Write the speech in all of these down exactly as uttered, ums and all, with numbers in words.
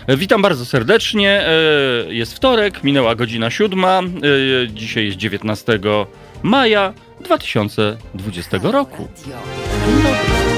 Witam bardzo serdecznie. Jest wtorek, minęła godzina siódma. Dzisiaj jest dziewiętnastego maja dwa tysiące dwudziestego roku. Dzień dobry.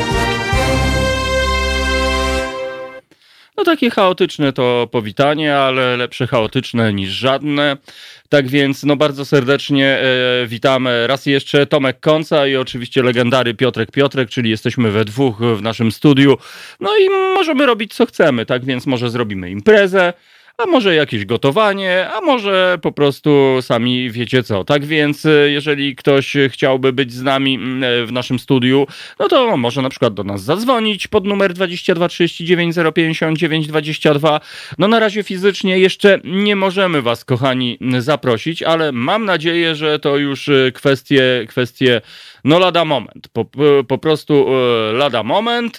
No takie chaotyczne to powitanie, ale lepsze chaotyczne niż żadne. Tak więc no bardzo serdecznie e, witamy raz jeszcze Tomek Konca i oczywiście legendary Piotrek Piotrek, czyli jesteśmy we dwóch w naszym studiu. No i możemy robić co chcemy, tak więc może zrobimy imprezę, a może jakieś gotowanie, a może po prostu sami wiecie co. Tak więc jeżeli ktoś chciałby być z nami w naszym studiu, no to może na przykład do nas zadzwonić pod numer dwadzieścia dwa trzydzieści dziewięć zero pięćdziesiąt dziewięć dwadzieścia dwa. No na razie fizycznie jeszcze nie możemy was, kochani, zaprosić, ale mam nadzieję, że to już kwestie, kwestie no lada moment. Po, po prostu lada moment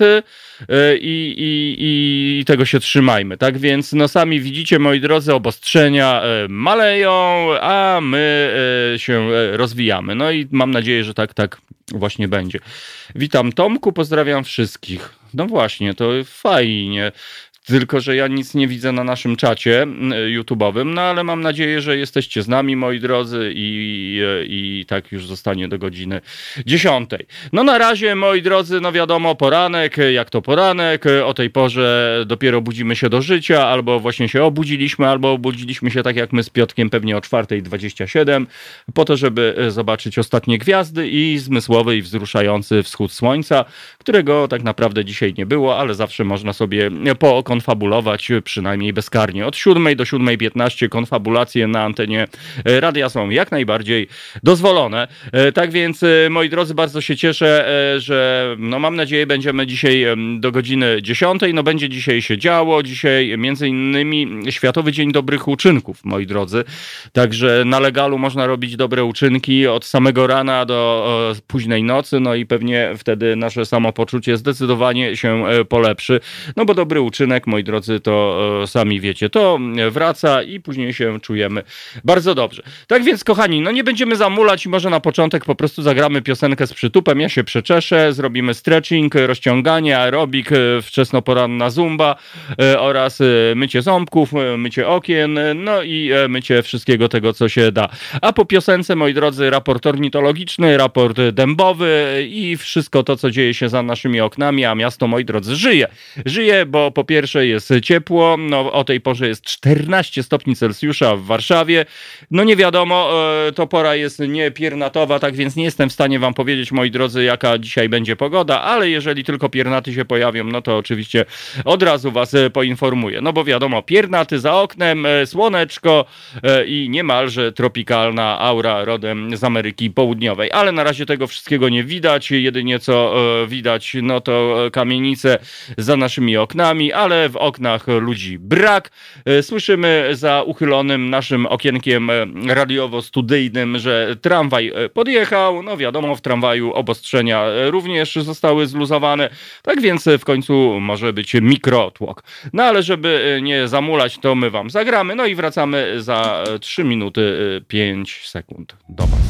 i, i, i tego się trzymajmy. Tak więc no sami widzicie, moi drodzy, obostrzenia maleją, a my się rozwijamy. No i mam nadzieję, że tak, tak właśnie będzie. Witam Tomku, pozdrawiam wszystkich. No właśnie, to fajnie. Tylko że ja nic nie widzę na naszym czacie YouTube'owym, no ale mam nadzieję, że jesteście z nami, moi drodzy, i, i tak już zostanie do godziny dziesiątej. No na razie, moi drodzy, no wiadomo, poranek, jak to poranek, o tej porze dopiero budzimy się do życia, albo właśnie się obudziliśmy, albo obudziliśmy się tak jak my z Piotkiem pewnie o czwarta dwadzieścia siedem, po to, żeby zobaczyć ostatnie gwiazdy i zmysłowy i wzruszający wschód słońca, którego tak naprawdę dzisiaj nie było, ale zawsze można sobie po konfabulować przynajmniej bezkarnie. Od siódmej do siódmej piętnaście konfabulacje na antenie radia są jak najbardziej dozwolone. Tak więc, moi drodzy, bardzo się cieszę, że no mam nadzieję będziemy dzisiaj do godziny dziesiątej. No będzie dzisiaj się działo. Dzisiaj między innymi Światowy Dzień Dobrych Uczynków, moi drodzy. Także na legalu można robić dobre uczynki od samego rana do późnej nocy. No i pewnie wtedy nasze samopoczucie zdecydowanie się polepszy. No bo dobry uczynek, moi drodzy, to e, sami wiecie, to wraca i później się czujemy bardzo dobrze. Tak więc, kochani, no nie będziemy zamulać i może na początek po prostu zagramy piosenkę z przytupem, ja się przeczeszę, zrobimy stretching, rozciąganie, aerobik, wczesnoporanna zumba e, oraz e, mycie ząbków, e, mycie okien, no i e, mycie wszystkiego tego, co się da. A po piosence, moi drodzy, raport ornitologiczny, raport dębowy i wszystko to, co dzieje się za naszymi oknami, a miasto, moi drodzy, żyje. Żyje, bo po pierwsze jest ciepło, no o tej porze jest czternaście stopni Celsjusza w Warszawie, no nie wiadomo, to pora jest niepiernatowa, tak więc nie jestem w stanie wam powiedzieć, moi drodzy, jaka dzisiaj będzie pogoda, ale jeżeli tylko piernaty się pojawią, no to oczywiście od razu was poinformuję, no bo wiadomo, piernaty za oknem, słoneczko i niemalże tropikalna aura rodem z Ameryki Południowej, ale na razie tego wszystkiego nie widać, jedynie co widać, no to kamienice za naszymi oknami, ale w oknach ludzi brak. Słyszymy za uchylonym naszym okienkiem radiowo-studyjnym, że tramwaj podjechał. No wiadomo, w tramwaju obostrzenia również zostały zluzowane. Tak więc w końcu może być mikrotłok. No ale żeby nie zamulać, to my wam zagramy. No i wracamy za trzy minuty pięć sekund do was.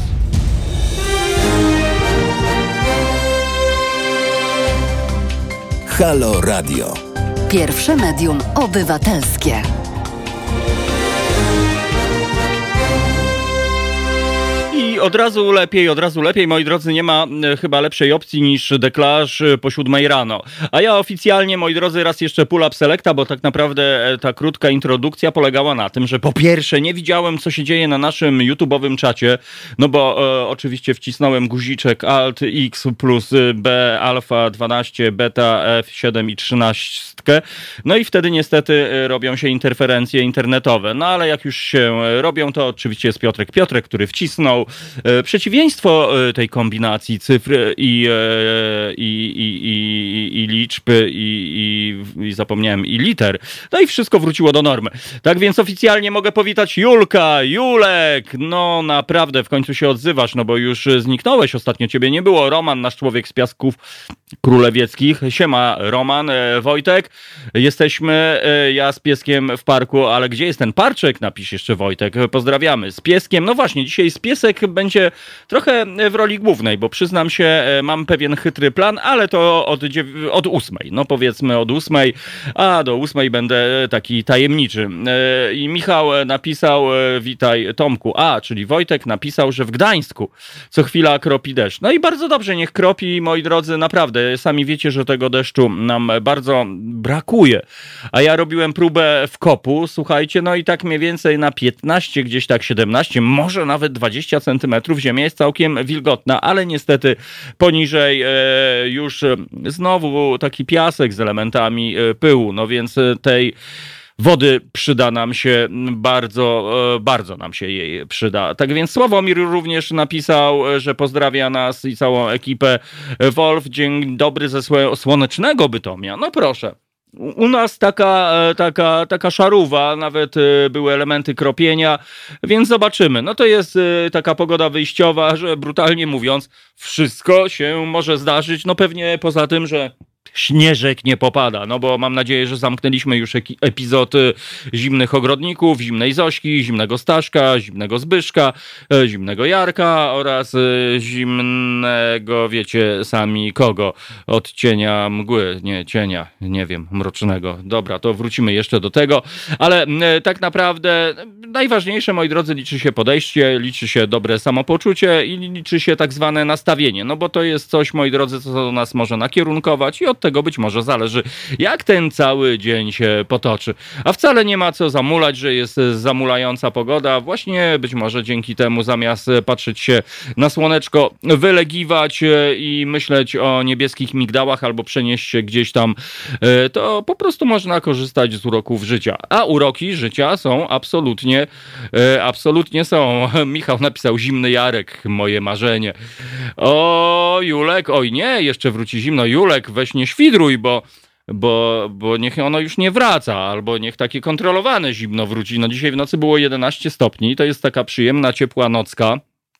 Halo Radio. Pierwsze medium obywatelskie. I od razu lepiej, od razu lepiej, moi drodzy, nie ma e, chyba lepszej opcji niż deklasz e, po siódmej rano. A ja oficjalnie, moi drodzy, raz jeszcze pull up selecta, bo tak naprawdę e, ta krótka introdukcja polegała na tym, że po pierwsze nie widziałem, co się dzieje na naszym YouTube'owym czacie, no bo e, oczywiście wcisnąłem guziczek Alt X plus B alfa dwanaście, beta F siedem i trzynaście. No i wtedy niestety e, robią się interferencje internetowe. No ale jak już się robią, to oczywiście jest Piotrek Piotrek, który wcisnął. Przeciwieństwo tej kombinacji cyfr i, i, i, i, i liczb i, i, i zapomniałem i liter. No i wszystko wróciło do normy. Tak więc oficjalnie mogę powitać Julka, Julek, no naprawdę w końcu się odzywasz, no bo już zniknąłeś, ostatnio ciebie nie było. Roman, nasz człowiek z Piasków Królewieckich. Siema Roman, Wojtek, jesteśmy, ja z pieskiem w parku, ale gdzie jest ten parczek? Napisz jeszcze Wojtek. Pozdrawiamy. Z pieskiem, no właśnie, dzisiaj z piesek będzie będzie trochę w roli głównej, bo przyznam się, mam pewien chytry plan, ale to od, dziew- od ósmej, no powiedzmy od ósmej, a do ósmej będę taki tajemniczy. I Michał napisał, witaj Tomku, a, czyli Wojtek napisał, że w Gdańsku co chwila kropi deszcz. No i bardzo dobrze, niech kropi, moi drodzy, naprawdę, sami wiecie, że tego deszczu nam bardzo brakuje. A ja robiłem próbę w Kopu, słuchajcie, no i tak mniej więcej na piętnaście, gdzieś tak siedemnaście, może nawet dwadzieścia centymetrów ziemia jest całkiem wilgotna, ale niestety poniżej e, już e, znowu taki piasek z elementami e, pyłu, no więc e, tej wody przyda nam się bardzo, e, bardzo nam się jej przyda. Tak więc Sławomir również napisał, że pozdrawia nas i całą ekipę. Wolf, dzień dobry ze słe- słonecznego Bytomia. No proszę. U nas taka, taka, taka szarówa, nawet były elementy kropienia, więc zobaczymy. No to jest taka pogoda wyjściowa, że brutalnie mówiąc, wszystko się może zdarzyć. No pewnie poza tym, że śnieżek nie popada, no bo mam nadzieję, że zamknęliśmy już eki- epizod zimnych ogrodników, zimnej Zośki, zimnego Staszka, zimnego Zbyszka, e, zimnego Jarka oraz e, zimnego, wiecie sami kogo, od cienia mgły, nie cienia, nie wiem, mrocznego. Dobra, to wrócimy jeszcze do tego, ale e, tak naprawdę najważniejsze, moi drodzy, liczy się podejście, liczy się dobre samopoczucie i liczy się tak zwane nastawienie, no bo to jest coś, moi drodzy, co do nas może nakierunkować i od tego być może zależy, jak ten cały dzień się potoczy. A wcale nie ma co zamulać, że jest zamulająca pogoda. Właśnie być może dzięki temu zamiast patrzeć się na słoneczko, wylegiwać i myśleć o niebieskich migdałach albo przenieść się gdzieś tam, to po prostu można korzystać z uroków życia. A uroki życia są absolutnie, absolutnie są. Michał napisał zimny Jarek, moje marzenie. O, Julek, oj nie, jeszcze wróci zimno. Julek, weź nie świdruj, bo, bo, bo niech ono już nie wraca, albo niech takie kontrolowane zimno wróci. No dzisiaj w nocy było jedenaście stopni, to jest taka przyjemna, ciepła nocka.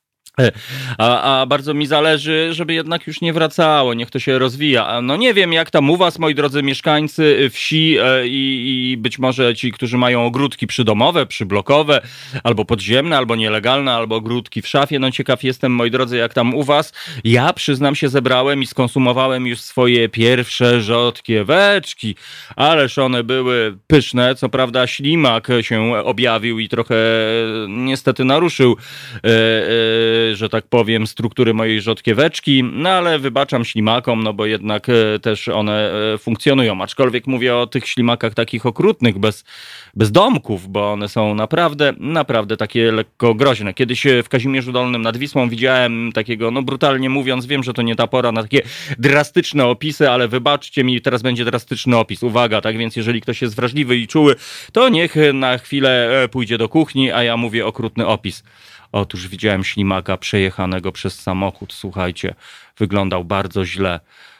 A, a bardzo mi zależy, żeby jednak już nie wracało, niech to się rozwija. No nie wiem, jak tam u was, moi drodzy mieszkańcy wsi e, i, i być może ci, którzy mają ogródki przydomowe, przyblokowe, albo podziemne, albo nielegalne, albo ogródki w szafie. No ciekaw jestem, moi drodzy, jak tam u was. Ja, przyznam się, zebrałem i skonsumowałem już swoje pierwsze rzodkieweczki, ależ one były pyszne. Co prawda ślimak się objawił i trochę niestety naruszył e, e, że tak powiem, struktury mojej rzodkieweczki, no ale wybaczam ślimakom, no bo jednak e, też one e, funkcjonują, aczkolwiek mówię o tych ślimakach takich okrutnych, bez, bez domków, bo one są naprawdę, naprawdę takie lekko groźne. Kiedyś w Kazimierzu Dolnym nad Wisłą widziałem takiego, no brutalnie mówiąc, wiem, że to nie ta pora na takie drastyczne opisy, ale wybaczcie mi, teraz będzie drastyczny opis. Uwaga, tak więc jeżeli ktoś jest wrażliwy i czuły, to niech na chwilę pójdzie do kuchni, a ja mówię okrutny opis. Otóż widziałem ślimaka przejechanego przez samochód, słuchajcie, wyglądał bardzo źle.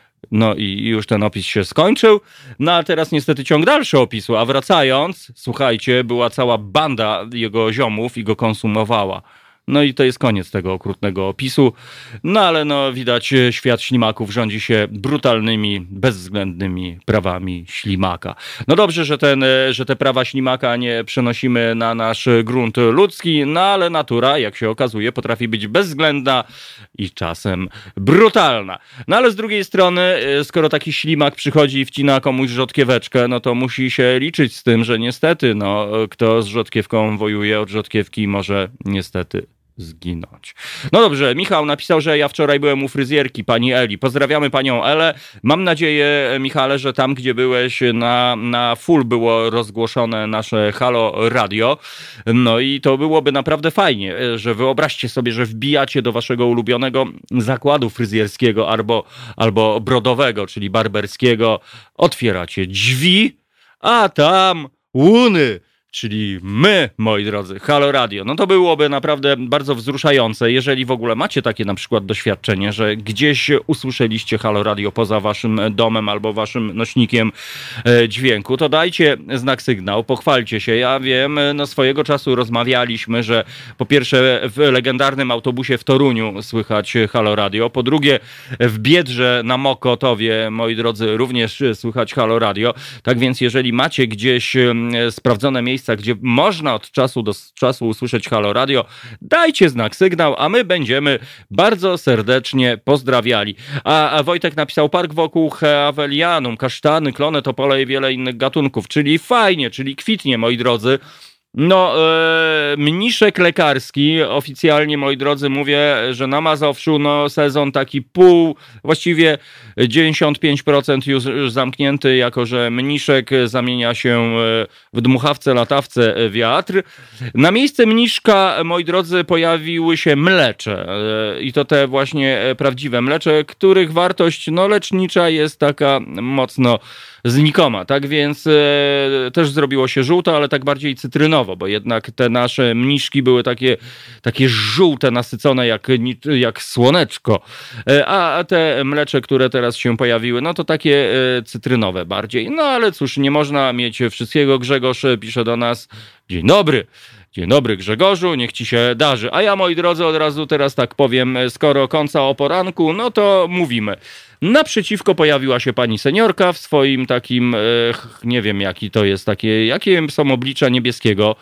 No i już ten opis się skończył, no a teraz niestety ciąg dalszy opisu, a wracając, słuchajcie, była cała banda jego ziomów i go konsumowała. No i to jest koniec tego okrutnego opisu. No ale no widać, świat ślimaków rządzi się brutalnymi, bezwzględnymi prawami ślimaka. No dobrze, że, ten, że te prawa ślimaka nie przenosimy na nasz grunt ludzki, no ale natura, jak się okazuje, potrafi być bezwzględna i czasem brutalna. No ale z drugiej strony, skoro taki ślimak przychodzi i wcina komuś rzodkieweczkę, no to musi się liczyć z tym, że niestety, no kto z rzodkiewką wojuje, od rzodkiewki może niestety zginąć. No dobrze, Michał napisał, że ja wczoraj byłem u fryzjerki pani Eli. Pozdrawiamy panią Elę. Mam nadzieję, Michale, że tam, gdzie byłeś, na, na full było rozgłoszone nasze Halo Radio. No i to byłoby naprawdę fajnie, że wyobraźcie sobie, że wbijacie do waszego ulubionego zakładu fryzjerskiego albo, albo brodowego, czyli barberskiego. Otwieracie drzwi, a tam łuny. Czyli my, moi drodzy, Halo Radio. No to byłoby naprawdę bardzo wzruszające, jeżeli w ogóle macie takie na przykład doświadczenie, że gdzieś usłyszeliście Halo Radio poza waszym domem albo waszym nośnikiem e, dźwięku, to dajcie znak sygnał, pochwalcie się. Ja wiem, no swojego czasu rozmawialiśmy, że po pierwsze w legendarnym autobusie w Toruniu słychać Halo Radio, po drugie w Biedrze na Mokotowie, moi drodzy, również słychać Halo Radio. Tak więc jeżeli macie gdzieś e, sprawdzone miejsce miejscach, gdzie można od czasu do czasu usłyszeć Halo Radio, dajcie znak, sygnał, a my będziemy bardzo serdecznie pozdrawiali. A, a Wojtek napisał park wokół Hevelianum, kasztany, klony, topole i wiele innych gatunków, czyli fajnie, czyli kwitnie, moi drodzy. No, e, mniszek lekarski, oficjalnie, moi drodzy, mówię, że na Mazowszu no, sezon taki pół, właściwie dziewięćdziesiąt pięć procent już, już zamknięty, jako że mniszek zamienia się w dmuchawce, latawce, wiatr. Na miejsce mniszka, moi drodzy, pojawiły się mlecze e, i to te właśnie prawdziwe mlecze, których wartość no, lecznicza jest taka mocno znikoma, tak więc e, też zrobiło się żółto, ale tak bardziej cytrynowo, bo jednak te nasze mniszki były takie, takie żółte, nasycone jak, jak słoneczko, e, a te mlecze, które teraz się pojawiły, no to takie e, cytrynowe bardziej. No ale cóż, nie można mieć wszystkiego. Grzegorz pisze do nas: dzień dobry. Dzień dobry, Grzegorzu, niech ci się darzy. A ja, moi drodzy, od razu teraz tak powiem, skoro końca o poranku, no to mówimy. Naprzeciwko pojawiła się pani seniorka w swoim takim, nie wiem jaki to jest, takie, jakie są oblicza niebieskiego,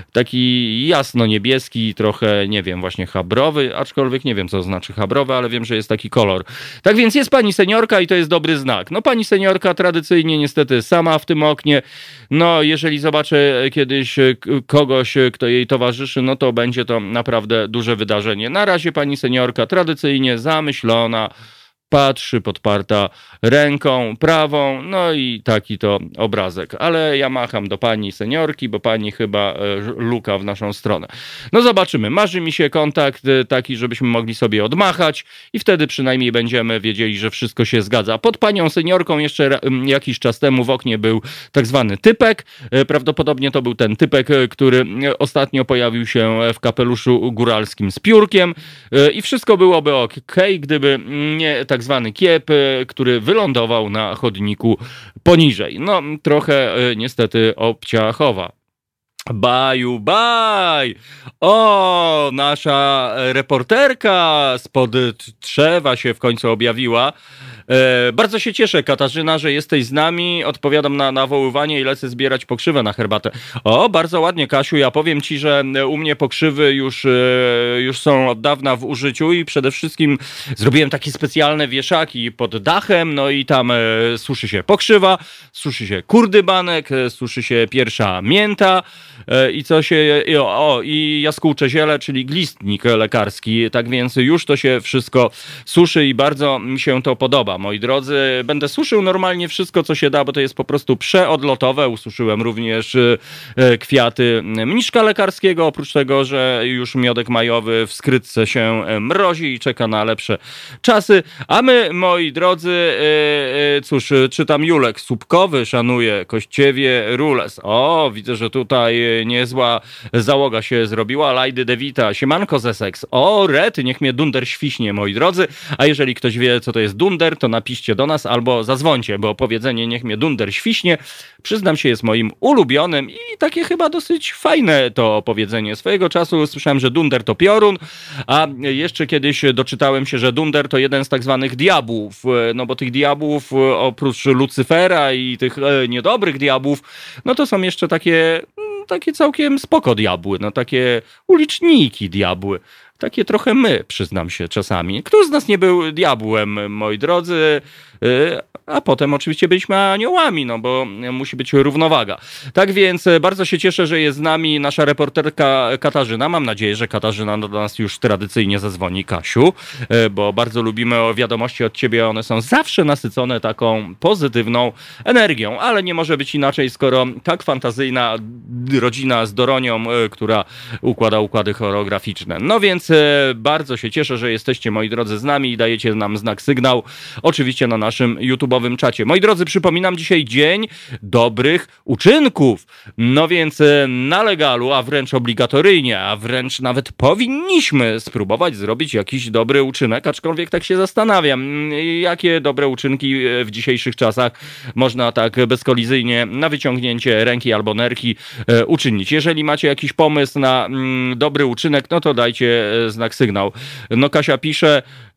taki jasno niebieski, trochę, nie wiem, właśnie chabrowy, aczkolwiek nie wiem, co znaczy chabrowy, ale wiem, że jest taki kolor. Tak więc jest pani seniorka i to jest dobry znak. No pani seniorka tradycyjnie niestety sama w tym oknie, no jeżeli zobaczę kiedyś kogoś, kto jej towarzyszy, no to będzie to naprawdę duże wydarzenie. Na razie pani seniorka tradycyjnie zamyślona, patrzy podparta ręką prawą, no i taki to obrazek. Ale ja macham do pani seniorki, bo pani chyba e, luka w naszą stronę. No zobaczymy. Marzy mi się kontakt taki, żebyśmy mogli sobie odmachać i wtedy przynajmniej będziemy wiedzieli, że wszystko się zgadza. Pod panią seniorką jeszcze jakiś czas temu w oknie był tak zwany typek. E, prawdopodobnie to był ten typek, który ostatnio pojawił się w kapeluszu góralskim z piórkiem e, i wszystko byłoby okej, gdyby nie tak zwany kiep, który wylądował na chodniku poniżej. No, trochę niestety obciachowa. Baju, baj! O, nasza reporterka spod drzewa się w końcu objawiła. E, bardzo się cieszę, Katarzyna, że jesteś z nami. Odpowiadam na nawoływanie i lecę zbierać pokrzywę na herbatę. O, bardzo ładnie, Kasiu. Ja powiem ci, że u mnie pokrzywy już, e, już są od dawna w użyciu i przede wszystkim zrobiłem takie specjalne wieszaki pod dachem, no i tam e, suszy się pokrzywa, suszy się kurdybanek, e, suszy się pierwsza mięta e, i co się... I, o, i jaskółcze ziele, czyli glistnik lekarski. Tak więc już to się wszystko suszy i bardzo mi się to podoba. Moi drodzy, będę suszył normalnie wszystko, co się da, bo to jest po prostu przeodlotowe. Ususzyłem również kwiaty mniszka lekarskiego, oprócz tego, że już miodek majowy w skrytce się mrozi i czeka na lepsze czasy. A my, moi drodzy, cóż, czytam Julek Słupkowy, szanuje Kościewie Rules. O, widzę, że tutaj niezła załoga się zrobiła. Lajdy Devita, siemanko z Essex. O, Red, niech mnie dunder świśnie, moi drodzy. A jeżeli ktoś wie, co to jest dunder, to napiszcie do nas albo zadzwońcie, bo powiedzenie niech mnie dunder świśnie, przyznam się, jest moim ulubionym i takie chyba dosyć fajne to powiedzenie. Swojego czasu słyszałem, że dunder to piorun, a jeszcze kiedyś doczytałem się, że dunder to jeden z tak zwanych diabłów, no bo tych diabłów oprócz Lucyfera i tych niedobrych diabłów, no to są jeszcze takie, takie całkiem spoko diabły, no takie uliczniki diabły. Takie trochę my, przyznam się czasami. Kto z nas nie był diabłem, moi drodzy? A potem oczywiście byliśmy aniołami, no bo musi być równowaga. Tak więc bardzo się cieszę, że jest z nami nasza reporterka Katarzyna. Mam nadzieję, że Katarzyna do nas już tradycyjnie zadzwoni. Kasiu, bo bardzo lubimy wiadomości od ciebie. One są zawsze nasycone taką pozytywną energią, ale nie może być inaczej, skoro tak fantazyjna rodzina z Doronią, która układa układy choreograficzne. No więc bardzo się cieszę, że jesteście, moi drodzy, z nami i dajecie nam znak, sygnał. Oczywiście na naszym YouTube'owym czacie. Moi drodzy, przypominam, dzisiaj dzień dobrych uczynków. No więc na legalu, a wręcz obligatoryjnie, a wręcz nawet powinniśmy spróbować zrobić jakiś dobry uczynek, aczkolwiek tak się zastanawiam, jakie dobre uczynki w dzisiejszych czasach można tak bezkolizyjnie na wyciągnięcie ręki albo nerki uczynić. Jeżeli macie jakiś pomysł na mm, dobry uczynek, no to dajcie znak sygnał. No Kasia pisze e,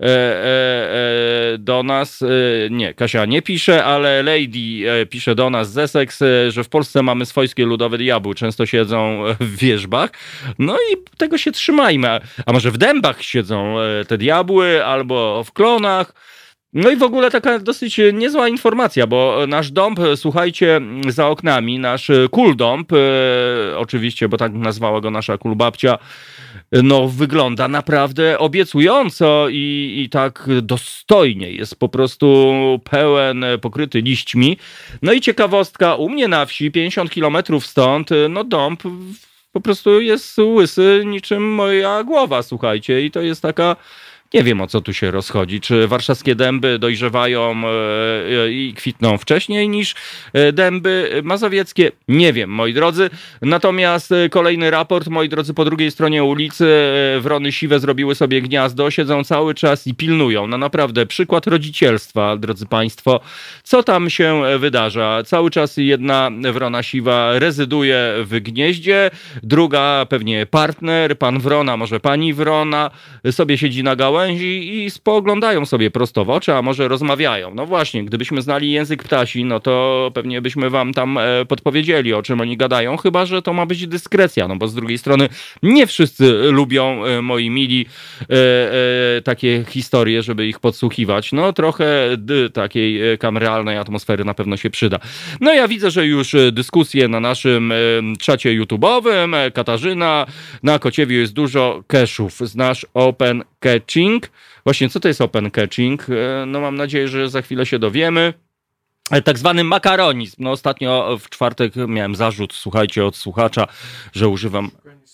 e, do nas, e, nie, Kasia nie pisze, ale Lady e, pisze do nas z Essex, e, że w Polsce mamy swojskie ludowe diabły, często siedzą w wierzbach, no i tego się trzymajmy. A, a może w dębach siedzą e, te diabły, albo w klonach. No i w ogóle taka dosyć niezła informacja, bo nasz dąb, słuchajcie, za oknami, nasz kuldąb, e, oczywiście, bo tak nazwała go nasza kulbabcia, no wygląda naprawdę obiecująco i, i tak dostojnie. Jest po prostu pełen, pokryty liśćmi. No i ciekawostka, u mnie na wsi, pięćdziesiąt kilometrów stąd, no dąb po prostu jest łysy niczym moja głowa, słuchajcie. I to jest taka... Nie wiem, o co tu się rozchodzi. Czy warszawskie dęby dojrzewają i kwitną wcześniej niż dęby mazowieckie? Nie wiem, moi drodzy. Natomiast kolejny raport, moi drodzy, po drugiej stronie ulicy wrony siwe zrobiły sobie gniazdo, siedzą cały czas i pilnują. No naprawdę, przykład rodzicielstwa, drodzy państwo. Co tam się wydarza? Cały czas jedna wrona siwa rezyduje w gnieździe, druga pewnie partner, pan wrona, może pani wrona, sobie siedzi na gałęzi i spoglądają sobie prosto w oczy, a może rozmawiają. No właśnie, gdybyśmy znali język ptasi, no to pewnie byśmy wam tam podpowiedzieli, o czym oni gadają, chyba że to ma być dyskrecja, no bo z drugiej strony nie wszyscy lubią, moi mili, e, e, takie historie, żeby ich podsłuchiwać. No trochę d, takiej kameralnej atmosfery na pewno się przyda. No ja widzę, że już dyskusje na naszym czacie YouTube'owym, Katarzyna, na Kociewiu jest dużo cachów. Znasz Open Caching? Właśnie, co to jest open caching? No mam nadzieję, że za chwilę się dowiemy. Tak zwany makaronizm. No ostatnio w czwartek miałem zarzut, słuchajcie, od słuchacza, że używam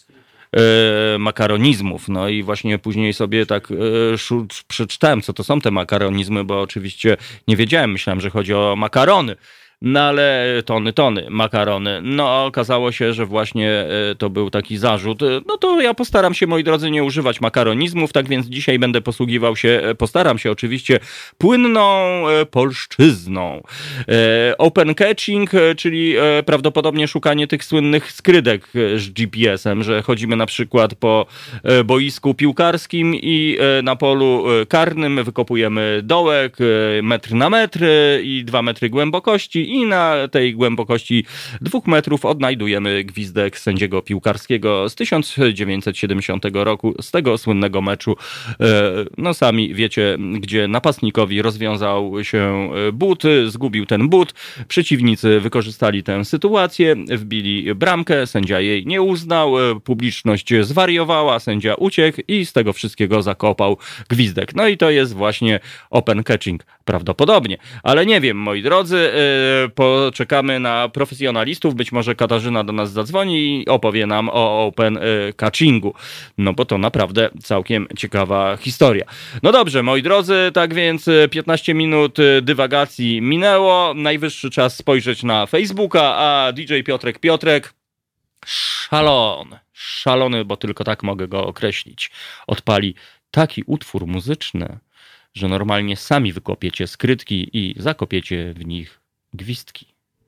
e, makaronizmów. No i właśnie później sobie tak e, szu, przeczytałem, co to są te makaronizmy, bo oczywiście nie wiedziałem, myślałem, że chodzi o makarony. No ale tony, tony makarony. No okazało się, że właśnie to był taki zarzut. No to ja postaram się, moi drodzy, nie używać makaronizmów, tak więc dzisiaj będę posługiwał się, postaram się oczywiście płynną polszczyzną. Open caching, czyli prawdopodobnie szukanie tych słynnych skrydek z G P S-em, że chodzimy na przykład po boisku piłkarskim i na polu karnym wykopujemy dołek metr na metr i dwa metry głębokości i na tej głębokości dwóch metrów odnajdujemy gwizdek sędziego piłkarskiego z tysiąc dziewięćset siedemdziesiątego roku, z tego słynnego meczu. No sami wiecie, gdzie napastnikowi rozwiązał się but, zgubił ten but, przeciwnicy wykorzystali tę sytuację, wbili bramkę, sędzia jej nie uznał, publiczność zwariowała, sędzia uciekł i z tego wszystkiego zakopał gwizdek. No i to jest właśnie open catching, prawdopodobnie. Ale nie wiem, moi drodzy, poczekamy na profesjonalistów, być może Katarzyna do nas zadzwoni i opowie nam o open catchingu, no bo to naprawdę całkiem ciekawa historia. No dobrze, moi drodzy, tak więc piętnaście minut dywagacji minęło, najwyższy czas spojrzeć na Facebooka, a D J Piotrek Piotrek, szalony, szalony, bo tylko tak mogę go określić, odpali taki utwór muzyczny, że normalnie sami wykopiecie skrytki i zakopiecie w nich gwizdki.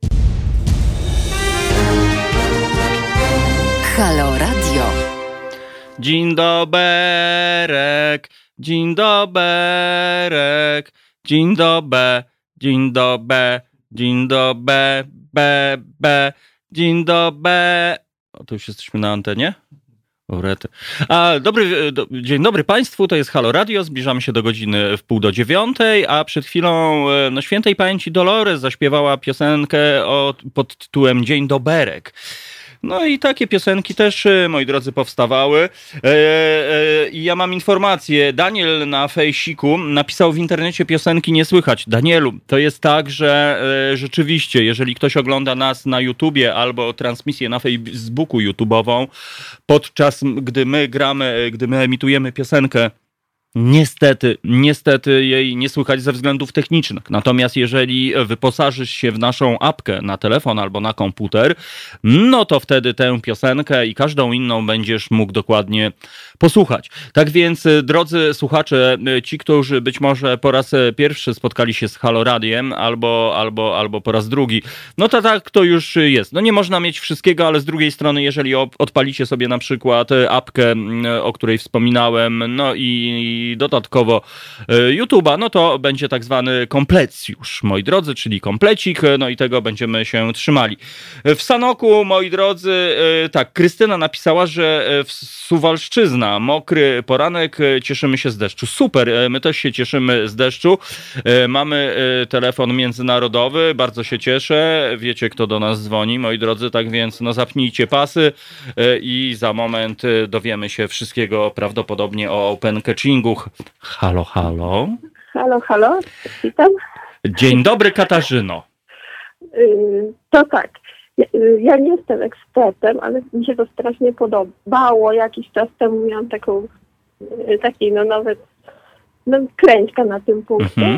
Halo Radio. Dzień doberek, dzień doberek, dzień dobe, dzień dobe, dzień dobe, be, be, dzień dobe. O, to już jesteśmy na antenie? Urety. A dobry, do, dzień dobry Państwu, to jest Halo Radio, zbliżamy się do godziny w pół do dziewiątej, a przed chwilą no, świętej pamięci Dolores zaśpiewała piosenkę o, pod tytułem Dzień doberek. No i takie piosenki też, moi drodzy, powstawały. I ja mam informację, Daniel na fejsiku napisał w internecie piosenki nie słychać. Danielu, to jest tak, że e, rzeczywiście, jeżeli ktoś ogląda nas na YouTubie albo transmisję na Facebooku YouTube'ową, podczas gdy my gramy, gdy my emitujemy piosenkę Niestety, niestety jej nie słychać ze względów technicznych. Natomiast jeżeli wyposażysz się w naszą apkę na telefon albo na komputer, no to wtedy tę piosenkę i każdą inną będziesz mógł dokładnie posłuchać. Tak więc, drodzy słuchacze, ci, którzy być może po raz pierwszy spotkali się z Halo Radiem albo, albo, albo po raz drugi, no to tak to już jest. No nie można mieć wszystkiego, ale z drugiej strony, jeżeli odpalicie sobie na przykład apkę, o której wspominałem, no i i dodatkowo YouTube'a, no to będzie tak zwany komplecjusz, moi drodzy, czyli komplecik, no i tego będziemy się trzymali. W Sanoku, moi drodzy, tak, Krystyna napisała, że w Suwalszczyzna, mokry poranek, cieszymy się z deszczu. Super, my też się cieszymy z deszczu. Mamy telefon międzynarodowy, bardzo się cieszę. Wiecie, kto do nas dzwoni, moi drodzy, tak więc no zapnijcie pasy i za moment dowiemy się wszystkiego prawdopodobnie o open catchingu. Halo, halo. Halo, halo, witam. Dzień dobry, Katarzyno. To tak, ja nie jestem ekspertem, ale mi się to strasznie podobało. Jakiś czas temu miałam taką, taki no nawet no, kręćka na tym punkcie. Mhm.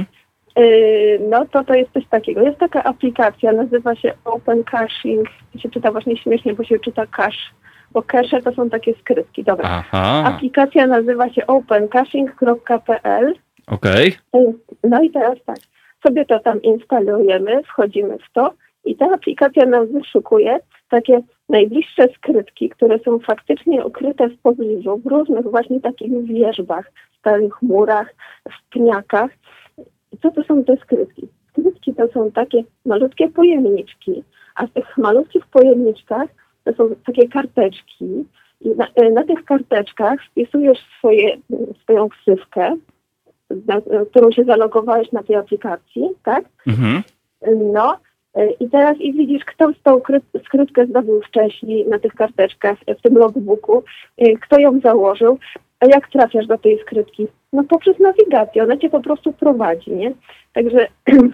No to to jest coś takiego. Jest taka aplikacja, nazywa się Open Caching. To się czyta właśnie śmiesznie, bo się czyta cache. Bo cache to są takie skrytki. Dobra. Aha. Aplikacja nazywa się open caching kropka p l. Okej. Okay. No i teraz tak, sobie to tam instalujemy, wchodzimy w to i ta aplikacja nam wyszukuje takie najbliższe skrytki, które są faktycznie ukryte w pobliżu, w różnych właśnie takich wierzbach, w starych murach, w pniakach. I co to są te skrytki? Skrytki to są takie malutkie pojemniczki, a w tych malutkich pojemniczkach to są takie karteczki i na, na tych karteczkach wpisujesz swoje, swoją ksywkę, na, którą się zalogowałeś na tej aplikacji, tak? Mhm. No i teraz i widzisz, kto tą skrytkę zdobył wcześniej na tych karteczkach, w tym logbooku, kto ją założył, a jak trafiasz do tej skrytki? No poprzez nawigację, ona cię po prostu prowadzi, nie? Także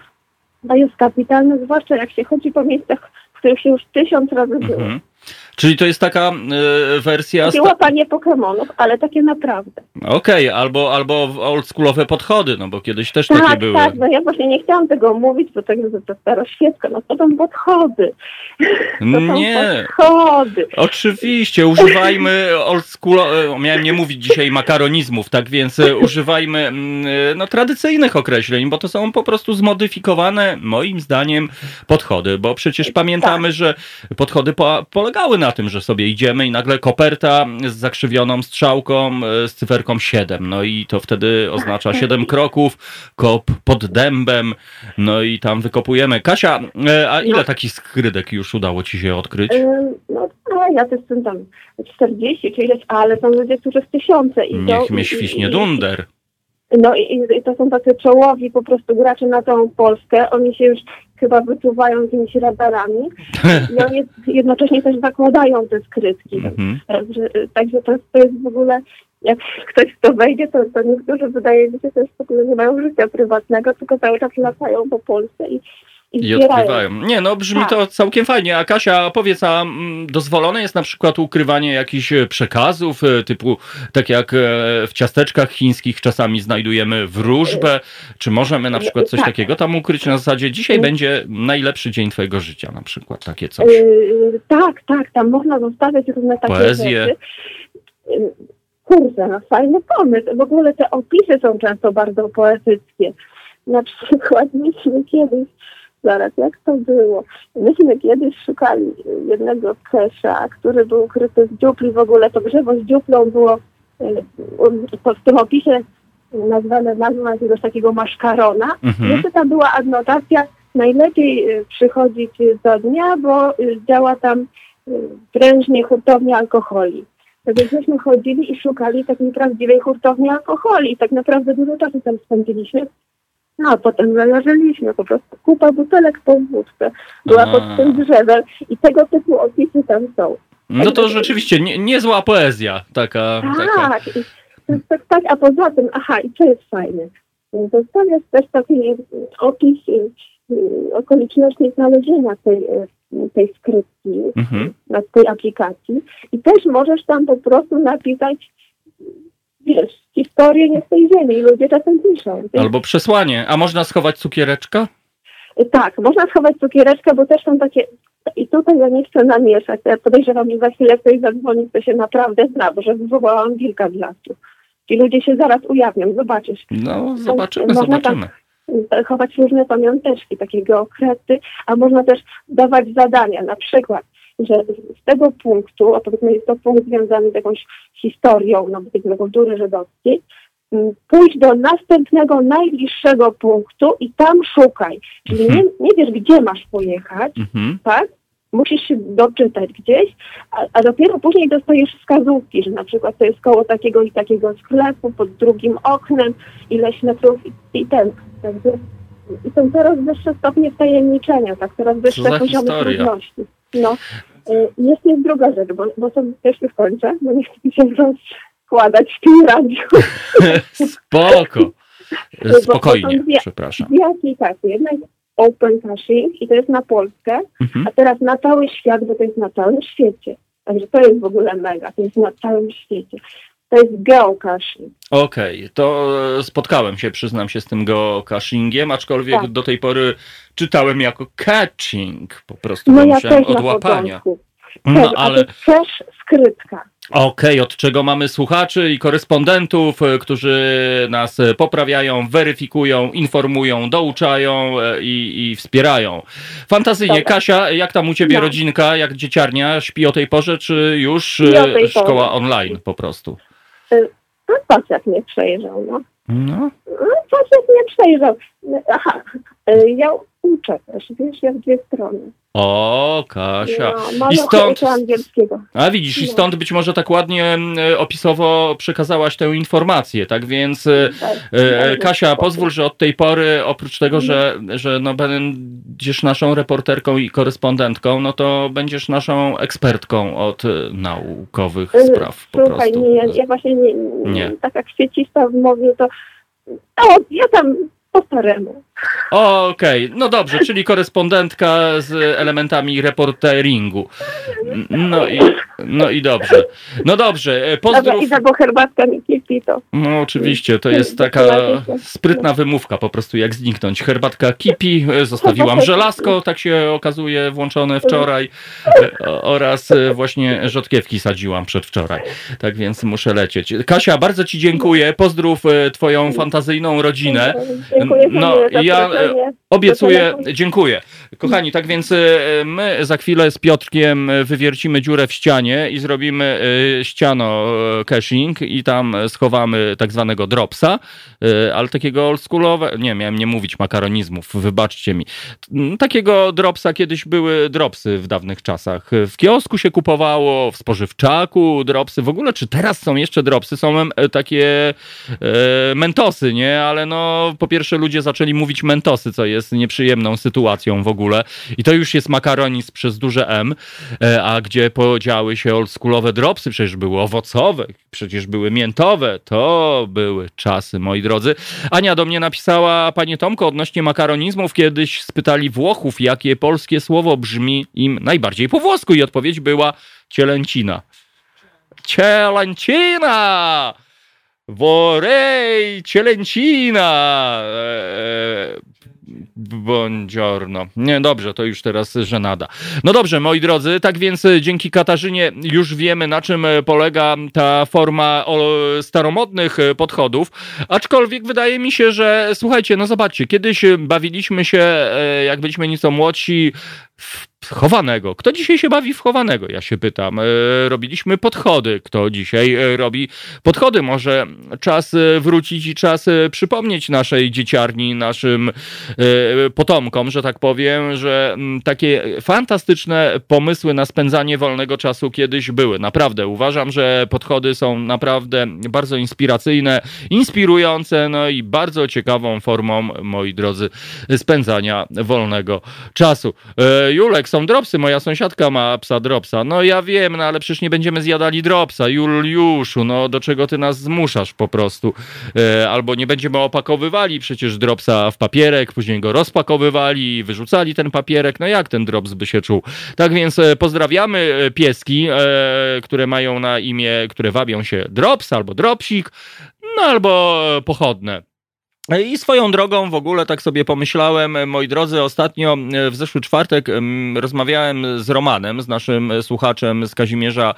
to jest kapitalne, zwłaszcza jak się chodzi po miejscach, w których się już tysiąc razy było. Mhm. Czyli to jest taka y, wersja... Takie łapanie Pokemonów, ale takie naprawdę. Okej, okay, albo, albo oldschoolowe podchody, no bo kiedyś też tak, takie były. Tak, no ja właśnie nie chciałam tego mówić, bo tak to staroświecko, no to są podchody. To nie, są podchody. Oczywiście, używajmy oldschoolowych, miałem nie mówić dzisiaj makaronizmów, tak więc używajmy no, tradycyjnych określeń, bo to są po prostu zmodyfikowane, moim zdaniem, podchody, bo przecież pamiętamy, tak. że podchody po, polegały na tym, że sobie idziemy i nagle koperta z zakrzywioną strzałką z cyferką siedem. No i to wtedy oznacza siedem kroków, kop pod dębem, no i tam wykopujemy. Kasia, a ile no. takich skrytek już udało ci się odkryć? No a ja też jestem tam czterdzieści czy ileś, ale są ludzie, którzy w tysiące idą. Niech mnie świśnie dunder. No i, i to są tacy czołowi po prostu gracze na całą Polskę. Oni się już chyba wyczuwają jakimiś radarami i oni jednocześnie też zakładają te skrytki. Mm-hmm. Także, także to, to jest w ogóle, jak ktoś w to wejdzie, to, to niektórzy wydaje mi się, że w ogóle nie mają życia prywatnego, tylko cały czas latają po Polsce i I, I odkrywają. Nie, no brzmi tak. to całkiem fajnie. A Kasia, powiedz, a dozwolone jest na przykład ukrywanie jakichś przekazów, typu tak jak w ciasteczkach chińskich czasami znajdujemy wróżbę, czy możemy na przykład coś tak. takiego tam ukryć na zasadzie dzisiaj będzie najlepszy dzień twojego życia, na przykład takie coś. Yy, tak, tak, tam można zostawiać różne takie Poezję. rzeczy. Yy, kurczę, no fajny pomysł. W ogóle te opisy są często bardzo poetyckie. Na przykład myśmy kiedyś Zaraz, jak to było? Myśmy kiedyś szukali jednego kesza, który był ukryty z dziupli. W ogóle to drzewo z dziuplą było w tym opisie nazwane nazwą jakiegoś takiego maszkarona. Mhm. Jeszcze tam była adnotacja, najlepiej przychodzić do dnia, bo działa tam prężnie hurtownia alkoholi. Tak więc myśmy chodzili i szukali takiej prawdziwej hurtowni alkoholi i tak naprawdę dużo czasu tam spędziliśmy. No, a potem zajarzyliśmy, po prostu kupa butelek po wódce była a. pod tym drzewem i tego typu opisy tam są. No to rzeczywiście nie, niezła poezja taka. Tak, taka. tak, tak, a poza tym, aha, i co jest fajne, zostawiasz też taki opis okoliczności znalezienia tej, tej skrypki mhm. na tej aplikacji i też możesz tam po prostu napisać wiesz, historię nie z tej ziemi i ludzie czasem piszą. Więc, Albo przesłanie. A można schować cukiereczka? tak, można schować cukiereczkę, bo też są takie, i tutaj ja nie chcę namieszać, ja podejrzewam, że za chwilę ktoś zadzwoni, kto się naprawdę zna, bo że wywołałam wilka z lasu. Ci ludzie się zaraz ujawnią, zobaczysz. No, zobaczymy, Można zobaczymy. Tam chować różne pamiąteczki, takie geokrety, a można też dawać zadania, na przykład, że z tego punktu, a powiedzmy jest to punkt związany z jakąś historią, no powiedzmy kultury żydowskiej, pójdź do następnego, najbliższego punktu i tam szukaj. Czyli nie, nie wiesz, gdzie masz pojechać, Mhm. tak? Musisz się doczytać gdzieś, a, a dopiero później dostajesz wskazówki, że na przykład to jest koło takiego i takiego sklepu, pod drugim oknem, ileś metrów i, i ten. Także i są coraz wyższe stopnie wtajemniczenia, tak? Coraz wyższe za poziomy historia? trudności. No. Y, Jest jest druga rzecz, bo, bo to też już kończę, bo nie chcę mi się rozkładać w tym radiu. Spoko. Bo- bo Spokojnie, są dwie- przepraszam. Dwie aplikacje. Jedna jest Open Caching i to jest na Polskę, Mhm. a teraz na cały świat, bo to jest na całym świecie. Także to jest w ogóle mega, to jest na całym świecie. To jest geocaching. Okej, to spotkałem się, przyznam się, z tym geocachingiem, aczkolwiek Tak. do tej pory czytałem jako catching, po prostu No bo ja musiałem też od na łapania. początku. No Też, ale ale też skrytka. okej, od czego mamy słuchaczy i korespondentów, e, którzy nas e, poprawiają, weryfikują, informują, douczają e, i, i wspierają. Fantazyjnie. Dobra. Kasia, jak tam u ciebie No. rodzinka, jak dzieciarnia? Śpi o tej porze, czy już Śpi o e, tej szkoła porze. online po prostu? A Pacjak mnie przejrzał, no. No. Pacjak mnie przejrzał. Aha, y, ja uczę też, wiesz, ja w dwie strony. O, Kasia. No, mam I stąd- uczę angielskiego. A widzisz, i No. stąd być może tak ładnie e, opisowo przekazałaś tę informację, tak więc e, Tak, e, tak, Kasia, tak. pozwól, że od tej pory, oprócz tego, że, że no będziesz naszą reporterką i korespondentką, no to będziesz naszą ekspertką od e, naukowych Y, spraw po Słuchaj, prostu. nie, ja, ja właśnie nie, nie, Nie. tak jak świecista w mowie, to no, ja tam po staremu. Okej, no dobrze, czyli korespondentka z elementami reporteringu. No i, no i dobrze. No dobrze, e, Dobra, pozdrów. Iza, bo herbatka mi kipi, to No oczywiście, to jest taka sprytna wymówka po prostu jak zniknąć. Herbatka kipi, e, zostawiłam żelazko, tak się okazuje, włączone wczoraj e, o- oraz e, właśnie rzodkiewki sadziłam przedwczoraj. Tak więc muszę lecieć. Kasia, bardzo ci dziękuję, pozdrów e, twoją fantazyjną rodzinę. Dziękuję No, za ja, zaproszenie. Obiecuję, dziękuję. Kochani, tak więc e, my za chwilę z Piotrkiem wywiercimy dziurę w ścianie i zrobimy e, ściano e, caching i tam schowamy tak zwanego dropsa, e, ale takiego oldschoolowego, nie, miałem nie mówić makaronizmów, wybaczcie mi. T- Takiego dropsa, kiedyś były dropsy w dawnych czasach. W kiosku się kupowało, w spożywczaku dropsy. W ogóle, czy teraz są jeszcze dropsy? Są e, takie e, mentosy, nie? Ale no, po pierwsze ludzie zaczęli mówić mentosy, co jest nieprzyjemną sytuacją w ogóle. I to już jest makaronizm przez duże M, e, a gdzie podziały się oldschoolowe dropsy, przecież były owocowe, przecież były miętowe, to były czasy, moi drodzy. Ania do mnie napisała, panie Tomko, odnośnie makaronizmów, kiedyś spytali Włochów, jakie polskie słowo brzmi im najbardziej po włosku i odpowiedź była cielęcina. Cielęcina! Vorrei cielęcina! Eee, Buongiorno. Nie, dobrze, to już teraz żenada. No dobrze, moi drodzy, tak więc dzięki Katarzynie już wiemy, na czym polega ta forma o, staromodnych podchodów, aczkolwiek wydaje mi się, że słuchajcie, no zobaczcie, kiedyś bawiliśmy się, e, jak byliśmy nieco młodsi, w chowanego. Kto dzisiaj się bawi w chowanego? Ja się pytam. E, robiliśmy podchody. Kto dzisiaj e, robi podchody? Może czas e, wrócić i czas e, przypomnieć naszej dzieciarni, naszym e, potomkom, że tak powiem, że m, takie fantastyczne pomysły na spędzanie wolnego czasu kiedyś były. Naprawdę uważam, że podchody są naprawdę bardzo inspiracyjne, inspirujące, no i bardzo ciekawą formą, moi drodzy, spędzania wolnego czasu. E, Julek, są dropsy, moja sąsiadka ma psa dropsa. No ja wiem, no ale przecież nie będziemy zjadali dropsa. Juliuszu, no do czego ty nas zmuszasz po prostu? E, albo nie będziemy opakowywali przecież dropsa w papierek, później go rozpakowywali, wyrzucali ten papierek. No jak ten drops by się czuł? Tak więc e, pozdrawiamy pieski, e, które mają na imię, które wabią się drops albo dropsik, no albo pochodne. I swoją drogą w ogóle tak sobie pomyślałem, moi drodzy, ostatnio w zeszły czwartek rozmawiałem z Romanem, z naszym słuchaczem z Kazimierza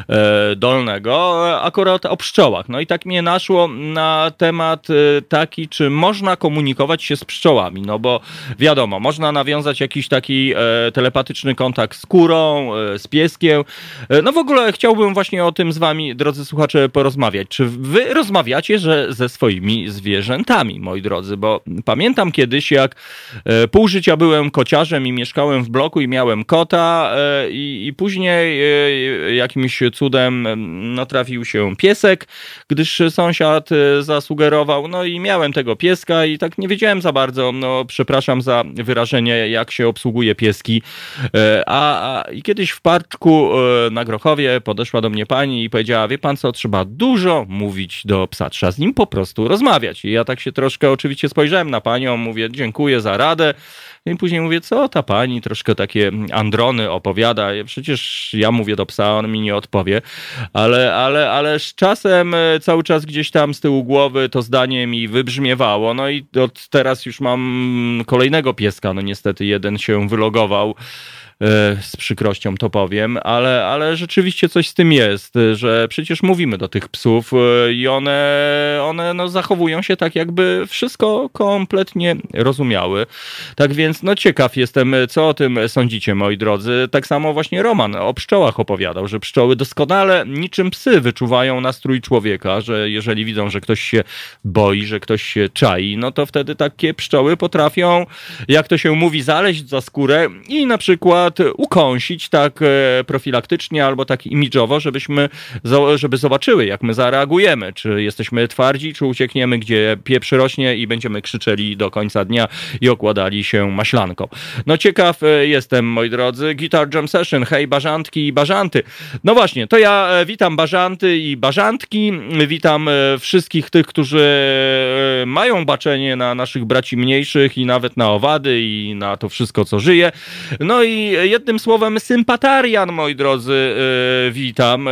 Dolnego, akurat o pszczołach. No i tak mnie naszło na temat taki, czy można komunikować się z pszczołami, no bo wiadomo, można nawiązać jakiś taki telepatyczny kontakt z kurą, z pieskiem. No w ogóle chciałbym właśnie o tym z wami, drodzy słuchacze, porozmawiać. Czy wy rozmawiacie że ze swoimi zwierzętami, moi drodzy, bo pamiętam kiedyś, jak e, pół życia byłem kociarzem i mieszkałem w bloku i miałem kota e, i, i później e, jakimś cudem no, trafił się piesek, gdyż sąsiad e, zasugerował, no i miałem tego pieska i tak nie wiedziałem za bardzo, no przepraszam za wyrażenie, jak się obsługuje pieski, e, a, a i kiedyś w parku e, na Grochowie podeszła do mnie pani i powiedziała, wie pan co, trzeba dużo mówić do psa, trzeba z nim po prostu rozmawiać i ja tak się troszkę oczywiście spojrzałem na panią, mówię, dziękuję za radę. I później mówię, co ta pani troszkę takie androny opowiada. Przecież ja mówię do psa, on mi nie odpowie. Ale, ale, ale z czasem cały czas gdzieś tam z tyłu głowy to zdanie mi wybrzmiewało. No i od teraz już mam kolejnego pieska. No niestety jeden się wylogował. Z przykrością to powiem, ale, ale rzeczywiście coś z tym jest, że przecież mówimy do tych psów i one, one no zachowują się tak, jakby wszystko kompletnie rozumiały. Tak więc no ciekaw jestem, co o tym sądzicie, moi drodzy. Tak samo właśnie Roman o pszczołach opowiadał, że pszczoły doskonale niczym psy wyczuwają nastrój człowieka, że jeżeli widzą, że ktoś się boi, że ktoś się czai, no to wtedy takie pszczoły potrafią, jak to się mówi, zaleźć za skórę i na przykład ukąsić tak profilaktycznie albo tak imidżowo, żebyśmy, żeby zobaczyły, jak my zareagujemy. Czy jesteśmy twardzi, czy uciekniemy, gdzie pieprz rośnie i będziemy krzyczeli do końca dnia i okładali się maślanką. No ciekaw jestem, moi drodzy. Guitar Jam Session, hej bażantki i bażanty. No właśnie, to ja witam bażanty i bażantki, witam wszystkich tych, którzy mają baczenie na naszych braci mniejszych i nawet na owady i na to wszystko, co żyje. No i jednym słowem sympatarian, moi drodzy, yy, witam,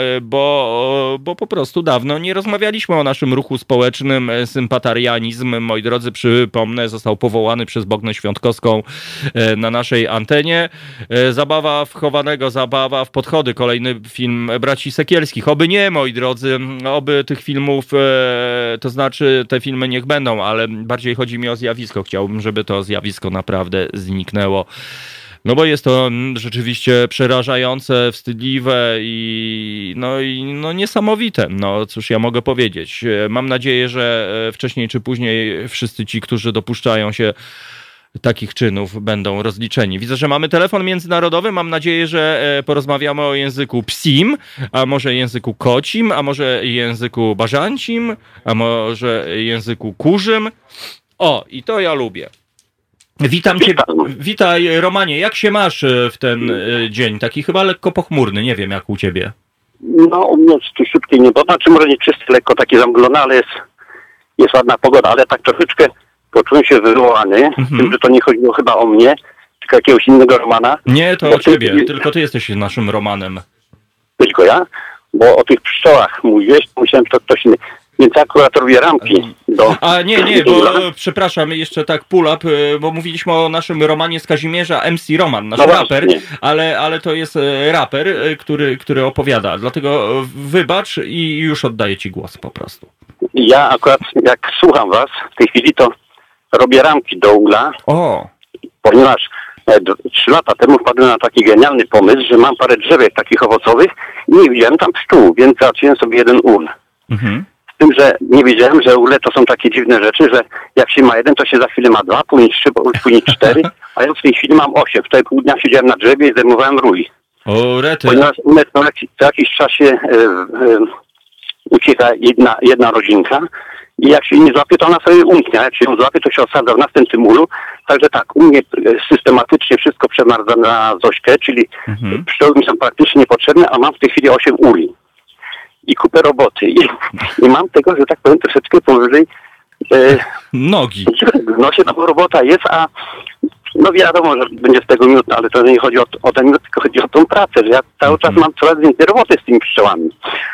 bo, bo po prostu dawno nie rozmawialiśmy o naszym ruchu społecznym. Sympatarianizm, moi drodzy, przypomnę, został powołany przez Bognę Świątkowską yy, na naszej antenie. Yy, zabawa w chowanego, zabawa w podchody, kolejny film braci Sekielskich. Oby nie, moi drodzy, oby tych filmów, yy, to znaczy te filmy niech będą, ale bardziej chodzi mi o zjawisko. Chciałbym, żeby to zjawisko naprawdę zniknęło. No bo jest to rzeczywiście przerażające, wstydliwe i no, i no niesamowite. No cóż ja mogę powiedzieć. Mam nadzieję, że wcześniej czy później wszyscy ci, którzy dopuszczają się takich czynów, będą rozliczeni. Widzę, że mamy telefon międzynarodowy. Mam nadzieję, że porozmawiamy o języku psim, a może języku kocim, a może języku bażancim, a może języku kurzym. O, i to ja lubię. Witam cię, witaj Romanie, jak się masz w ten dzień? Taki chyba lekko pochmurny, nie wiem jak u ciebie. No u mnie jest szybkie niebo, znaczy może nie czysty, lekko taki zamglony, ale jest, jest ładna pogoda, ale tak troszeczkę poczułem się wywołany, mhm. tym, że to nie chodziło chyba o mnie, tylko jakiegoś innego Romana. Nie, to o ciebie, ty... tylko ty jesteś naszym Romanem. Tylko ja? Bo o tych pszczołach mówiłeś, myślałem, że to ktoś inny. Więc akurat robię ramki do... A nie, nie, bo przepraszam, jeszcze tak pull up, bo mówiliśmy o naszym Romanie z Kazimierza, M C Roman, nasz no raper, ale, ale to jest raper, który, który opowiada, dlatego wybacz i już oddaję ci głos po prostu. Ja akurat jak słucham was w tej chwili, to robię ramki do ugla, o. ponieważ trzy lata temu wpadłem na taki genialny pomysł, że mam parę drzewek takich owocowych i nie widziałem tam pszczół, więc zacząłem sobie jeden ul. Mhm. Z tym, że nie wiedziałem, że ule to są takie dziwne rzeczy, że jak się ma jeden, to się za chwilę ma dwa, później trzy, później cztery, a ja w tej chwili mam osiem. Wczoraj pół dnia siedziałem na drzewie i zdejmowałem rój. O, rety. Ponieważ ule co jakiś czas się e, e, ucieka jedna, jedna rodzinka i jak się nie złapie, to ona sobie uniknie, a jak się ją złapie, to się osadza w następnym ulu. Także tak, u mnie systematycznie wszystko przemarza na Zośkę, czyli mhm. pszczoły mi są praktycznie niepotrzebne, a mam w tej chwili osiem uli. I kupę roboty. I, i mam tego, że tak powiem, troszeczkę powyżej e, nogi. No się, no bo robota jest, a no wiadomo, że będzie z tego miód, ale to nie chodzi o, o ten miód, tylko chodzi o tą pracę, że ja cały czas mam coraz więcej roboty z tymi pszczołami.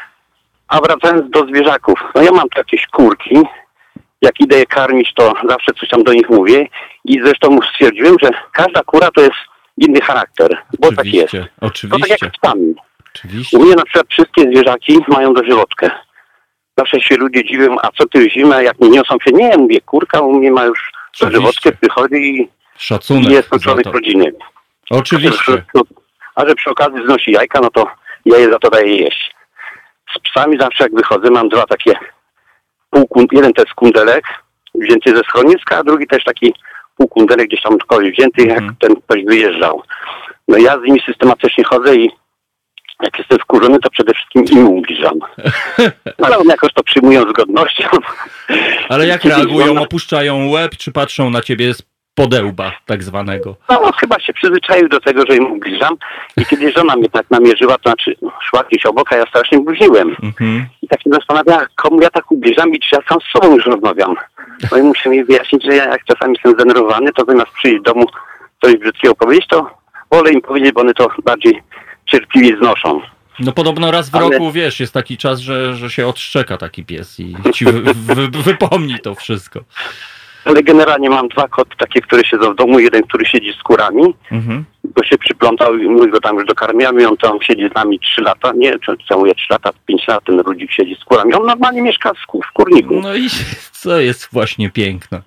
A wracając do zwierzaków, no ja mam tu jakieś kurki, jak idę je karmić, to zawsze coś tam do nich mówię i zresztą stwierdziłem, że każda kura to jest inny charakter, bo oczywiście, tak jest. Oczywiście. To tak jak z psami. Oczywiście. U mnie na przykład wszystkie zwierzaki mają dożywotkę. Zawsze się ludzie dziwią, a co ty w zimę, jak nie niosą się? Nie, mówię, kurka u mnie ma już dożywotkę, przychodzi i, Szacunek i jest członek rodziny. Oczywiście. A że, a że przy okazji znosi jajka, no to ja je za to daję jeść. Z psami zawsze jak wychodzę, mam dwa takie pół, jeden to jest kundelek, wzięty ze schroniska, a drugi też taki półkundelek gdzieś tam kogoś wzięty, jak mm. ten ktoś wyjeżdżał. No ja z nimi systematycznie chodzę i jak jestem wkurzony, to przede wszystkim im ubliżam. Ale one jakoś to przyjmują z godnością. Ale jak reagują? Opuszczają łeb, czy patrzą na ciebie z podełba tak zwanego? No chyba się przyzwyczaił do tego, że im ubliżam. I kiedy żona mnie tak namierzyła, to znaczy szła gdzieś obok, a ja strasznie bluźniłem. Mm-hmm. I tak się zastanawiam, komu ja tak ubliżam i czy ja sam z sobą już rozmawiam. No i muszę mi wyjaśnić, że ja jak czasami jestem zdenerwowany, to zamiast przyjść do domu coś brzydkiego powiedzieć, to wolę im powiedzieć, bo one to bardziej cierpliwie znoszą. No podobno raz w Ale... roku, wiesz, jest taki czas, że, że się odszczeka taki pies i ci wy, wy, wypomni to wszystko. Ale generalnie mam dwa koty takie, które siedzą w domu, jeden, który siedzi z kurami, mhm. bo się przyplątał i my go tam już dokarmiamy, on tam siedzi z nami trzy lata, nie, co mówię, trzy lata, pięć lat, ten ludzik siedzi z kurami, on normalnie mieszka w, w kurniku. No i co jest właśnie piękne.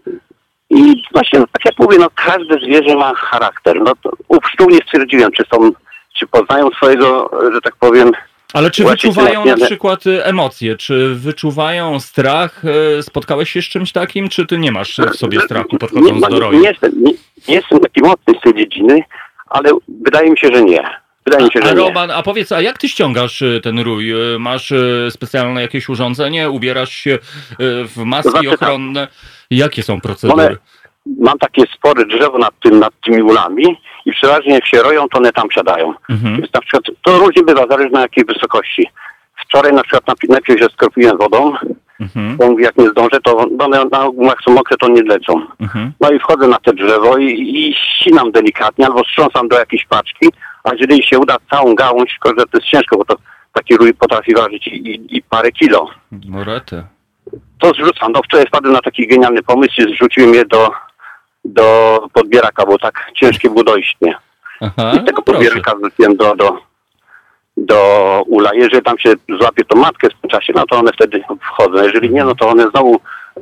I właśnie, no, tak jak mówię, no każde zwierzę ma charakter, no to u pszczół nie stwierdziłem, czy są, czy poznają swojego, że tak powiem. Ale czy wyczuwają na przykład emocje? Czy wyczuwają strach? Spotkałeś się z czymś takim? Czy ty nie masz w sobie strachu podchodząc nie, do roju? Nie jestem, nie, nie jestem taki mocny z tej dziedziny, ale wydaje mi się, że nie. Wydaje mi się, że a, nie. Roman, a powiedz, a jak ty ściągasz ten rój? Masz specjalne jakieś urządzenie? Ubierasz się w maski to znaczy, ochronne? Jakie są procedury? One, mam takie spore drzewo nad, tym, nad tymi ulami i przeważnie jak się roją, to one tam siadają. Mhm. Więc na przykład to różnie bywa, zależy na jakiej wysokości. Wczoraj na przykład najpierw się skropiłem wodą, mhm. bo mówię, jak nie zdążę, to one na ogół jak są mokre, to nie lecą. Mhm. No i wchodzę na te drzewo i, i ścinam delikatnie, albo strząsam do jakiejś paczki, a jeżeli się uda całą gałąź, tylko że to jest ciężko, bo to taki rój potrafi ważyć i, i, i parę kilo. Morety. To zrzucam. No wczoraj wpadłem na taki genialny pomysł i zrzuciłem je do, do podbieraka, bo tak ciężkie było dojście. Aha, I z tego no podbieraka wrzuciłem do, do, do ula. Jeżeli tam się złapie tą matkę w tym czasie, no to one wtedy wchodzą. Jeżeli nie, no to one znowu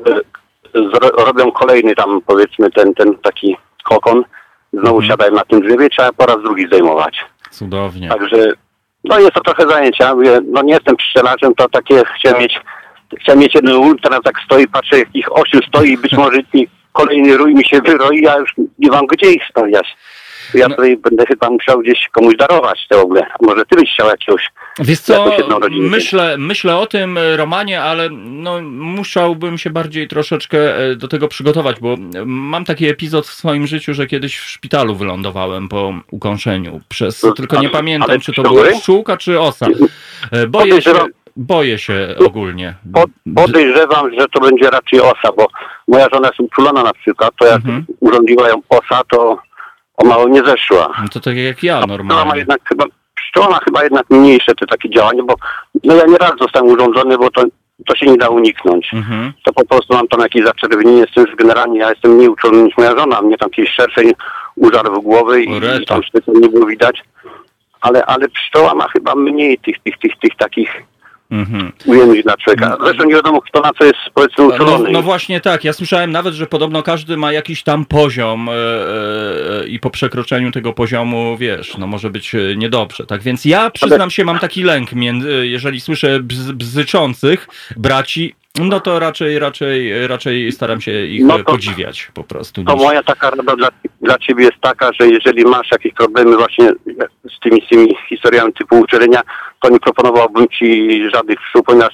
e, robią kolejny tam, powiedzmy, ten, ten taki kokon. Znowu mhm. siadają na tym drzewie, trzeba po raz drugi zdejmować. Cudownie. Także, no jest to trochę zajęcia. No nie jestem pszczelarzem, to takie chciałem mieć Chciałem mieć jeden ul, teraz jak stoi, patrzę, jak ich osiem stoi i być może kolejny rój mi się wyroi, a już nie mam gdzie ich stawiać. Ja no. tutaj będę chyba musiał gdzieś komuś darować te ogle. A może ty byś chciał jakiegoś... Wiesz co, myślę, myślę o tym, Romanie, ale no, musiałbym się bardziej troszeczkę do tego przygotować, bo mam taki epizod w swoim życiu, że kiedyś w szpitalu wylądowałem po ukąszeniu. Przez, no, tylko nie ale, pamiętam, ale czy to była pszczółka, czy osa. Boję się... Boję się ogólnie. Podejrzewam, że to będzie raczej osa, bo moja żona jest uczulona na przykład, to jak mhm. urządziła ją osa, to o mało nie zeszła. No to tak jak ja normalnie. Pszczoła ma jednak chyba, pszczoła ma chyba jednak mniejsze te takie działania, bo no ja nie raz zostałem urządzony, bo to, to się nie da uniknąć. Mhm. To po prostu mam tam jakieś zaczerwienienie z tym, że generalnie ja jestem mniej uczulony niż moja żona. Mnie tam jakiś szerszeń użarł w głowy i, i tam sztycem nie było widać. Ale, ale pszczoła ma chyba mniej tych, tych, tych, tych takich Mhm. ujęć dla człowieka. Zresztą nie wiadomo, kto na co jest, powiedzmy, uczulony. No, no właśnie tak, ja słyszałem nawet, że podobno każdy ma jakiś tam poziom yy, yy, i po przekroczeniu tego poziomu, wiesz, no może być niedobrze, tak, więc ja przyznam się, mam taki lęk, między, jeżeli słyszę bz, bzyczących braci, no to raczej, raczej, raczej staram się ich no to, podziwiać po prostu. To niż... moja taka rada dla, dla ciebie jest taka, że jeżeli masz jakieś problemy właśnie z tymi, z tymi historiami typu uczulenia, to nie proponowałbym ci żadnych pszczół, ponieważ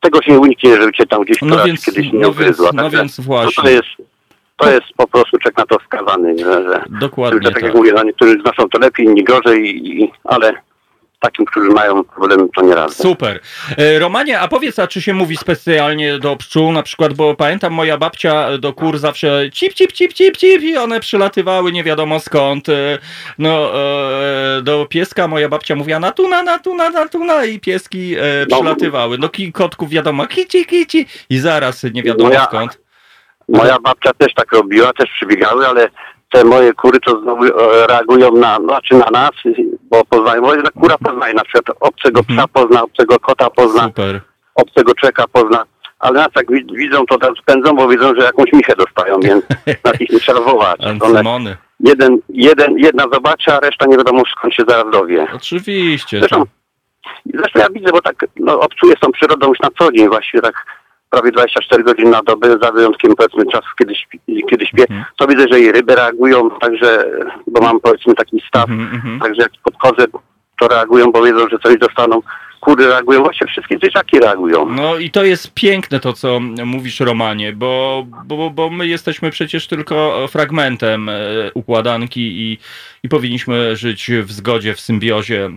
tego się nie uniknie, żeby cię tam gdzieś No więc, kiedyś nie no ugryzła. więc, no Także więc właśnie. To jest, to jest po prostu czek na to skazany, że, że Dokładnie że, tak, tak. jak mówię, no, niektórzy znoszą to lepiej, inni gorzej, i, ale takim, którzy mają problem, to nie radzę. Super. E, Romanie, a powiedz, a czy się mówi specjalnie do pszczół na przykład, bo pamiętam moja babcia do kur zawsze cip, cip, cip, cip, cip i one przylatywały nie wiadomo skąd. E, No, e, do pieska moja babcia mówiła natuna, natuna, natuna i pieski e, No. przylatywały. Do ki- kotków wiadomo kici, kici i zaraz nie wiadomo Moja- skąd. Moja babcia też tak robiła, też przybiegały, ale te moje kury to znowu e, reagują na, znaczy na nas, bo poznają, bo jedna kura poznaje, na przykład obcego psa Mhm. pozna, obcego kota pozna, Super. obcego czeka pozna, ale nas jak wi- widzą, to tak spędzą, bo widzą, że jakąś michę dostają, więc nas ich nie trzeba wołać. One, Ancymony. jeden, jeden, jedna zobaczy, a reszta nie wiadomo skąd się zaraz dowie. Oczywiście. Zresztą, zresztą ja widzę, bo tak no, obcuję z tą przyrodą już na co dzień, właściwie tak prawie dwadzieścia cztery godziny na dobę, za wyjątkiem powiedzmy czasów, kiedy, śpi, kiedy śpię, Mhm. to widzę, że i ryby reagują, także, bo mam powiedzmy taki staw, Mhm, mhm. także jak podchodzę, to reagują, bo wiedzą, że coś dostaną. Kury reagują, właściwie wszystkie zwierzaki reagują. No i to jest piękne to, co mówisz, Romanie, bo, bo, bo my jesteśmy przecież tylko fragmentem e, układanki i, i powinniśmy żyć w zgodzie, w symbiozie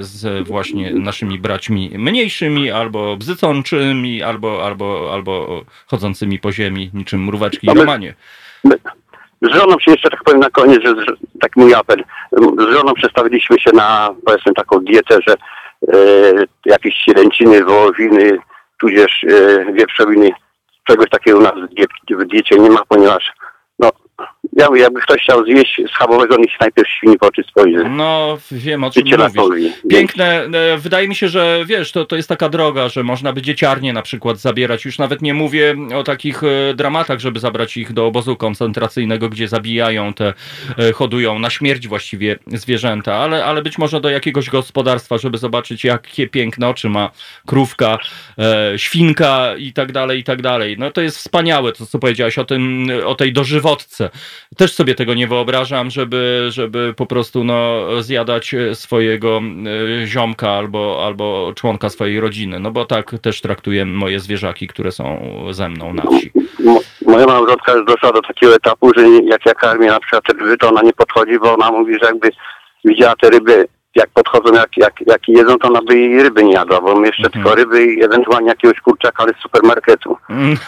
z właśnie naszymi braćmi mniejszymi, albo bzycączymi, albo, albo, albo chodzącymi po ziemi, niczym mróweczki. No my- Romanie. My, z żoną się jeszcze tak powiem na koniec, że że tak mój apel. Z żoną przestawiliśmy się na powiedzmy taką dietę, że e, jakieś cielęciny, wołowiny, tudzież e, wieprzowiny, czegoś takiego u nas w, die, w diecie nie ma, ponieważ no, ja mówię, jakby ktoś chciał zjeść schabowego, niech najpierw świni w oczy spojrzy. No, wiem o czym Życie mówisz. lasowi. Piękne. E, Wydaje mi się, że wiesz, to, to jest taka droga, że można by dzieciarnie na przykład zabierać. Już nawet nie mówię o takich e, dramatach, żeby zabrać ich do obozu koncentracyjnego, gdzie zabijają te, e, hodują na śmierć właściwie zwierzęta, ale, ale być może do jakiegoś gospodarstwa, żeby zobaczyć, jakie piękne oczy ma krówka, e, świnka i tak dalej, i tak dalej. No to jest wspaniałe, to co powiedziałaś o tym, o tej dożywotce. Też sobie tego nie wyobrażam, żeby, żeby po prostu no, zjadać swojego e, ziomka albo, albo członka swojej rodziny. No bo tak też traktuję moje zwierzaki, które są ze mną na wsi. Mo- Moja małżonka już doszła do takiego etapu, że jak ja karmię na przykład te ryby, to ona nie podchodzi, bo ona mówi, że jakby widziała te ryby, jak podchodzą, jak, jak, jak jedzą, to ona by jej ryby nie jadła, bo my jeszcze Mhm. tylko ryby i ewentualnie jakiegoś kurczaka, ale z supermarketu.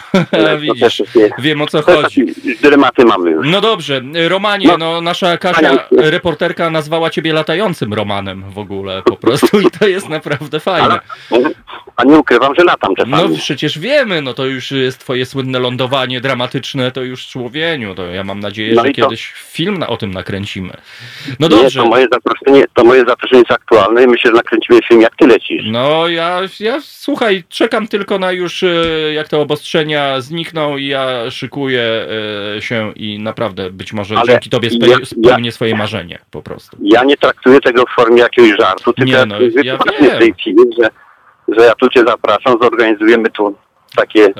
To Widzisz, też jest nie- wiem o co to chodzi. takie dylematy mamy już. No dobrze, Romanie, No, no nasza Kasia, wspaniale. reporterka, nazwała ciebie latającym Romanem w ogóle po prostu i to jest naprawdę fajne. Ale, a nie ukrywam, że latam No czasami. przecież wiemy, no to już jest twoje słynne lądowanie dramatyczne, to już człowieniu, to ja mam nadzieję, No że i to- kiedyś film na, o tym nakręcimy. No Nie, dobrze. to moje zaproszenie, to moje zaproszenie jest aktualne i myślę, że nakręcimy film, jak ty lecisz. No ja, ja słuchaj, czekam tylko na już e, jak te obostrzenia znikną i ja szykuję e, się i naprawdę być może Ale dzięki tobie spe, ja- ja- spełnię swoje marzenie po prostu. Ja nie traktuję tego w formie jakiegoś żartu, tylko Nie, ja no, to mówię ja poważnie wiem. w tej chwili, że, że ja tu cię zapraszam, zorganizujemy tu takie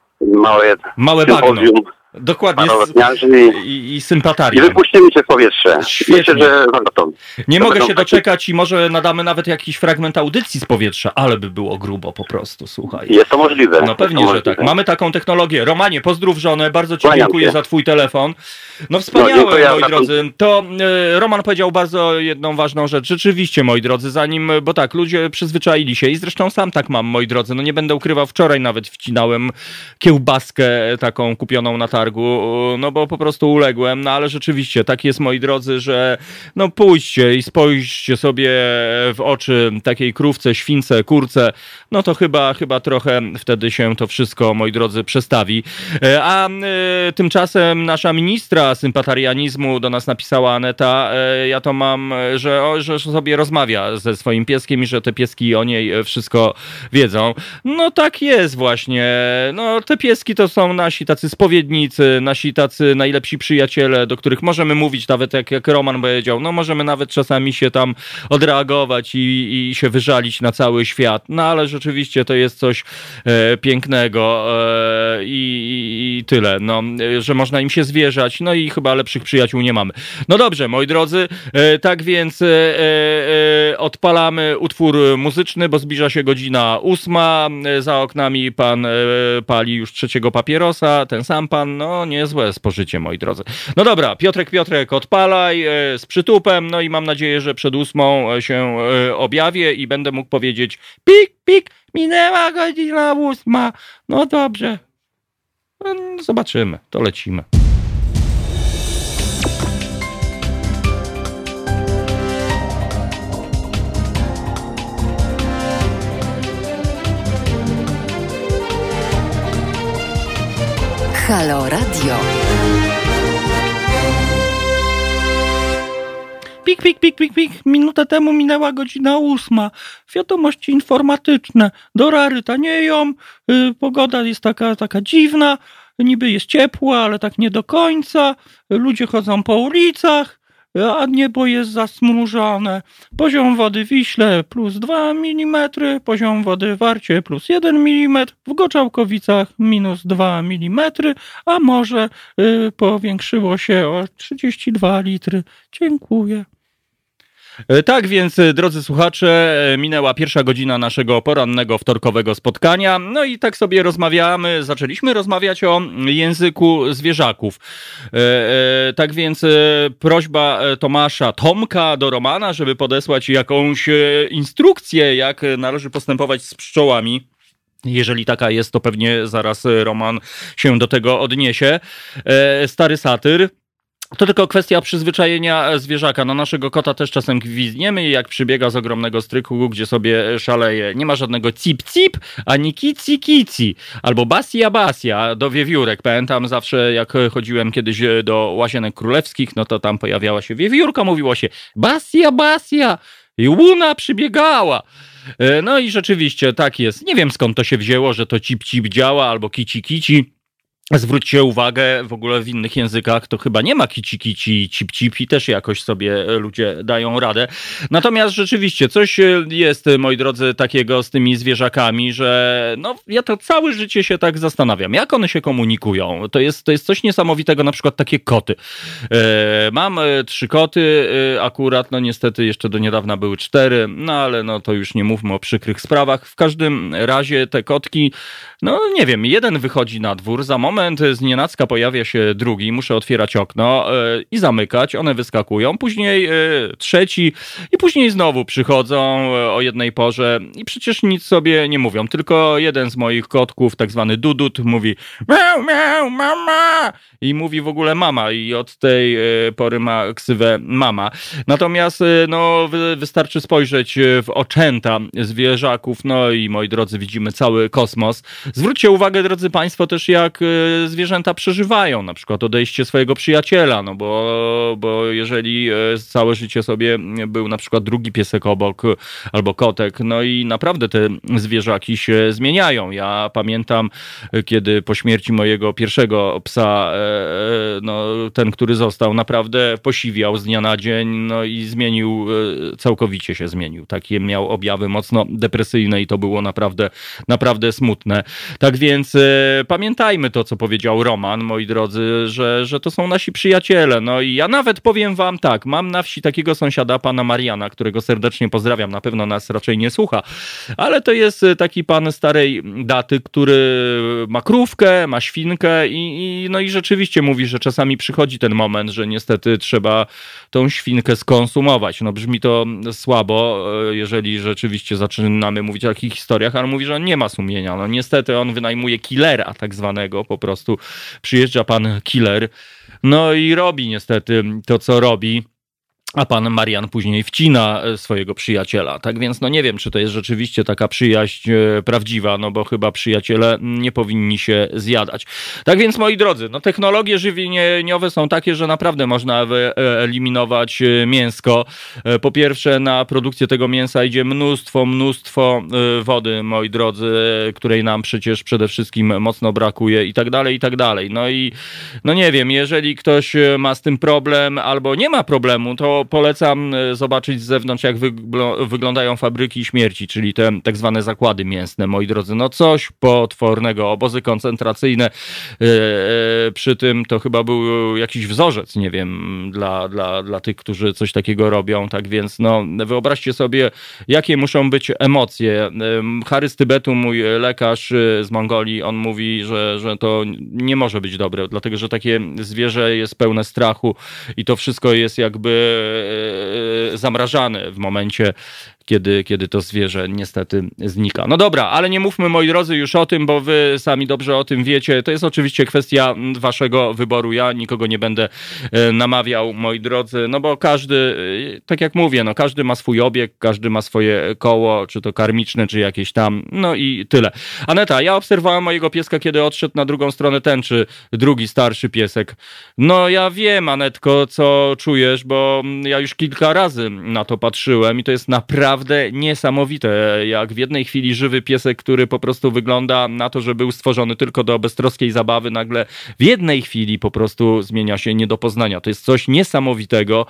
małe Małe bagno. sympozjum Dokładnie. S- parolotniarzy i, I, i i sympatarium. wypuścimy cię w powietrze. Świetnie. Myślę, że no to. Nie to mogę będą się takie- doczekać i może nadamy nawet jakiś fragment audycji z powietrza, ale by było grubo po prostu, słuchaj. Jest to możliwe. No pewnie, jest to że tak. możliwe. Mamy taką technologię. Romanie, pozdrów żonę, bardzo ci Kłaniam dziękuję się. za twój telefon. No No, wspaniałe, dziękuję moi za- drodzy. To e, Roman powiedział bardzo jedną ważną rzecz. Rzeczywiście, moi drodzy, zanim, bo tak, ludzie przyzwyczaili się i zresztą sam tak mam, moi drodzy, no nie będę ukrywał, wczoraj nawet wcinałem kiełbaskę taką kupioną na targu, no bo po prostu uległem, no ale rzeczywiście, tak jest, moi drodzy, że no pójdźcie i spojrzcie sobie w oczy takiej krówce, śwince, kurce, no to chyba, chyba trochę wtedy się to wszystko, moi drodzy, przestawi. E, A e, tymczasem nasza ministra sympatarianizmu do nas napisała, Aneta, e, ja to mam, e, że, o, że sobie rozmawia ze swoim pieskiem i że te pieski o niej e, wszystko wiedzą. No tak jest właśnie. No te pieski to są nasi tacy spowiednicy, wspólnicy, nasi tacy najlepsi przyjaciele, do których możemy mówić, nawet jak, jak Roman powiedział, no możemy nawet czasami się tam odreagować i, i się wyżalić na cały świat, no ale rzeczywiście to jest coś e, pięknego e, i, i tyle, no, że można im się zwierzać, no i chyba lepszych przyjaciół nie mamy. No dobrze, moi drodzy, e, tak więc e, e, odpalamy utwór muzyczny, bo zbliża się godzina ósma, e, za oknami pan e, pali już trzeciego papierosa, ten sam pan, no niezłe spożycie, moi drodzy. No dobra, Piotrek, Piotrek, odpalaj e, z przytupem, no i mam nadzieję, że przed ósmą się e, objawię i będę mógł powiedzieć pik, pik, minęła godzina ósma, no dobrze. No, zobaczymy, to lecimy. Halo Radio. Pik, pik, pik, pik, pik. Minutę temu minęła godzina ósma. Wiadomości informatyczne. Dolary tanieją, yy, pogoda jest taka, taka dziwna, niby jest ciepła, ale tak nie do końca. Ludzie chodzą po ulicach, a niebo jest zasmużone. Poziom wody w Wiśle plus dwa milimetry, poziom wody w Warcie plus jeden milimetr, w Goczałkowicach minus dwa milimetry, a morze yy, powiększyło się o trzydzieści dwa litry. Dziękuję. Tak więc, drodzy słuchacze, minęła pierwsza godzina naszego porannego wtorkowego spotkania. No i tak sobie rozmawiamy, zaczęliśmy rozmawiać o języku zwierzaków. E, e, tak więc e, prośba Tomasza, Tomka do Romana, żeby podesłać jakąś instrukcję, jak należy postępować z pszczołami. Jeżeli taka jest, to pewnie zaraz Roman się do tego odniesie. E, stary satyr. To tylko kwestia przyzwyczajenia zwierzaka. Na naszego kota też czasem gwizdniemy, jak przybiega z ogromnego stryku, gdzie sobie szaleje. Nie ma żadnego cip-cip, ani kici-kici. Albo basia-basia do wiewiórek. Pamiętam zawsze, jak chodziłem kiedyś do Łazienek Królewskich, no to tam pojawiała się wiewiórka, mówiło się basia-basia i łuna przybiegała. No i rzeczywiście tak jest. Nie wiem, skąd to się wzięło, że to cip-cip działa, albo kici-kici. Zwróćcie uwagę, w ogóle w innych językach to chyba nie ma kici kici, cip cip i też jakoś sobie ludzie dają radę. Natomiast rzeczywiście coś jest, moi drodzy, takiego z tymi zwierzakami, że no ja to całe życie się tak zastanawiam, jak one się komunikują. To jest, to jest coś niesamowitego, na przykład takie koty. E, mam trzy koty, e, akurat, no niestety jeszcze do niedawna były cztery, no ale no to już nie mówmy o przykrych sprawach. W każdym razie te kotki, no nie wiem, jeden wychodzi na dwór, za moment znienacka pojawia się drugi, muszę otwierać okno yy, i zamykać, one wyskakują, później yy, trzeci i później znowu przychodzą yy, o jednej porze i przecież nic sobie nie mówią, tylko jeden z moich kotków, tak zwany Dudut, mówi miau, miau, mama i mówi w ogóle mama i od tej yy, pory ma ksywę mama. Natomiast yy, no wy, wystarczy spojrzeć w oczęta zwierzaków, no i moi drodzy, widzimy cały kosmos. Zwróćcie uwagę, drodzy Państwo, też jak yy, zwierzęta przeżywają, na przykład odejście swojego przyjaciela, no bo, bo jeżeli całe życie sobie był na przykład drugi piesek obok albo kotek, no i naprawdę te zwierzaki się zmieniają. Ja pamiętam, kiedy po śmierci mojego pierwszego psa, no ten, który został, naprawdę posiwiał z dnia na dzień, no i zmienił, całkowicie się zmienił. Takie miał objawy mocno depresyjne i to było naprawdę, naprawdę smutne. Tak więc pamiętajmy to, co powiedział Roman, moi drodzy, że, że to są nasi przyjaciele. No i ja nawet powiem wam tak, mam na wsi takiego sąsiada, pana Mariana, którego serdecznie pozdrawiam, na pewno nas raczej nie słucha, ale to jest taki pan starej daty, który ma krówkę, ma świnkę i, i no i rzeczywiście mówi, że czasami przychodzi ten moment, że niestety trzeba tą świnkę skonsumować. No brzmi to słabo, jeżeli rzeczywiście zaczynamy mówić o takich historiach, ale mówi, że on nie ma sumienia. No niestety on wynajmuje killera tak zwanego, po prostu przyjeżdża pan killer, no i robi niestety to, co robi. a pan Marian później wcina swojego przyjaciela. Tak więc no nie wiem, czy to jest rzeczywiście taka przyjaźń prawdziwa, no bo chyba przyjaciele nie powinni się zjadać. Tak więc moi drodzy, no technologie żywieniowe są takie, że naprawdę można wyeliminować mięsko. Po pierwsze, na produkcję tego mięsa idzie mnóstwo, mnóstwo wody, moi drodzy, której nam przecież przede wszystkim mocno brakuje i tak dalej, i tak dalej. No i no nie wiem, jeżeli ktoś ma z tym problem albo nie ma problemu, to polecam zobaczyć z zewnątrz, jak wygl- wyglądają fabryki śmierci, czyli te tak zwane zakłady mięsne, moi drodzy. No coś potwornego. Obozy koncentracyjne. Yy, yy, przy tym to chyba był jakiś wzorzec, nie wiem, dla, dla, dla tych, którzy coś takiego robią. Tak więc no wyobraźcie sobie, jakie muszą być emocje. Yy, Harry z Tybetu, mój lekarz z Mongolii, on mówi, że, że to nie może być dobre, dlatego że takie zwierzę jest pełne strachu i to wszystko jest jakby zamrażane w momencie, kiedy, kiedy to zwierzę niestety znika. No dobra, ale nie mówmy, moi drodzy, już o tym, bo wy sami dobrze o tym wiecie. To jest oczywiście kwestia waszego wyboru. Ja nikogo nie będę namawiał, moi drodzy, no bo każdy, tak jak mówię, no każdy ma swój obieg, każdy ma swoje koło, czy to karmiczne, czy jakieś tam, no i tyle. Aneta, ja obserwowałem mojego pieska, kiedy odszedł na drugą stronę tęczy, drugi starszy piesek. No ja wiem, Anetko, co czujesz, bo ja już kilka razy na to patrzyłem i to jest naprawdę niesamowite, jak w jednej chwili żywy piesek, który po prostu wygląda na to, że był stworzony tylko do beztroskiej zabawy, nagle w jednej chwili po prostu zmienia się nie do poznania. To jest coś niesamowitego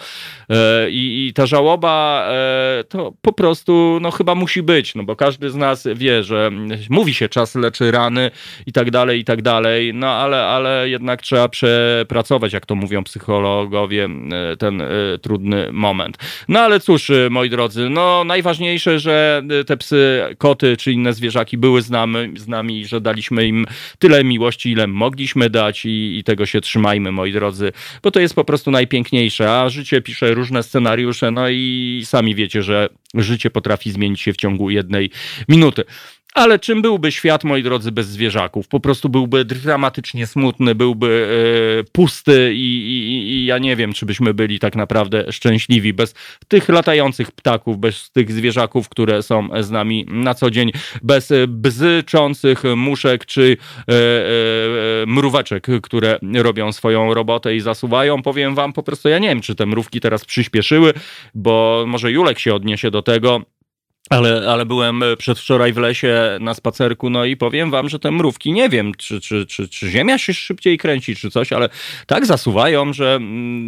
i, i ta żałoba to po prostu no chyba musi być, no bo każdy z nas wie, że mówi się czas leczy rany i tak dalej, i tak dalej, no ale, ale jednak trzeba przepracować, jak to mówią psychologowie, ten trudny moment. No ale cóż, moi drodzy, no najważniejsze, że te psy, koty czy inne zwierzaki były z nami, z nami, że daliśmy im tyle miłości, ile mogliśmy dać i, i tego się trzymajmy, moi drodzy, bo to jest po prostu najpiękniejsze, a życie pisze różne scenariusze, no i sami wiecie, że życie potrafi zmienić się w ciągu jednej minuty. Ale czym byłby świat, moi drodzy, bez zwierzaków? Po prostu byłby dramatycznie smutny, byłby e, pusty i, i, i ja nie wiem, czy byśmy byli tak naprawdę szczęśliwi bez tych latających ptaków, bez tych zwierzaków, które są z nami na co dzień, bez bzyczących muszek czy e, e, mróweczek, które robią swoją robotę i zasuwają. Powiem wam po prostu, ja nie wiem, czy te mrówki teraz przyspieszyły, bo może Julek się odniesie do tego, Ale, ale byłem przedwczoraj w lesie na spacerku, no i powiem wam, że te mrówki, nie wiem, czy, czy, czy, czy ziemia się szybciej kręci, czy coś, ale tak zasuwają, że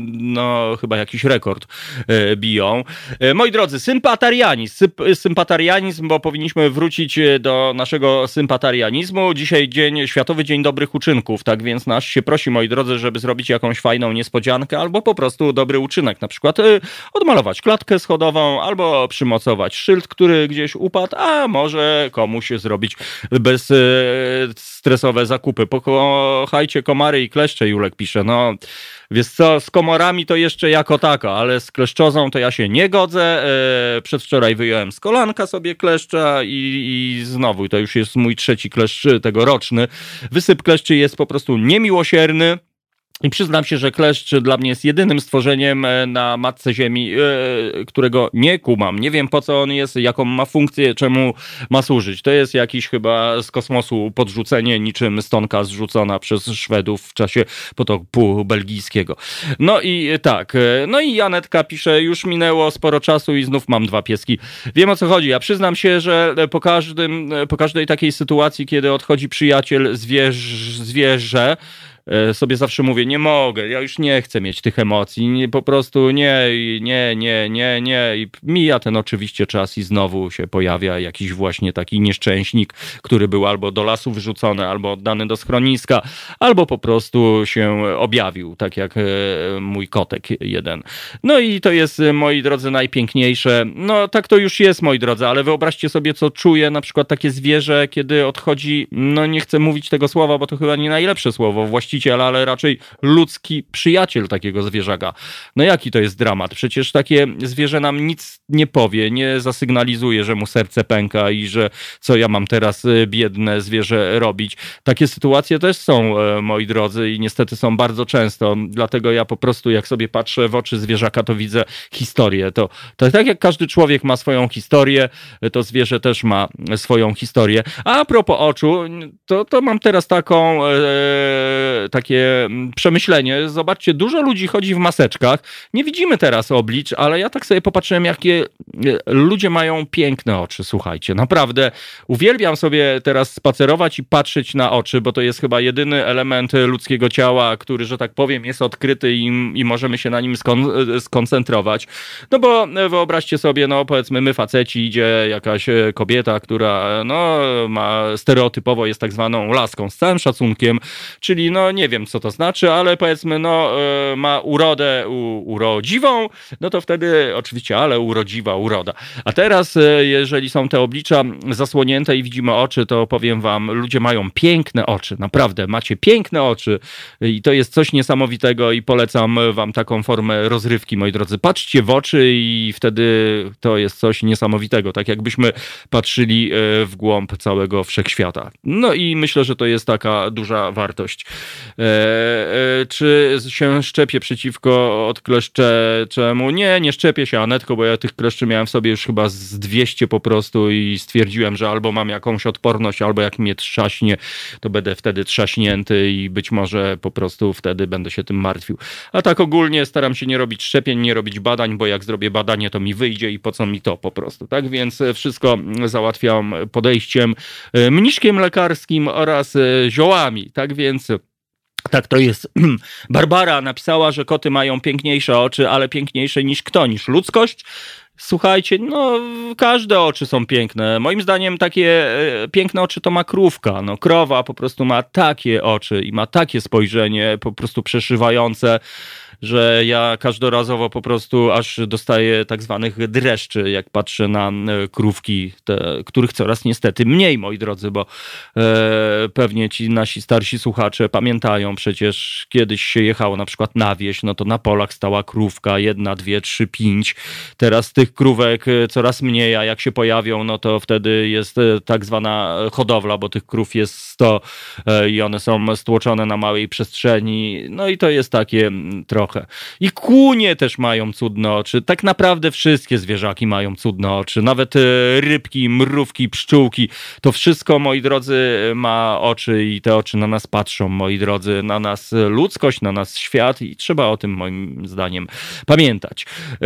no chyba jakiś rekord e, biją. E, moi drodzy, sympatarianizm, Symp, sympatarianizm, bo powinniśmy wrócić do naszego sympatarianizmu. Dzisiaj dzień, Światowy Dzień Dobrych Uczynków, tak więc nas się prosi, moi drodzy, żeby zrobić jakąś fajną niespodziankę albo po prostu dobry uczynek, na przykład e, odmalować klatkę schodową albo przymocować szyld, który gdzieś upadł, a może komuś zrobić bezstresowe zakupy. Pokochajcie komary i kleszcze, Julek pisze. No, wiesz co, z komorami to jeszcze jako tako, ale z kleszczozą to ja się nie godzę. Przedwczoraj wyjąłem z kolanka sobie kleszcza i, i znowu, to już jest mój trzeci kleszcz tegoroczny. Wysyp kleszczy jest po prostu niemiłosierny. I przyznam się, że kleszcz dla mnie jest jedynym stworzeniem na matce ziemi, yy, którego nie kumam. Nie wiem, po co on jest, jaką ma funkcję, czemu ma służyć. To jest jakiś chyba z kosmosu podrzucenie, niczym stonka zrzucona przez Szwedów w czasie potopu belgijskiego. No i tak, no i Janetka pisze, już minęło sporo czasu i znów mam dwa pieski. Wiem, o co chodzi. Ja przyznam się, że po każdym, po każdej takiej sytuacji, kiedy odchodzi przyjaciel, zwierz, zwierzę, sobie zawsze mówię, nie mogę, ja już nie chcę mieć tych emocji, nie, po prostu nie, nie, nie, nie, nie i mija ten oczywiście czas i znowu się pojawia jakiś właśnie taki nieszczęśnik, który był albo do lasu wyrzucony, albo oddany do schroniska, albo po prostu się objawił, tak jak mój kotek jeden. No i to jest, moi drodzy, najpiękniejsze. No tak to już jest, moi drodzy, ale wyobraźcie sobie, co czuje na przykład takie zwierzę, kiedy odchodzi, no nie chcę mówić tego słowa, bo to chyba nie najlepsze słowo, właściciel właściciel, ale raczej ludzki przyjaciel takiego zwierzaka. No jaki to jest dramat? Przecież takie zwierzę nam nic nie powie, nie zasygnalizuje, że mu serce pęka i że co ja mam teraz, biedne zwierzę, robić. Takie sytuacje też są, moi drodzy, i niestety są bardzo często. Dlatego ja po prostu, jak sobie patrzę w oczy zwierzaka, to widzę historię. To, to tak jak każdy człowiek ma swoją historię, to zwierzę też ma swoją historię. A a propos oczu, to, to mam teraz taką, e, takie przemyślenie. Zobaczcie, dużo ludzi chodzi w maseczkach. Nie widzimy teraz oblicz, ale ja tak sobie popatrzyłem, jakie ludzie mają piękne oczy, słuchajcie. Naprawdę uwielbiam sobie teraz spacerować i patrzeć na oczy, bo to jest chyba jedyny element ludzkiego ciała, który, że tak powiem, jest odkryty i, i możemy się na nim skon- skoncentrować. No bo wyobraźcie sobie, no powiedzmy my faceci, idzie jakaś kobieta, która no ma stereotypowo jest tak zwaną laską, z całym szacunkiem, czyli no nie wiem co to znaczy, ale powiedzmy no ma urodę u, urodziwą, no to wtedy oczywiście, ale urodziwa uroda. A teraz jeżeli są te oblicza zasłonięte i widzimy oczy, to powiem wam, ludzie mają piękne oczy, naprawdę, macie piękne oczy i to jest coś niesamowitego i polecam wam taką formę rozrywki, moi drodzy. Patrzcie w oczy i wtedy to jest coś niesamowitego, tak jakbyśmy patrzyli w głąb całego wszechświata. No i myślę, że to jest taka duża wartość. E, e, czy się szczepię przeciwko odkleszczemu? Nie, nie szczepię się, Anetko, bo ja tych kleszczy miałem w sobie już chyba z dwieście po prostu i stwierdziłem, że albo mam jakąś odporność, albo jak mnie trzaśnie, to będę wtedy trzaśnięty i być może po prostu wtedy będę się tym martwił. A tak ogólnie staram się nie robić szczepień, nie robić badań, bo jak zrobię badanie, to mi wyjdzie i po co mi to po prostu, tak? Więc wszystko załatwiam podejściem mniszkiem lekarskim oraz ziołami, tak? Więc tak to jest. Barbara napisała, że koty mają piękniejsze oczy, ale piękniejsze niż kto? Niż ludzkość? Słuchajcie, no każde oczy są piękne. Moim zdaniem takie e, piękne oczy to ma krówka. No krowa po prostu ma takie oczy i ma takie spojrzenie po prostu przeszywające, że ja każdorazowo po prostu aż dostaję tak zwanych dreszczy, jak patrzę na krówki, te, których coraz niestety mniej, moi drodzy, bo e, pewnie ci nasi starsi słuchacze pamiętają, przecież kiedyś się jechało na przykład na wieś, no to na polach stała krówka, jedna, dwie, trzy, pięć. Teraz tych krówek coraz mniej, a jak się pojawią, no to wtedy jest tak zwana hodowla, bo tych krów jest sto e, i one są stłoczone na małej przestrzeni, no i to jest takie trochę. I kłunie też mają cudne oczy. Tak naprawdę wszystkie zwierzaki mają cudne oczy. Nawet rybki, mrówki, pszczółki. To wszystko, moi drodzy, ma oczy i te oczy na nas patrzą, moi drodzy. Na nas ludzkość, na nas świat i trzeba o tym, moim zdaniem, pamiętać.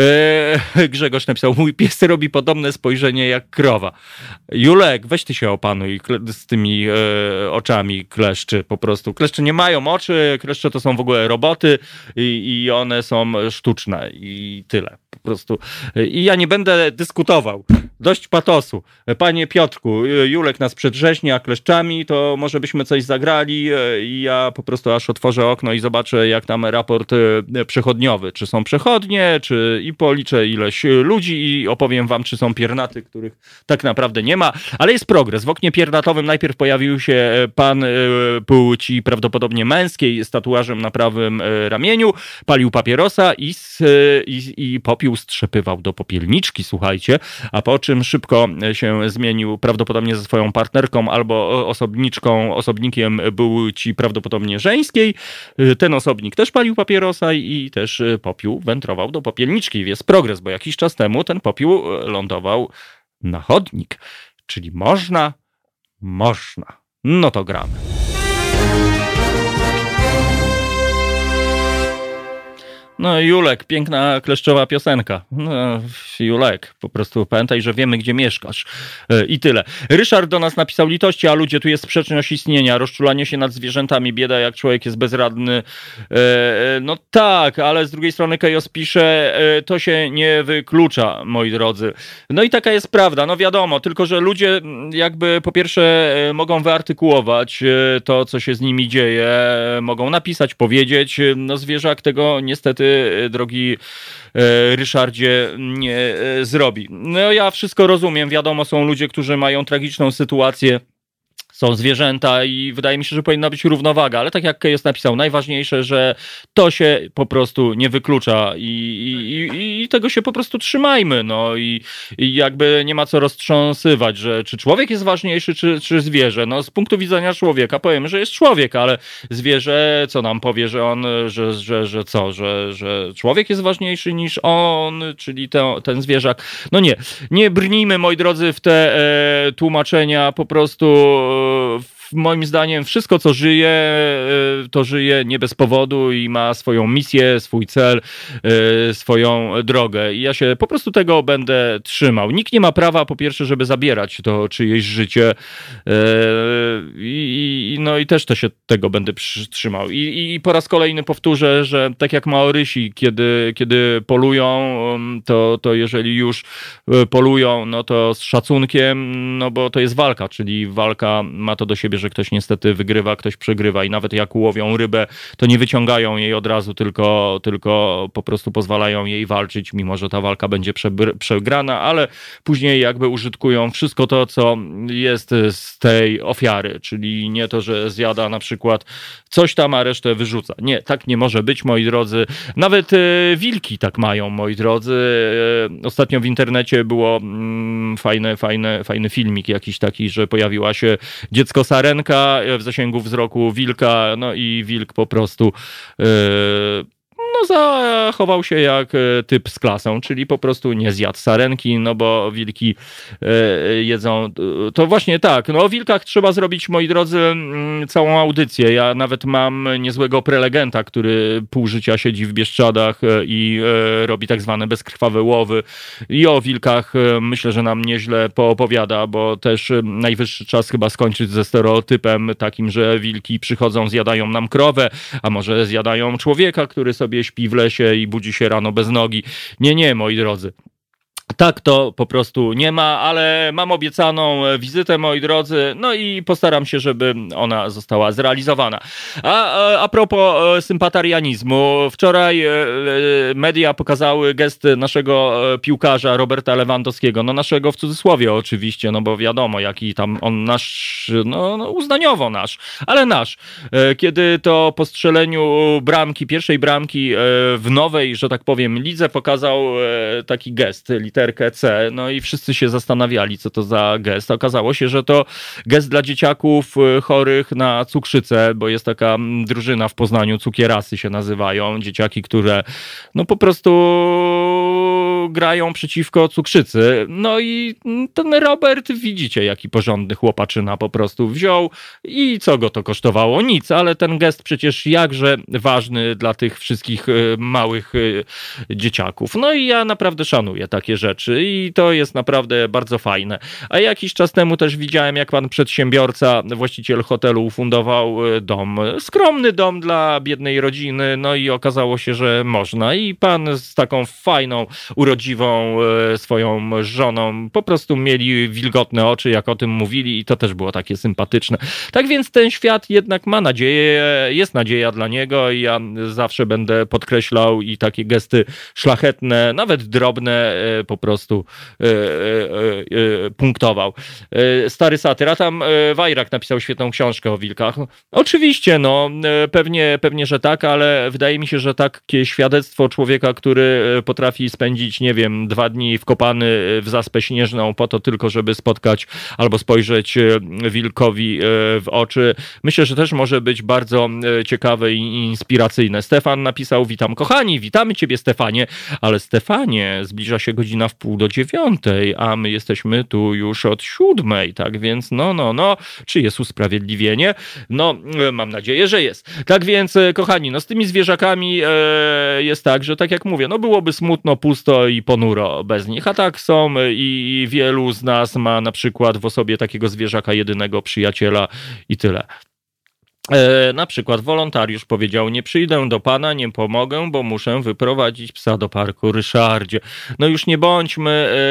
Eee, Grzegorz napisał, mój pies robi podobne spojrzenie jak krowa. Julek, weź ty się opanuj z tymi e, oczami kleszczy po prostu. Kleszcze nie mają oczy, kleszcze to są w ogóle roboty i, i one są sztuczne i tyle. Po prostu. I ja nie będę dyskutował. Dość patosu. Panie Piotrku, Julek nas przedrzeźnia kleszczami, to może byśmy coś zagrali i ja po prostu aż otworzę okno i zobaczę, jak tam raport przechodniowy. Czy są przechodnie, czy i policzę ileś ludzi i opowiem wam, czy są piernaty, których tak naprawdę nie ma. Ale jest progres. W oknie piernatowym najpierw pojawił się pan płci prawdopodobnie męskiej z tatuażem na prawym ramieniu, palił papierosa i, i, i popiół strzepywał do popielniczki, słuchajcie, a po czym szybko się zmienił prawdopodobnie ze swoją partnerką albo osobniczką, osobnikiem płci prawdopodobnie żeńskiej. Ten osobnik też palił papierosa i też popiół wędrował do popielniczki. Jest progres, bo jakiś czas temu ten popiół lądował na chodnik. Czyli można, można. No to gramy. No Julek, piękna kleszczowa piosenka. No, Julek, po prostu pamiętaj, że wiemy, gdzie mieszkasz. Yy, I tyle. Ryszard do nas napisał litości, a ludzie, tu jest sprzeczność istnienia, rozczulanie się nad zwierzętami, bieda jak człowiek jest bezradny. Yy, no tak, ale z drugiej strony Kejos pisze, yy, to się nie wyklucza, moi drodzy. No i taka jest prawda, no wiadomo, tylko że ludzie jakby po pierwsze yy, mogą wyartykułować yy, to, co się z nimi dzieje, yy, mogą napisać, powiedzieć, yy, no zwierzak tego niestety drogi Ryszardzie nie zrobi. No ja wszystko rozumiem, wiadomo, są ludzie, którzy mają tragiczną sytuację. są zwierzęta i wydaje mi się, że powinna być równowaga, ale tak jak jest napisał, najważniejsze, że to się po prostu nie wyklucza i, i, i tego się po prostu trzymajmy, no i, i jakby nie ma co roztrząsywać, że czy człowiek jest ważniejszy, czy, czy zwierzę. No z punktu widzenia człowieka powiem, że jest człowiek, ale zwierzę co nam powie, że on, że, że, że co, że, że człowiek jest ważniejszy niż on, czyli te, ten zwierzak. No nie, nie brnijmy, moi drodzy, w te e, tłumaczenia, po prostu moim zdaniem wszystko, co żyje, to żyje nie bez powodu i ma swoją misję, swój cel, swoją drogę. I ja się po prostu tego będę trzymał. Nikt nie ma prawa, po pierwsze, żeby zabierać to czyjeś życie. I, no i też to się tego będę trzymał. I, i po raz kolejny powtórzę, że tak jak Maorysi, kiedy, kiedy polują, to, to jeżeli już polują, no to z szacunkiem, no bo to jest walka, czyli walka ma to do siebie, że ktoś niestety wygrywa, ktoś przegrywa i nawet jak łowią rybę, to nie wyciągają jej od razu, tylko, tylko po prostu pozwalają jej walczyć, mimo że ta walka będzie przegrana, ale później jakby użytkują wszystko to, co jest z tej ofiary, czyli nie to, że zjada na przykład coś tam, a resztę wyrzuca. Nie, tak nie może być, moi drodzy. Nawet wilki tak mają, moi drodzy. Ostatnio w internecie było fajny, fajny, fajny filmik jakiś taki, że pojawiła się dziecko sarenka w zasięgu wzroku wilka, no i wilk po prostu yy, no zachował się jak typ z klasą, czyli po prostu nie zjadł sarenki, no bo wilki yy, jedzą, to właśnie tak, no o wilkach trzeba zrobić, moi drodzy, yy, całą audycję. Ja nawet mam niezłego prelegenta, który pół życia siedzi w Bieszczadach i yy, robi tak zwane bezkrwawe łowy i o wilkach yy, myślę, że nam nieźle poopowiada, bo też yy, najwyższy czas chyba skończyć ze stereotypem takim, że wilki przychodzą, zjadają nam krowę, a może zjadają człowieka, który sobie śpi w lesie i budzi się rano bez nogi. Nie, nie, moi drodzy. Tak to po prostu nie ma, ale mam obiecaną wizytę, moi drodzy, no i postaram się, żeby ona została zrealizowana. A, a propos sympatarianizmu, wczoraj media pokazały gest naszego piłkarza Roberta Lewandowskiego, no naszego w cudzysłowie oczywiście, no bo wiadomo, jaki tam on nasz, no, no uznaniowo nasz, ale nasz. Kiedy to po strzeleniu bramki, pierwszej bramki w nowej, że tak powiem, lidze pokazał taki gest, literkę C, no i wszyscy się zastanawiali, co to za gest. Okazało się, że to gest dla dzieciaków chorych na cukrzycę, bo jest taka drużyna w Poznaniu, cukierasy się nazywają, dzieciaki, które no po prostu grają przeciwko cukrzycy. No i ten Robert, widzicie, jaki porządny chłopaczyna po prostu wziął i co go to kosztowało? Nic, ale ten gest przecież jakże ważny dla tych wszystkich małych dzieciaków. No i ja naprawdę szanuję takie rzeczy i to jest naprawdę bardzo fajne. A jakiś czas temu też widziałem, jak pan przedsiębiorca, właściciel hotelu ufundował dom, skromny dom dla biednej rodziny, no i okazało się, że można i pan z taką fajną, urodziwą swoją żoną po prostu mieli wilgotne oczy, jak o tym mówili i to też było takie sympatyczne. Tak więc ten świat jednak ma nadzieję, jest nadzieja dla niego i ja zawsze będę podkreślał i takie gesty szlachetne, nawet drobne po prostu e, e, e, punktował. E, stary satyr, a tam e, Wajrak napisał świetną książkę o wilkach. Oczywiście, no, e, pewnie, pewnie, że tak, ale wydaje mi się, że takie świadectwo człowieka, który potrafi spędzić, nie wiem, dwa dni wkopany w zaspę śnieżną po to tylko, żeby spotkać albo spojrzeć wilkowi w oczy, myślę, że też może być bardzo ciekawe i inspiracyjne. Stefan napisał: witam kochani, witamy ciebie, Stefanie, ale Stefanie, zbliża się godzina w pół do dziewiątej, a my jesteśmy tu już od siódmej, tak więc no, no, no, czy jest usprawiedliwienie? No, mam nadzieję, że jest. Tak więc, kochani, no z tymi zwierzakami e, jest tak, że tak jak mówię, no byłoby smutno, pusto i ponuro bez nich, a tak są i, i wielu z nas ma na przykład w osobie takiego zwierzaka, jedynego przyjaciela i tyle. E, na przykład wolontariusz powiedział: nie przyjdę do pana, nie pomogę, bo muszę wyprowadzić psa do parku. Ryszardzie, no już nie bądźmy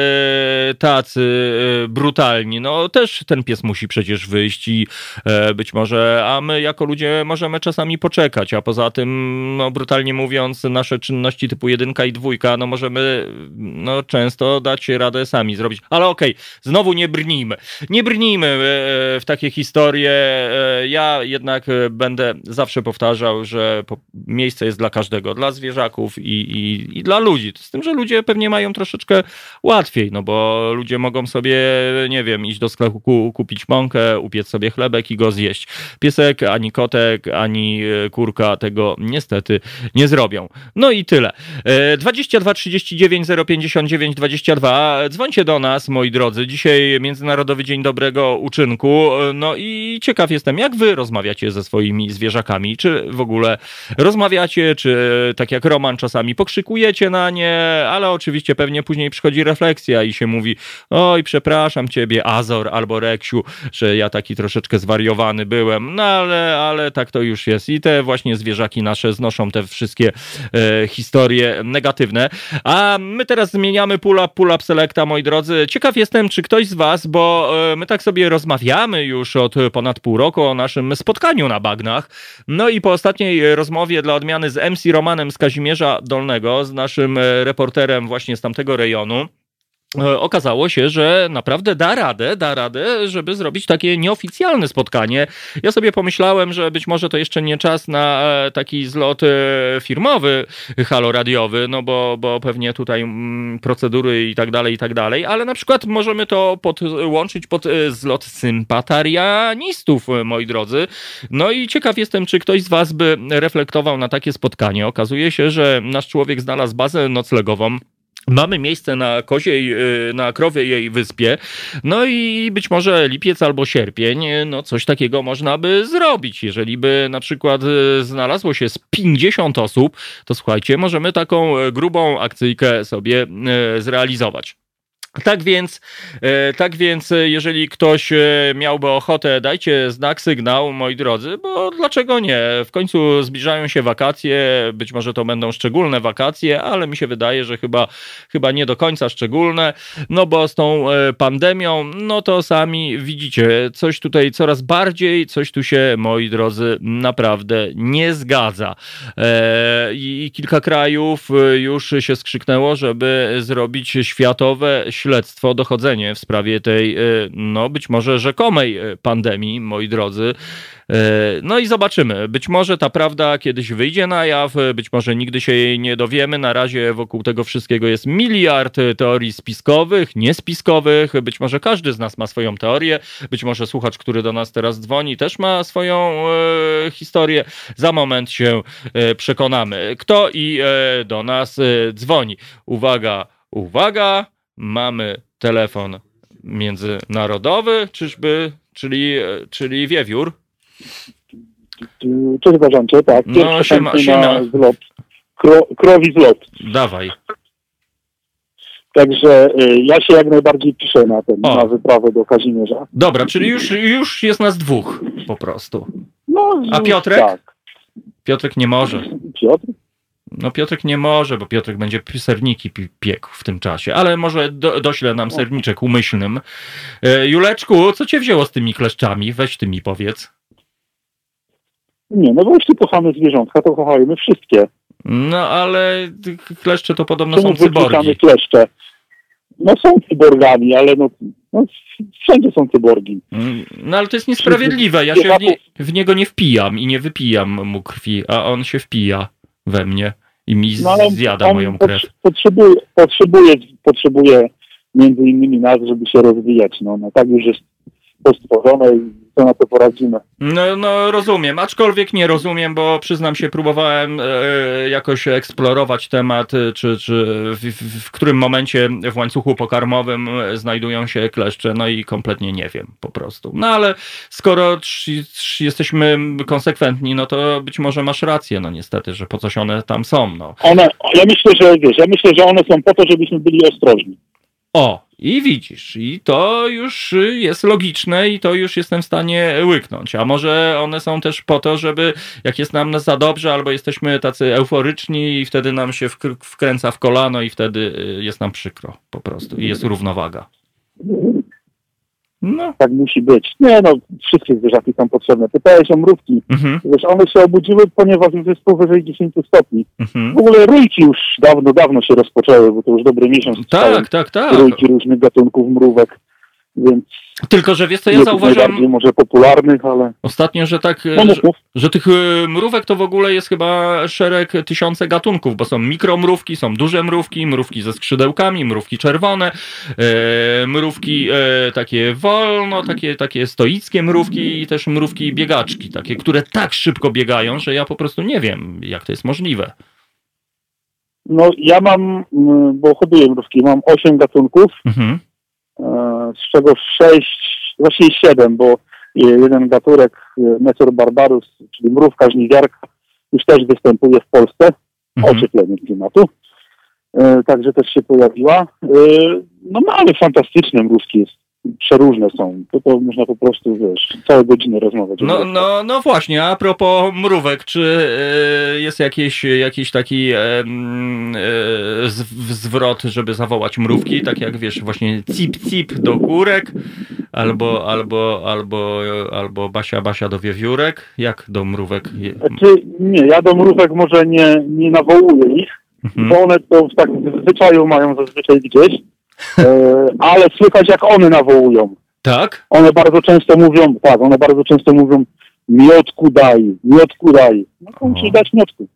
e, tacy e, brutalni, no też ten pies musi przecież wyjść i e, być może, a my jako ludzie możemy czasami poczekać, a poza tym, no brutalnie mówiąc, nasze czynności typu jedynka i dwójka, no możemy no często dać radę sami zrobić, ale okej, okay, znowu nie brnijmy, nie brnijmy e, w takie historie, e, ja jednak będę zawsze powtarzał, że miejsce jest dla każdego, dla zwierzaków i, i, i dla ludzi. Z tym, że ludzie pewnie mają troszeczkę łatwiej, no bo ludzie mogą sobie, nie wiem, iść do sklepu, kupić mąkę, upiec sobie chlebek i go zjeść. Piesek, ani kotek, ani kurka tego niestety nie zrobią. No i tyle. dwadzieścia dwa trzydzieści dziewięć zero pięćdziesiąt dziewięć dwadzieścia dwa. Dzwońcie do nas, moi drodzy. Dzisiaj Międzynarodowy Dzień Dobrego Uczynku. No i ciekaw jestem, jak wy rozmawiacie ze swoimi zwierzakami, czy w ogóle rozmawiacie, czy tak jak Roman czasami pokrzykujecie na nie, ale oczywiście pewnie później przychodzi refleksja i się mówi: oj, przepraszam ciebie, Azor albo Reksiu, że ja taki troszeczkę zwariowany byłem, no ale, ale tak to już jest i te właśnie zwierzaki nasze znoszą te wszystkie e, historie negatywne, a my teraz zmieniamy pull-up, pull-up selecta, moi drodzy. Ciekaw jestem, czy ktoś z was, bo e, my tak sobie rozmawiamy już od ponad pół roku o naszym spotkaniu na bagnach. No i po ostatniej rozmowie dla odmiany z M C Romanem z Kazimierza Dolnego, z naszym reporterem właśnie z tamtego rejonu, okazało się, że naprawdę da radę, da radę, żeby zrobić takie nieoficjalne spotkanie. Ja sobie pomyślałem, że być może to jeszcze nie czas na taki zlot firmowy, haloradiowy, no bo, bo pewnie tutaj procedury i tak dalej, i tak dalej, ale na przykład możemy to podłączyć pod zlot sympatarianistów, moi drodzy. No i ciekaw jestem, czy ktoś z was by reflektował na takie spotkanie. Okazuje się, że nasz człowiek znalazł bazę noclegową. Mamy miejsce na koziej, na krowiej jej wyspie, no i być może lipiec albo sierpień, no coś takiego można by zrobić. Jeżeli by na przykład znalazło się z pięćdziesiąt osób, to słuchajcie, możemy taką grubą akcyjkę sobie zrealizować. Tak więc, tak więc, jeżeli ktoś miałby ochotę, dajcie znak, sygnał, moi drodzy, bo dlaczego nie? W końcu zbliżają się wakacje, być może to będą szczególne wakacje, ale mi się wydaje, że chyba, chyba nie do końca szczególne, no bo z tą pandemią, no to sami widzicie, coś tutaj coraz bardziej, coś tu się, moi drodzy, naprawdę nie zgadza. I kilka krajów już się skrzyknęło, żeby zrobić światowe śledztwo, dochodzenie w sprawie tej, no być może rzekomej pandemii, moi drodzy. No i zobaczymy. Być może ta prawda kiedyś wyjdzie na jaw, być może nigdy się jej nie dowiemy. Na razie wokół tego wszystkiego jest miliard teorii spiskowych, niespiskowych. Być może każdy z nas ma swoją teorię. Być może słuchacz, który do nas teraz dzwoni, też ma swoją e, historię. Za moment się e, przekonamy, kto i e, do nas e, dzwoni. Uwaga, uwaga. Mamy telefon międzynarodowy, czyżby, czyli, czyli wiewiór. Cześć, Bożancie, tak. No, siema, siema. Zlot. Kro, krowi zlot. Dawaj. Także y, ja się jak najbardziej piszę na ten, o. na wyprawę do Kazimierza. Dobra, czyli już, już jest nas dwóch po prostu. No, a Piotrek? Tak. Piotrek nie może. Piotr? No Piotrek nie może, bo Piotrek będzie serniki piekł w tym czasie, ale może do, dośle nam serniczek umyślnym. E, Juleczku, co cię wzięło z tymi kleszczami? Weź ty mi powiedz. Nie, no bo jeśli kochamy zwierzątka, to kochajmy wszystkie. No ale kleszcze to podobno Czemu są cyborgi. Kleszcze? No są cyborgami, ale no, no wszędzie są cyborgi. No ale to jest niesprawiedliwe. Ja się w, nie, w niego nie wpijam i nie wypijam mu krwi, a on się wpija we mnie i mi no, zjada moją krew. Potrzebuje, potrzebuje, potrzebuje między innymi nas, żeby się rozwijać. No, no tak już jest postworzone i co na to poradzimy. No, no rozumiem, aczkolwiek nie rozumiem, bo przyznam się, próbowałem e, jakoś eksplorować temat, czy, czy w, w, w którym momencie w łańcuchu pokarmowym znajdują się kleszcze, no i kompletnie nie wiem po prostu. No ale skoro trzy, trzy jesteśmy konsekwentni, no to być może masz rację, no niestety, że po coś one tam są. No. One, ja myślę, że wiesz, ja myślę, że one są po to, żebyśmy byli ostrożni. O, I widzisz, i to już jest logiczne i to już jestem w stanie łyknąć. A może one są też po to, żeby jak jest nam za dobrze, albo jesteśmy tacy euforyczni i wtedy nam się wkr- wkręca w kolano i wtedy jest nam przykro po prostu i jest równowaga. No. Tak musi być. Nie no, wszystkie zwierzaki są potrzebne. Pytałeś o mrówki. Mhm. Wiesz, one się obudziły, ponieważ już jest powyżej dziesięć stopni. Mhm. W ogóle rójki już dawno, dawno się rozpoczęły, bo to już dobry miesiąc. Tak, tak, tak. Rójki różnych gatunków mrówek, więc... Tylko, że wiesz co, ja nie tych zauważyłem najbardziej może popularnych, ale... ostatnio, że tak, No, mów, że, mów. że tych y, mrówek to w ogóle jest chyba szereg tysiące gatunków, bo są mikromrówki, są duże mrówki, mrówki ze skrzydełkami, mrówki czerwone, e, mrówki e, takie wolno, takie, takie stoickie mrówki i też mrówki biegaczki, takie, które tak szybko biegają, że ja po prostu nie wiem, jak to jest możliwe. No ja mam, mm, bo hoduję mrówki, mam osiem gatunków, Mhm. e, z czego sześć, właściwie siedem, bo jeden gatunek, Mesor barbarus, czyli mrówka żniwiarka, już też występuje w Polsce, Mhm. ocieplenie klimatu, e, także też się pojawiła. E, no mamy fantastyczne mrówki, jest, przeróżne są, to, to można po prostu, wiesz, całe godziny rozmawiać. o No, mrówkach. no, no właśnie, a propos mrówek, czy e, jest jakiś, jakiś taki e, mm, e, z- zwrot, żeby zawołać mrówki, tak jak wiesz, właśnie cip cip do kurek, albo, albo, albo, albo basia basia do wiewiórek, jak do mrówek? je- Znaczy, nie, ja do mrówek może nie, nie nawołuję ich, Mhm. bo one to tak w zwyczaju mają zazwyczaj gdzieś, e, ale słychać jak one nawołują. Tak? One bardzo często mówią, tak, one bardzo często mówią miotku daj, miotku daj. No to O. musisz dać miotku.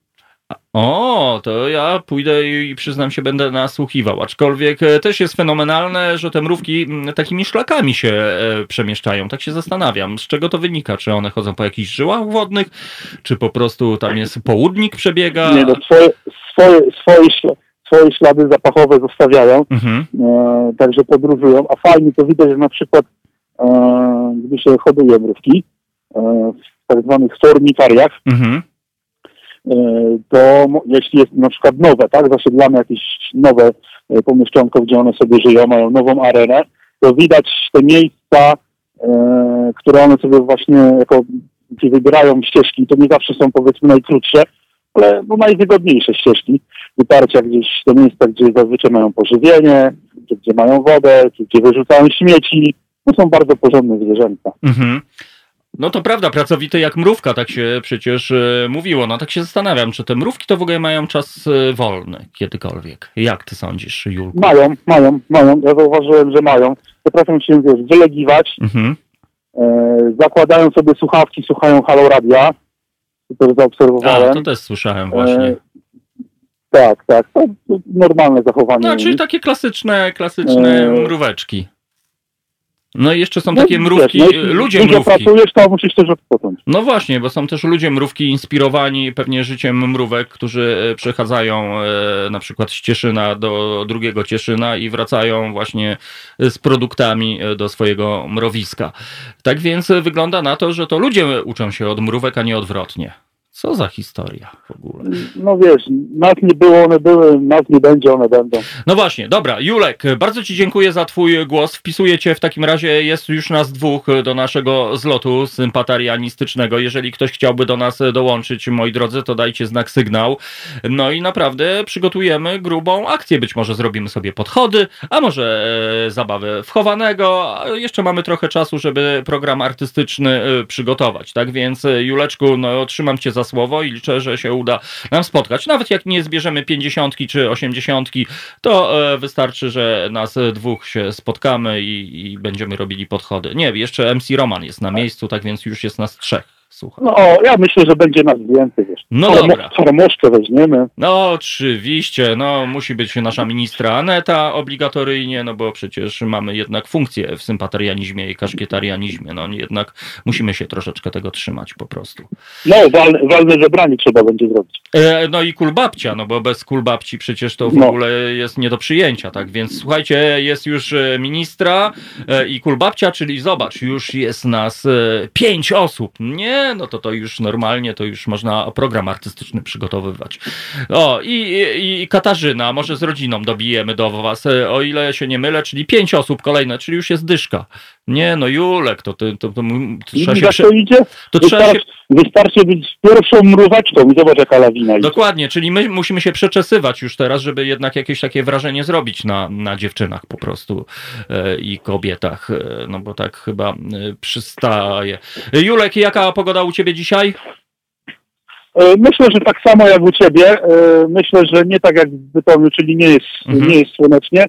O, to ja pójdę i przyznam się, będę nasłuchiwał. Aczkolwiek e, też jest fenomenalne, że te mrówki m, takimi szlakami się e, przemieszczają. Tak się zastanawiam, z czego to wynika? Czy one chodzą po jakichś żyłach wodnych, czy po prostu tam jest południk przebiega? Nie, no swoje, swoje, swoje, śla- swoje ślady zapachowe zostawiają, Mhm. e, także podróżują, a fajnie to widać, że na przykład e, gdy się hoduje mrówki e, w tak zwanych fornikariach, Mhm. e, to mo- jeśli jest na przykład nowe, tak, zasiedlane jakieś nowe e, pomieszczonko, gdzie one sobie żyją, mają nową arenę, to widać te miejsca, e, które one sobie właśnie jako, gdzie wybierają ścieżki, to nie zawsze są powiedzmy najkrótsze, ale no, najwygodniejsze ścieżki wyparcia gdzieś te miejsca, gdzie zazwyczaj mają pożywienie, gdzie, gdzie mają wodę, gdzie wyrzucają śmieci. To są bardzo porządne zwierzęta. Mhm. No to prawda, pracowite jak mrówka, tak się przecież e, mówiło. No tak się zastanawiam, czy te mrówki to w ogóle mają czas e, wolny kiedykolwiek. Jak ty sądzisz, Julku? Mają, mają, mają. Ja zauważyłem, że mają. Potrafią się, wiesz, wylegiwać, Mhm. e, zakładają sobie słuchawki, słuchają Halo Radia. To też A, zaobserwowałem. to też słyszałem właśnie. E, tak, tak. To, to normalne zachowanie. No, u czyli nich. takie klasyczne, klasyczne Eee. mróweczki. No i jeszcze są No, takie wiesz, mrówki, no, jeśli ludzie dużo mrówki. pracujesz, to musisz też odpocząć. No właśnie, bo są też ludzie mrówki inspirowani pewnie życiem mrówek, którzy e, przechadzają e, na przykład z Cieszyna do drugiego Cieszyna i wracają właśnie z produktami e, do swojego mrowiska. Tak więc e, wygląda na to, że to ludzie uczą się od mrówek, a nie odwrotnie. Co za historia w ogóle. No wiesz, nas nie było, one były, nas nie będzie, one będą. No właśnie, dobra, Julek, bardzo Ci dziękuję za Twój głos. Wpisuję Cię w takim razie, jest już nas dwóch do naszego zlotu sympatarianistycznego. Jeżeli ktoś chciałby do nas dołączyć, moi drodzy, to dajcie znak sygnał. No i naprawdę przygotujemy grubą akcję. Być może zrobimy sobie podchody, a może e, zabawę wchowanego. A jeszcze mamy trochę czasu, żeby program artystyczny e, przygotować. Tak więc, e, Juleczku, no trzymam Cię za słowo i liczę, że się uda nam spotkać. Nawet jak nie zbierzemy pięćdziesiątki czy osiemdziesiątki, to e, wystarczy, że nas dwóch się spotkamy i, i będziemy robili podchody. Nie, jeszcze M C Roman jest na miejscu, tak więc już jest nas trzech. Słuchaj. No o, ja myślę, że będzie nas więcej, wiesz. No Harmo- dobra. Harmoszkę weźmiemy. No oczywiście, no musi być nasza ministra Aneta obligatoryjnie, no bo przecież mamy jednak funkcję w sympatarianizmie i kaszkietarianizmie, no jednak musimy się troszeczkę tego trzymać po prostu. No, walne, walne zebranie trzeba będzie zrobić. E, no i kulbabcia, no bo bez kulbabci przecież to w No. ogóle jest nie do przyjęcia, tak więc słuchajcie, jest już e, ministra e, i kulbabcia, czyli zobacz, już jest nas e, pięć osób, nie nie, no to to już normalnie, to już można program artystyczny przygotowywać. O, i, i, i Katarzyna, może z rodziną dobijemy do was, o ile się nie mylę, czyli pięć osób kolejne, czyli już jest dyszka. Nie, no Julek, to, to, to, to, to trzeba się... Jak to idzie? To trzeba się... Wystarczy być pierwszą mróweczką i zobacz, jaka lawina idzie. Dokładnie, czyli my musimy się przeczesywać już teraz, żeby jednak jakieś takie wrażenie zrobić na, na dziewczynach po prostu e, i kobietach, e, no bo tak chyba e, przystaje. Julek, jaka pogoda u ciebie dzisiaj? Myślę, że tak samo jak u ciebie. Myślę, że nie tak jak w Bytomiu, czyli nie jest, mhm. nie jest słonecznie.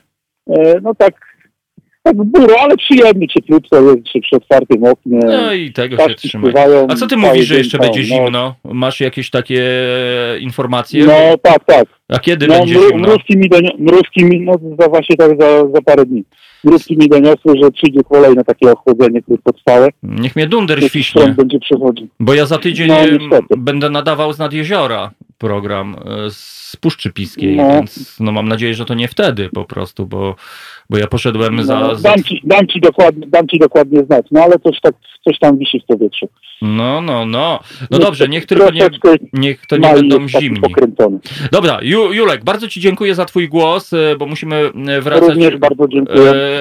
No tak, tak buro, ale przyjemnie, cieplutko jest się przy otwartym oknie. No i tego się trzymaj. A co ty mówisz, że jeszcze będzie zimno? Masz jakieś takie informacje? No tak, tak. A kiedy no, będzie mró- zimno? Mrówki mi, donio- mrówki mi no za właśnie tak za, za parę dni. Mrówki mi doniosły, że przyjdzie kolejne takie ochłodzenie krótkotrwałe. Niech mnie dunder świśnie. Będzie przychodził. Bo ja za tydzień no, będę nadawał z nad jeziora program z Puszczy Piskiej, no. więc no mam nadzieję, że to nie wtedy po prostu, bo, bo ja poszedłem no, za... Dam ci, dam, ci dokładnie, dam ci dokładnie znać, no ale coś, tak, coś tam wisi w powietrzu. No, no, no. No dobrze, niech tylko nie, niech to nie będą zimni. Dobra, Ju, Julek, bardzo ci dziękuję za twój głos, bo musimy wracać. Również bardzo dziękuję. E,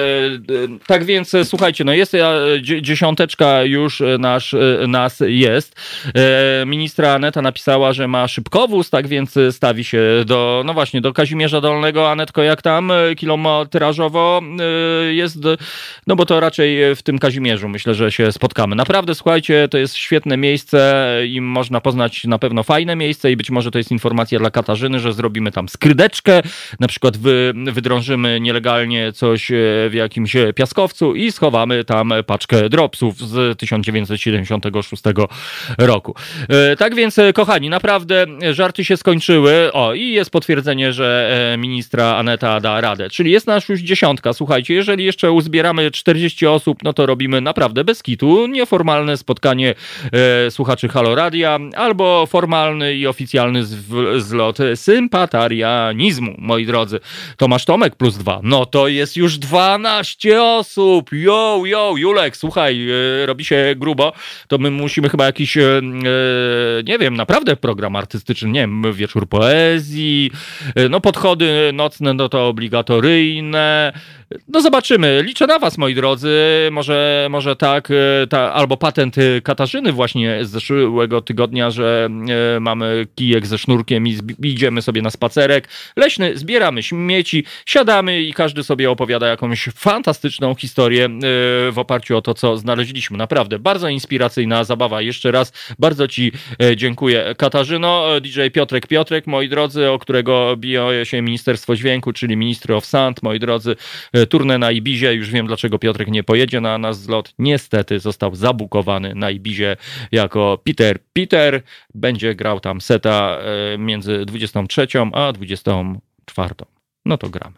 tak więc słuchajcie, no jest dziesiąteczka już nasz, nas jest. E, ministra Aneta napisała, że ma szybkowóz, tak więc stawi się do, no właśnie, do Kazimierza Dolnego. Anetko, jak tam kilometrażowo jest, no bo to raczej w tym Kazimierzu myślę, że się spotkamy. Naprawdę, słuchajcie, to jest świetne miejsce i można poznać na pewno fajne miejsce i być może to jest informacja dla Katarzyny, że zrobimy tam skrydeczkę, na przykład wy, wydrążymy nielegalnie coś w jakimś piaskowcu i schowamy tam paczkę dropsów z tysiąc dziewięćset siedemdziesiątego szóstego roku. Tak więc, kochani, naprawdę żarty się skończyły. O, i jest potwierdzenie, że ministra Aneta da radę, czyli jest nasz już dziesiątka. Słuchajcie, jeżeli jeszcze uzbieramy czterdzieści osób, no to robimy naprawdę bez kitu nieformalne spotkanie e, słuchaczy Halo Radia, albo formalny i oficjalny z- zlot sympatarianizmu, moi drodzy. Tomasz Tomek plus dwa. No to jest już dwanaście osób. Jo, jo, Julek, słuchaj, e, robi się grubo. To my musimy chyba jakiś, e, e, nie wiem, naprawdę program artystyczny, nie wiem, wieczór poezji, e, no podchody nocne, no to obligatoryjne. No zobaczymy. Liczę na was, moi drodzy. Może, może tak, ta, albo patent Katarzyny właśnie z zeszłego tygodnia, że e, mamy kijek ze sznurkiem i zbi- idziemy sobie na spacerek leśny, zbieramy śmieci, siadamy i każdy sobie opowiada jakąś fantastyczną historię e, w oparciu o to, co znaleźliśmy. Naprawdę bardzo inspiracyjna zabawa. Jeszcze raz bardzo ci e, dziękuję, Katarzyno. D J Piotrek Piotrek, moi drodzy, o którego bije się Ministerstwo Dźwięku, czyli Ministry of Sound, moi drodzy, turnę na Ibizie. Już wiem, dlaczego Piotrek nie pojedzie na nasz zlot. Niestety został zabukowany na Ibizie jako Peter Peter. Będzie grał tam seta między dwudziestą trzecią a dwudziestą czwartą. No to gramy.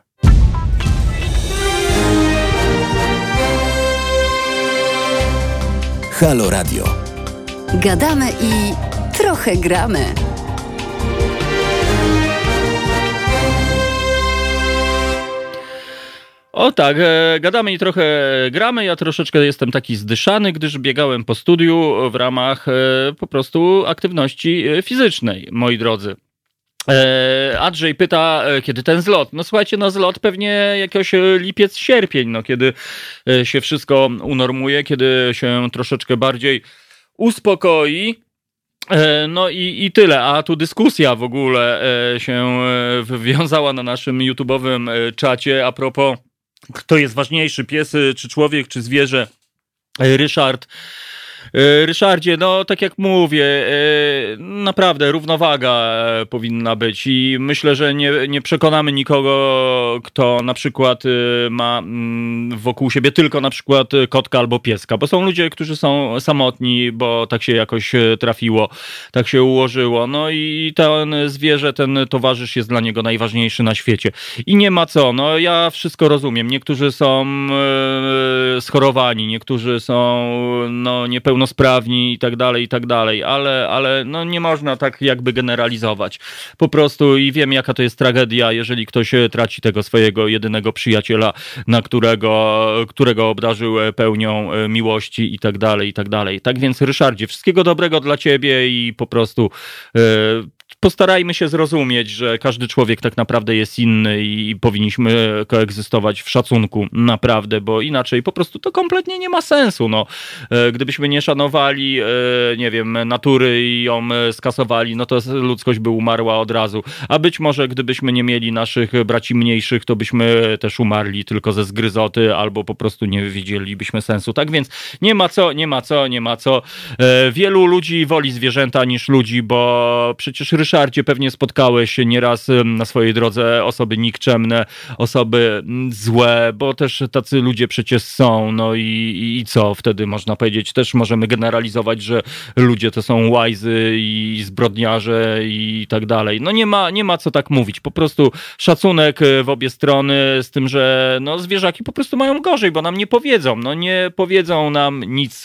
Halo Radio. Gadamy i trochę gramy. O tak, e, gadamy i trochę gramy. Ja troszeczkę jestem taki zdyszany, gdyż biegałem po studiu w ramach e, po prostu aktywności fizycznej, moi drodzy. E, Andrzej pyta, e, kiedy ten zlot? No słuchajcie, no zlot pewnie jakoś lipiec, sierpień, no kiedy e, się wszystko unormuje, kiedy się troszeczkę bardziej uspokoi. No i, i tyle, a tu dyskusja w ogóle się wywiązała na naszym YouTube'owym czacie a propos, kto jest ważniejszy, pies czy człowiek, czy zwierzę. Ryszard Ryszardzie, no tak jak mówię, naprawdę równowaga powinna być i myślę, że nie, nie przekonamy nikogo, kto na przykład ma wokół siebie tylko na przykład kotka albo pieska, bo są ludzie, którzy są samotni, bo tak się jakoś trafiło, tak się ułożyło, no i ten zwierzę, ten towarzysz jest dla niego najważniejszy na świecie i nie ma co, no ja wszystko rozumiem, niektórzy są schorowani, niektórzy są no niepełnosprawni, niepełnosprawni i tak dalej, i tak dalej, ale, ale no nie można tak jakby generalizować. Po prostu i wiem, jaka to jest tragedia, jeżeli ktoś traci tego swojego jedynego przyjaciela, na którego, którego obdarzył pełnią miłości i tak dalej, i tak dalej. Tak więc, Ryszardzie, wszystkiego dobrego dla ciebie i po prostu yy, postarajmy się zrozumieć, że każdy człowiek tak naprawdę jest inny i powinniśmy koegzystować w szacunku, naprawdę, bo inaczej po prostu to kompletnie nie ma sensu. No, gdybyśmy nie szanowali, nie wiem, natury i ją skasowali, no to ludzkość by umarła od razu. A być może gdybyśmy nie mieli naszych braci mniejszych, to byśmy też umarli tylko ze zgryzoty albo po prostu nie widzielibyśmy sensu. Tak więc nie ma co, nie ma co, nie ma co. Wielu ludzi woli zwierzęta niż ludzi, bo przecież Ryszardzie, pewnie spotkałeś nieraz na swojej drodze osoby nikczemne, osoby złe, bo też tacy ludzie przecież są, no i, i co wtedy można powiedzieć? Też możemy generalizować, że ludzie to są łajzy i zbrodniarze i tak dalej. No nie ma, nie ma co tak mówić, po prostu szacunek w obie strony, z tym, że no zwierzaki po prostu mają gorzej, bo nam nie powiedzą, no nie powiedzą nam nic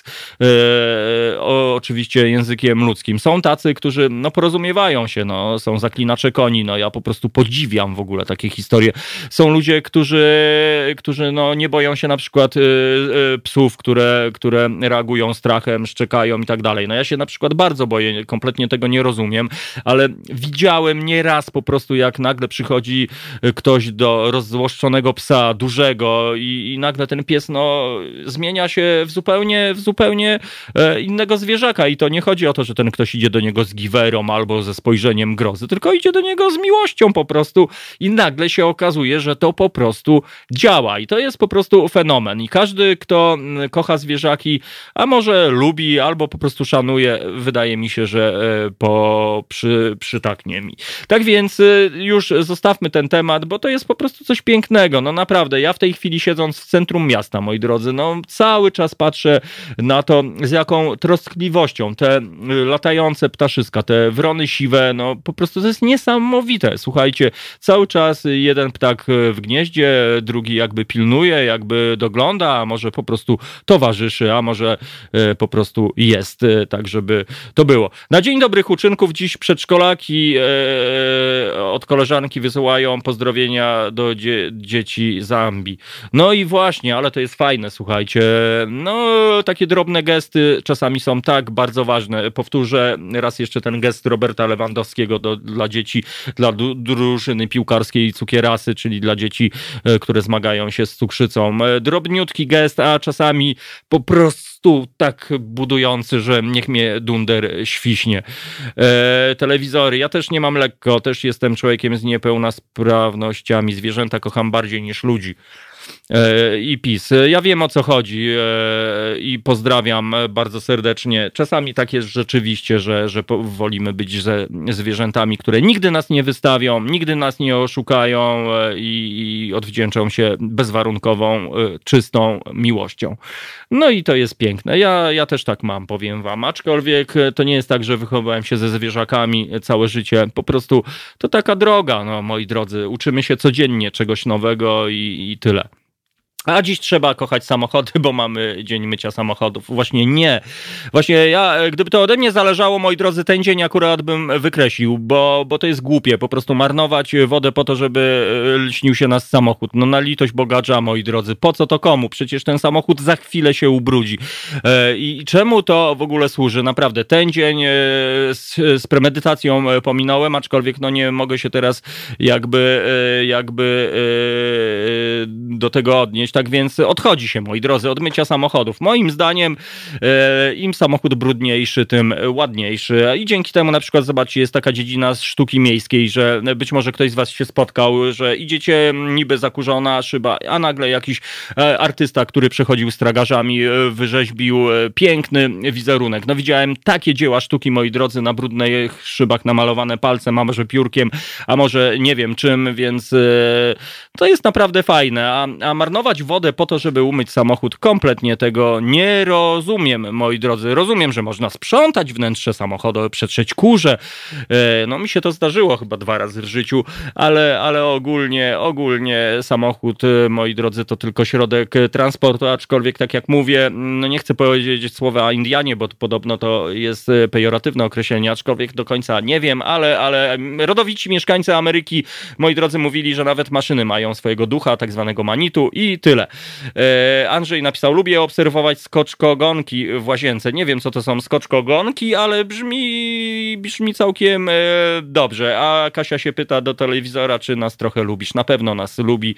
e, o, oczywiście językiem ludzkim. Są tacy, którzy no porozumiewają się, no, są zaklinacze koni, no ja po prostu podziwiam w ogóle takie historie. Są ludzie, którzy, którzy no, nie boją się na przykład y, y, psów, które, które reagują strachem, szczekają i tak dalej. No ja się na przykład bardzo boję, kompletnie tego nie rozumiem, ale widziałem nieraz po prostu, jak nagle przychodzi ktoś do rozzłoszczonego psa, dużego i, i nagle ten pies no, zmienia się w zupełnie, w zupełnie e, innego zwierzaka i to nie chodzi o to, że ten ktoś idzie do niego z giwerą albo ze spojrzeniem grozy, tylko idzie do niego z miłością po prostu i nagle się okazuje, że to po prostu działa i to jest po prostu fenomen i każdy, kto kocha zwierzaki, a może lubi albo po prostu szanuje, wydaje mi się, że po, przy, przytaknie mi. Tak więc już zostawmy ten temat, bo to jest po prostu coś pięknego, no naprawdę, ja w tej chwili siedząc w centrum miasta, moi drodzy, no cały czas patrzę na to, z jaką troskliwością te latające ptaszyska, te wrony siwe, no po prostu to jest niesamowite. Słuchajcie, cały czas jeden ptak w gnieździe, drugi jakby pilnuje, jakby dogląda, a może po prostu towarzyszy, a może po prostu jest, tak żeby to było. Na Dzień Dobrych Uczynków dziś przedszkolaki od koleżanki wysyłają pozdrowienia do dzie- dzieci Zambii. No i właśnie, ale to jest fajne, słuchajcie. No, takie drobne gesty czasami są tak bardzo ważne. Powtórzę raz jeszcze ten gest Roberta Lewandowskiego do, dla dzieci, dla du- drużyny piłkarskiej Cukierasy, czyli dla dzieci, które zmagają się z cukrzycą. Drobniutki gest, a czasami po prostu tak budujący, że niech mnie dunder świśnie. E, telewizory. Ja też nie mam lekko, też jestem człowiekiem z niepełnosprawnościami. Zwierzęta kocham bardziej niż ludzi. I PiS. Ja wiem, o co chodzi i pozdrawiam bardzo serdecznie. Czasami tak jest rzeczywiście, że, że wolimy być ze zwierzętami, które nigdy nas nie wystawią, nigdy nas nie oszukają i, i odwdzięczą się bezwarunkową, czystą miłością. No i to jest piękne. Ja, ja też tak mam, powiem wam. Aczkolwiek to nie jest tak, że wychowałem się ze zwierzakami całe życie. Po prostu to taka droga, no moi drodzy. Uczymy się codziennie czegoś nowego i, i tyle. A dziś trzeba kochać samochody, bo mamy Dzień Mycia Samochodów. Właśnie nie. Właśnie ja, gdyby to ode mnie zależało, moi drodzy, ten dzień akurat bym wykreślił, bo, bo to jest głupie. Po prostu marnować wodę po to, żeby lśnił się nasz samochód. No na litość Bogacza, moi drodzy. Po co to komu? Przecież ten samochód za chwilę się ubrudzi. I czemu to w ogóle służy? Naprawdę, ten dzień z, z premedytacją pominąłem, aczkolwiek no nie mogę się teraz jakby, jakby do tego odnieść. Tak więc odchodzi się, moi drodzy, od mycia samochodów. Moim zdaniem e, im samochód brudniejszy, tym ładniejszy. I dzięki temu na przykład, zobaczcie, jest taka dziedzina sztuki miejskiej, że być może ktoś z was się spotkał, że idziecie niby zakurzona szyba, a nagle jakiś e, artysta, który przechodził z tragarzami, e, wyrzeźbił e, piękny wizerunek. No widziałem takie dzieła sztuki, moi drodzy, na brudnych szybach namalowane palcem, a może piórkiem, a może nie wiem czym, więc e, to jest naprawdę fajne. A, a marnować kupować wodę po to, żeby umyć samochód. Kompletnie tego nie rozumiem, moi drodzy. Rozumiem, że można sprzątać wnętrze samochodu, przetrzeć kurze. No mi się to zdarzyło chyba dwa razy w życiu, ale, ale ogólnie, ogólnie samochód, moi drodzy, to tylko środek transportu, aczkolwiek tak jak mówię, no nie chcę powiedzieć słowa Indianie, bo podobno to jest pejoratywne określenie, aczkolwiek do końca nie wiem, ale, ale rodowici mieszkańcy Ameryki, moi drodzy, mówili, że nawet maszyny mają swojego ducha, tak zwanego manitu i tyle. Andrzej napisał, lubię obserwować skoczkogonki w łazience. Nie wiem, co to są skoczkogonki, ale brzmi, brzmi całkiem dobrze. A Kasia się pyta do telewizora, czy nas trochę lubisz. Na pewno nas lubi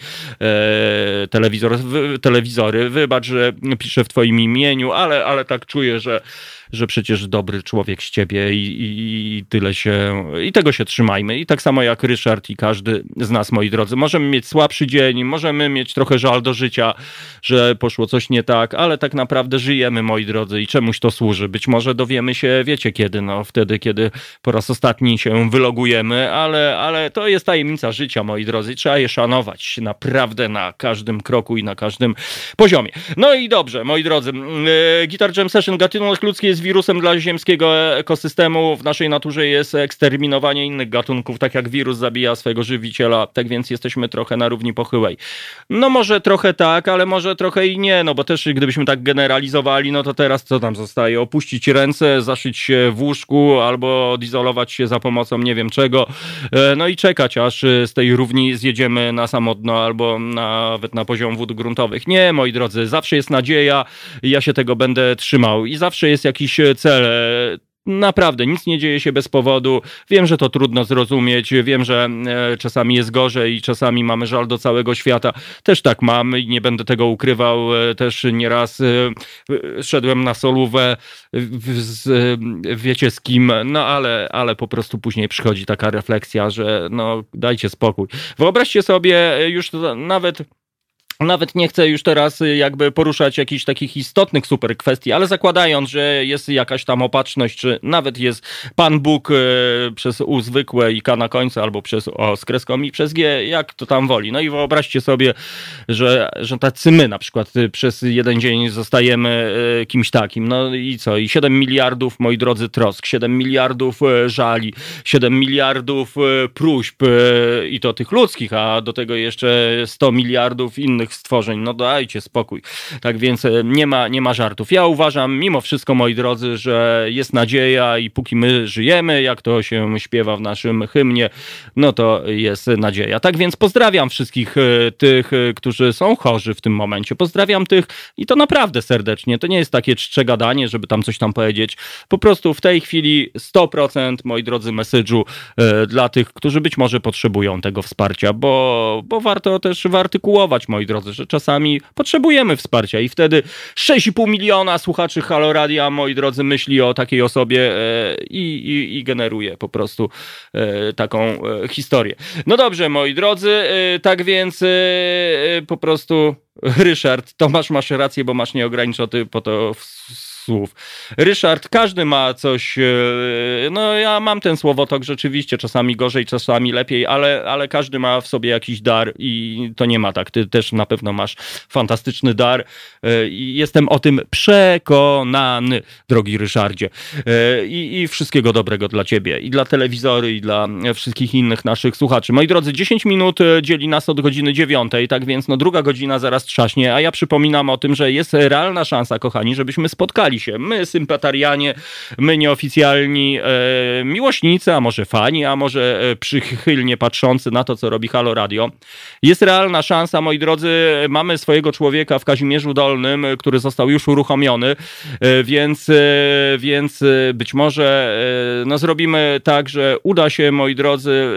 e, telewizor, w, telewizory. Wybacz, że piszę w twoim imieniu, ale, ale tak czuję, że że przecież dobry człowiek z ciebie i, i, i tyle się, i tego się trzymajmy. I tak samo jak Ryszard i każdy z nas, moi drodzy. Możemy mieć słabszy dzień, możemy mieć trochę żal do życia, że poszło coś nie tak, ale tak naprawdę żyjemy, moi drodzy, i czemuś to służy. Być może dowiemy się, wiecie kiedy, no wtedy, kiedy po raz ostatni się wylogujemy, ale, ale to jest tajemnica życia, moi drodzy, i trzeba je szanować naprawdę na każdym kroku i na każdym poziomie. No i dobrze, moi drodzy, Guitar Jam Session, gatunek ludzki jest wirusem dla ziemskiego ekosystemu. W naszej naturze jest eksterminowanie innych gatunków, tak jak wirus zabija swojego żywiciela, tak więc jesteśmy trochę na równi pochyłej. No może trochę tak, ale może trochę i nie, no bo też gdybyśmy tak generalizowali, no to teraz co tam zostaje? Opuścić ręce, zaszyć się w łóżku albo odizolować się za pomocą nie wiem czego, no i czekać, aż z tej równi zjedziemy na samotno albo nawet na poziom wód gruntowych. Nie, moi drodzy, zawsze jest nadzieja i ja się tego będę trzymał i zawsze jest jakiś cel. Naprawdę, nic nie dzieje się bez powodu. Wiem, że to trudno zrozumieć. Wiem, że e, czasami jest gorzej i czasami mamy żal do całego świata. Też tak mam i nie będę tego ukrywał. E, też nieraz e, szedłem na solówę w, z, wiecie z kim, no ale, ale po prostu później przychodzi taka refleksja, że no dajcie spokój. Wyobraźcie sobie już to, nawet... Nawet nie chcę już teraz jakby poruszać jakichś takich istotnych super kwestii, ale zakładając, że jest jakaś tam opatrzność, czy nawet jest Pan Bóg e, przez U zwykłe i K na końcu, albo przez O z kreską i przez G, jak to tam woli. No i wyobraźcie sobie, że, że tacy my na przykład przez jeden dzień zostajemy e, kimś takim. No i co? I siedem miliardów, moi drodzy, trosk, siedem miliardów e, żali, siedem miliardów e, próśb e, i to tych ludzkich, a do tego jeszcze sto miliardów innych stworzeń, no dajcie spokój. Tak więc nie ma, nie ma żartów. Ja uważam mimo wszystko, moi drodzy, że jest nadzieja i póki my żyjemy, jak to się śpiewa w naszym hymnie, no to jest nadzieja. Tak więc pozdrawiam wszystkich tych, którzy są chorzy w tym momencie. Pozdrawiam tych i to naprawdę serdecznie. To nie jest takie czcze gadanie, żeby tam coś tam powiedzieć. Po prostu w tej chwili sto procent, moi drodzy, message'u dla tych, którzy być może potrzebują tego wsparcia, bo, bo warto też wyartykułować, moi drodzy, że czasami potrzebujemy wsparcia i wtedy sześć i pół miliona słuchaczy Halo Radia, moi drodzy, myśli o takiej osobie e, i, i, i generuje po prostu e, taką e, historię. No dobrze, moi drodzy, e, tak więc e, po prostu Ryszard, Tomasz, masz rację, bo masz nieograniczony po to w, słów. Ryszard, każdy ma coś, no ja mam ten słowotok rzeczywiście, czasami gorzej, czasami lepiej, ale, ale każdy ma w sobie jakiś dar i to nie ma tak. Ty też na pewno masz fantastyczny dar i jestem o tym przekonany, drogi Ryszardzie. I, i wszystkiego dobrego dla ciebie i dla telewizory i dla wszystkich innych naszych słuchaczy. Moi drodzy, dziesięć minut dzieli nas od godziny dziewiątej, tak więc no druga godzina zaraz trzaśnie, a ja przypominam o tym, że jest realna szansa, kochani, żebyśmy spotkali się. My, sympatarianie, my nieoficjalni e, miłośnicy, a może fani, a może e, przychylnie patrzący na to, co robi Halo Radio. Jest realna szansa, moi drodzy, mamy swojego człowieka w Kazimierzu Dolnym, który został już uruchomiony, e, więc, e, więc e, być może e, no, zrobimy tak, że uda się, moi drodzy, e,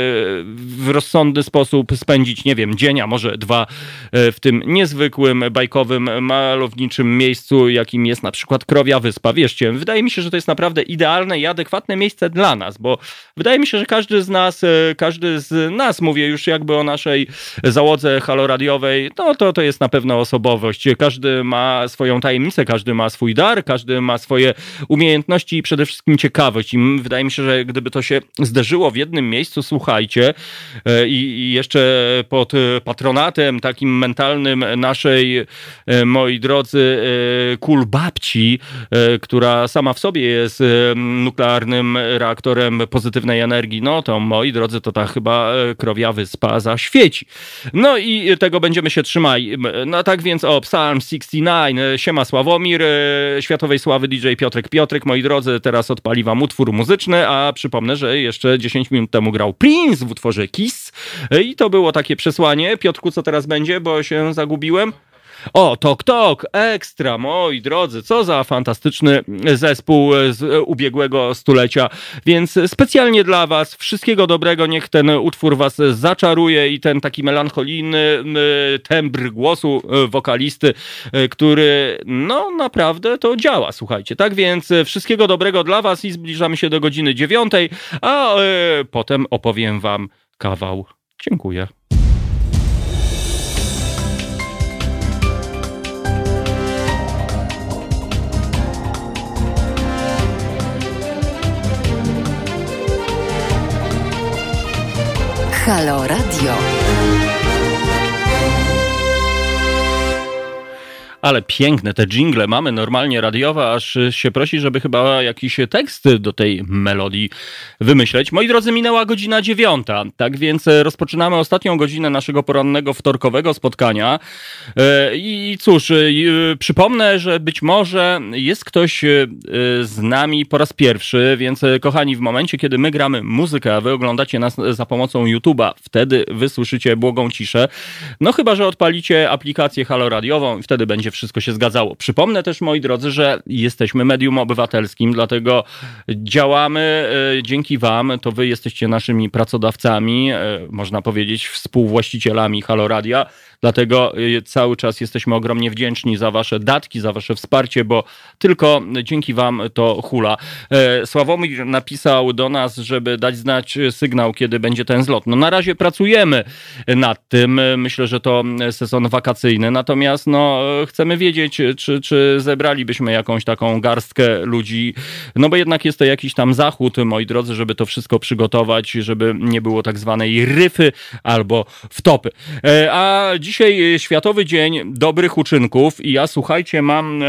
w rozsądny sposób spędzić, nie wiem, dzień, a może dwa e, w tym niezwykłym, bajkowym, malowniczym miejscu, jakim jest na przykład przykład Krowia Wyspa. Wierzcie, wydaje mi się, że to jest naprawdę idealne i adekwatne miejsce dla nas, bo wydaje mi się, że każdy z nas, każdy z nas, mówię już jakby o naszej załodze haloradiowej, no to to jest na pewno osobowość. Każdy ma swoją tajemnicę, każdy ma swój dar, każdy ma swoje umiejętności i przede wszystkim ciekawość. I wydaje mi się, że gdyby to się zderzyło w jednym miejscu, słuchajcie, i, i jeszcze pod patronatem takim mentalnym naszej, moi drodzy, kulbabci, która sama w sobie jest nuklearnym reaktorem pozytywnej energii, no to moi drodzy, to ta chyba Krowia Wyspa zaświeci. No i tego będziemy się trzymali. No tak więc o Psalm sześćdziesiąt dziewięć, siema Sławomir, światowej sławy D J Piotrek Piotrek, moi drodzy, teraz odpali wam utwór muzyczny, a przypomnę, że jeszcze dziesięć minut temu grał Prince w utworze Kiss i to było takie przesłanie. Piotrku, co teraz będzie, bo się zagubiłem? O, Tok Tok, ekstra, moi drodzy, co za fantastyczny zespół z ubiegłego stulecia, więc specjalnie dla was wszystkiego dobrego, niech ten utwór was zaczaruje i ten taki melancholijny tembr głosu wokalisty, który no naprawdę to działa, słuchajcie, tak więc wszystkiego dobrego dla was i zbliżamy się do godziny dziewiątej, a e, potem opowiem wam kawał. Dziękuję. Halo Radio. Ale piękne te dżingle mamy normalnie radiowe, aż się prosi, żeby chyba jakiś tekst do tej melodii wymyśleć. Moi drodzy, minęła godzina dziewiąta, tak więc rozpoczynamy ostatnią godzinę naszego porannego wtorkowego spotkania. I cóż, przypomnę, że być może jest ktoś z nami po raz pierwszy, więc kochani, w momencie, kiedy my gramy muzykę, a wy oglądacie nas za pomocą YouTube'a, wtedy wy słyszycie błogą ciszę. No chyba, że odpalicie aplikację Halo Radiową i wtedy będzie wszystko się zgadzało. Przypomnę też, moi drodzy, że jesteśmy medium obywatelskim, dlatego działamy dzięki wam, to wy jesteście naszymi pracodawcami, można powiedzieć współwłaścicielami Halo Radia, dlatego cały czas jesteśmy ogromnie wdzięczni za wasze datki, za wasze wsparcie, bo tylko dzięki wam to hula. Sławomir napisał do nas, żeby dać znać sygnał, kiedy będzie ten zlot. No na razie pracujemy nad tym, myślę, że to sezon wakacyjny, natomiast no chcemy wiedzieć, czy, czy zebralibyśmy jakąś taką garstkę ludzi, no bo jednak jest to jakiś tam zachód, moi drodzy, żeby to wszystko przygotować, żeby nie było tak zwanej ryfy albo wtopy. A dzisiaj Światowy Dzień Dobrych Uczynków i ja, słuchajcie, mam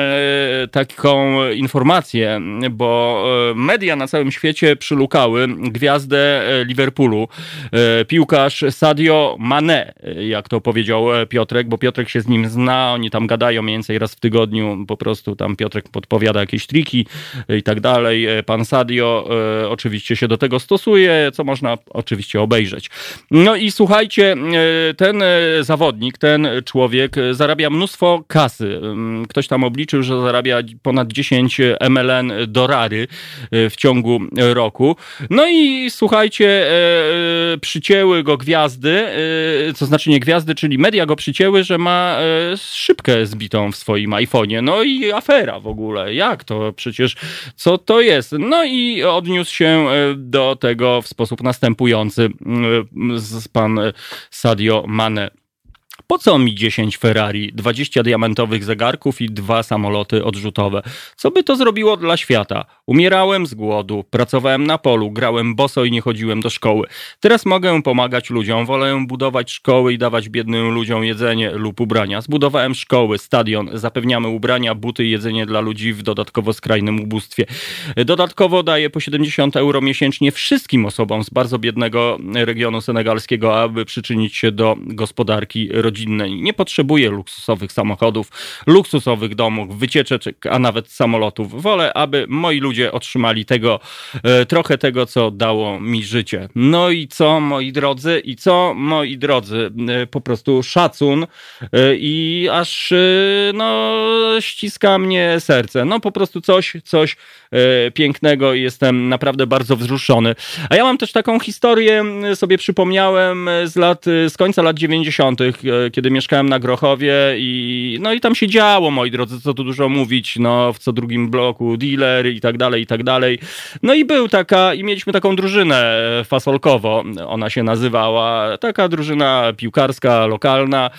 taką informację, bo media na całym świecie przylukały gwiazdę Liverpoolu, piłkarz Sadio Mané, jak to powiedział Piotrek, bo Piotrek się z nim zna, oni tam gadają mniej więcej raz w tygodniu, po prostu tam Piotrek podpowiada jakieś triki i tak dalej. Pan Sadio e, oczywiście się do tego stosuje, co można oczywiście obejrzeć. No i słuchajcie, e, ten zawodnik, ten człowiek zarabia mnóstwo kasy. Ktoś tam obliczył, że zarabia ponad dziesięć M L N dolary w ciągu roku. No i słuchajcie, e, przycięły go gwiazdy, e, co znaczy nie gwiazdy, czyli media go przycięły, że ma e, szybkę zbitą w swoim iPhone'ie. No i afera w ogóle. Jak to? Przecież co to jest? No i odniósł się do tego w sposób następujący z pan Sadio Mané. Po co mi dziesięć Ferrari, dwadzieścia diamentowych zegarków i dwa samoloty odrzutowe? Co by to zrobiło dla świata? Umierałem z głodu, pracowałem na polu, grałem boso i nie chodziłem do szkoły. Teraz mogę pomagać ludziom, wolę budować szkoły i dawać biednym ludziom jedzenie lub ubrania. Zbudowałem szkoły, stadion, zapewniamy ubrania, buty i jedzenie dla ludzi w dodatkowo skrajnym ubóstwie. Dodatkowo daję po siedemdziesiąt euro miesięcznie wszystkim osobom z bardzo biednego regionu senegalskiego, aby przyczynić się do gospodarki rodzinnej. Nie potrzebuję luksusowych samochodów, luksusowych domów, wycieczek, a nawet samolotów. Wolę, aby moi ludzie otrzymali tego, e, trochę tego, co dało mi życie. No i co, moi drodzy? I co, moi drodzy? E, po prostu szacun e, i aż e, no ściska mnie serce. No po prostu coś, coś e, pięknego i jestem naprawdę bardzo wzruszony. A ja mam też taką historię, sobie przypomniałem z lat, z końca lat dziewięćdziesiątych. kiedy mieszkałem na Grochowie i no i tam się działo, moi drodzy, co tu dużo mówić, no w co drugim bloku dealer i tak dalej, i tak dalej. No i był taka, i mieliśmy taką drużynę fasolkowo, ona się nazywała, taka drużyna piłkarska, lokalna.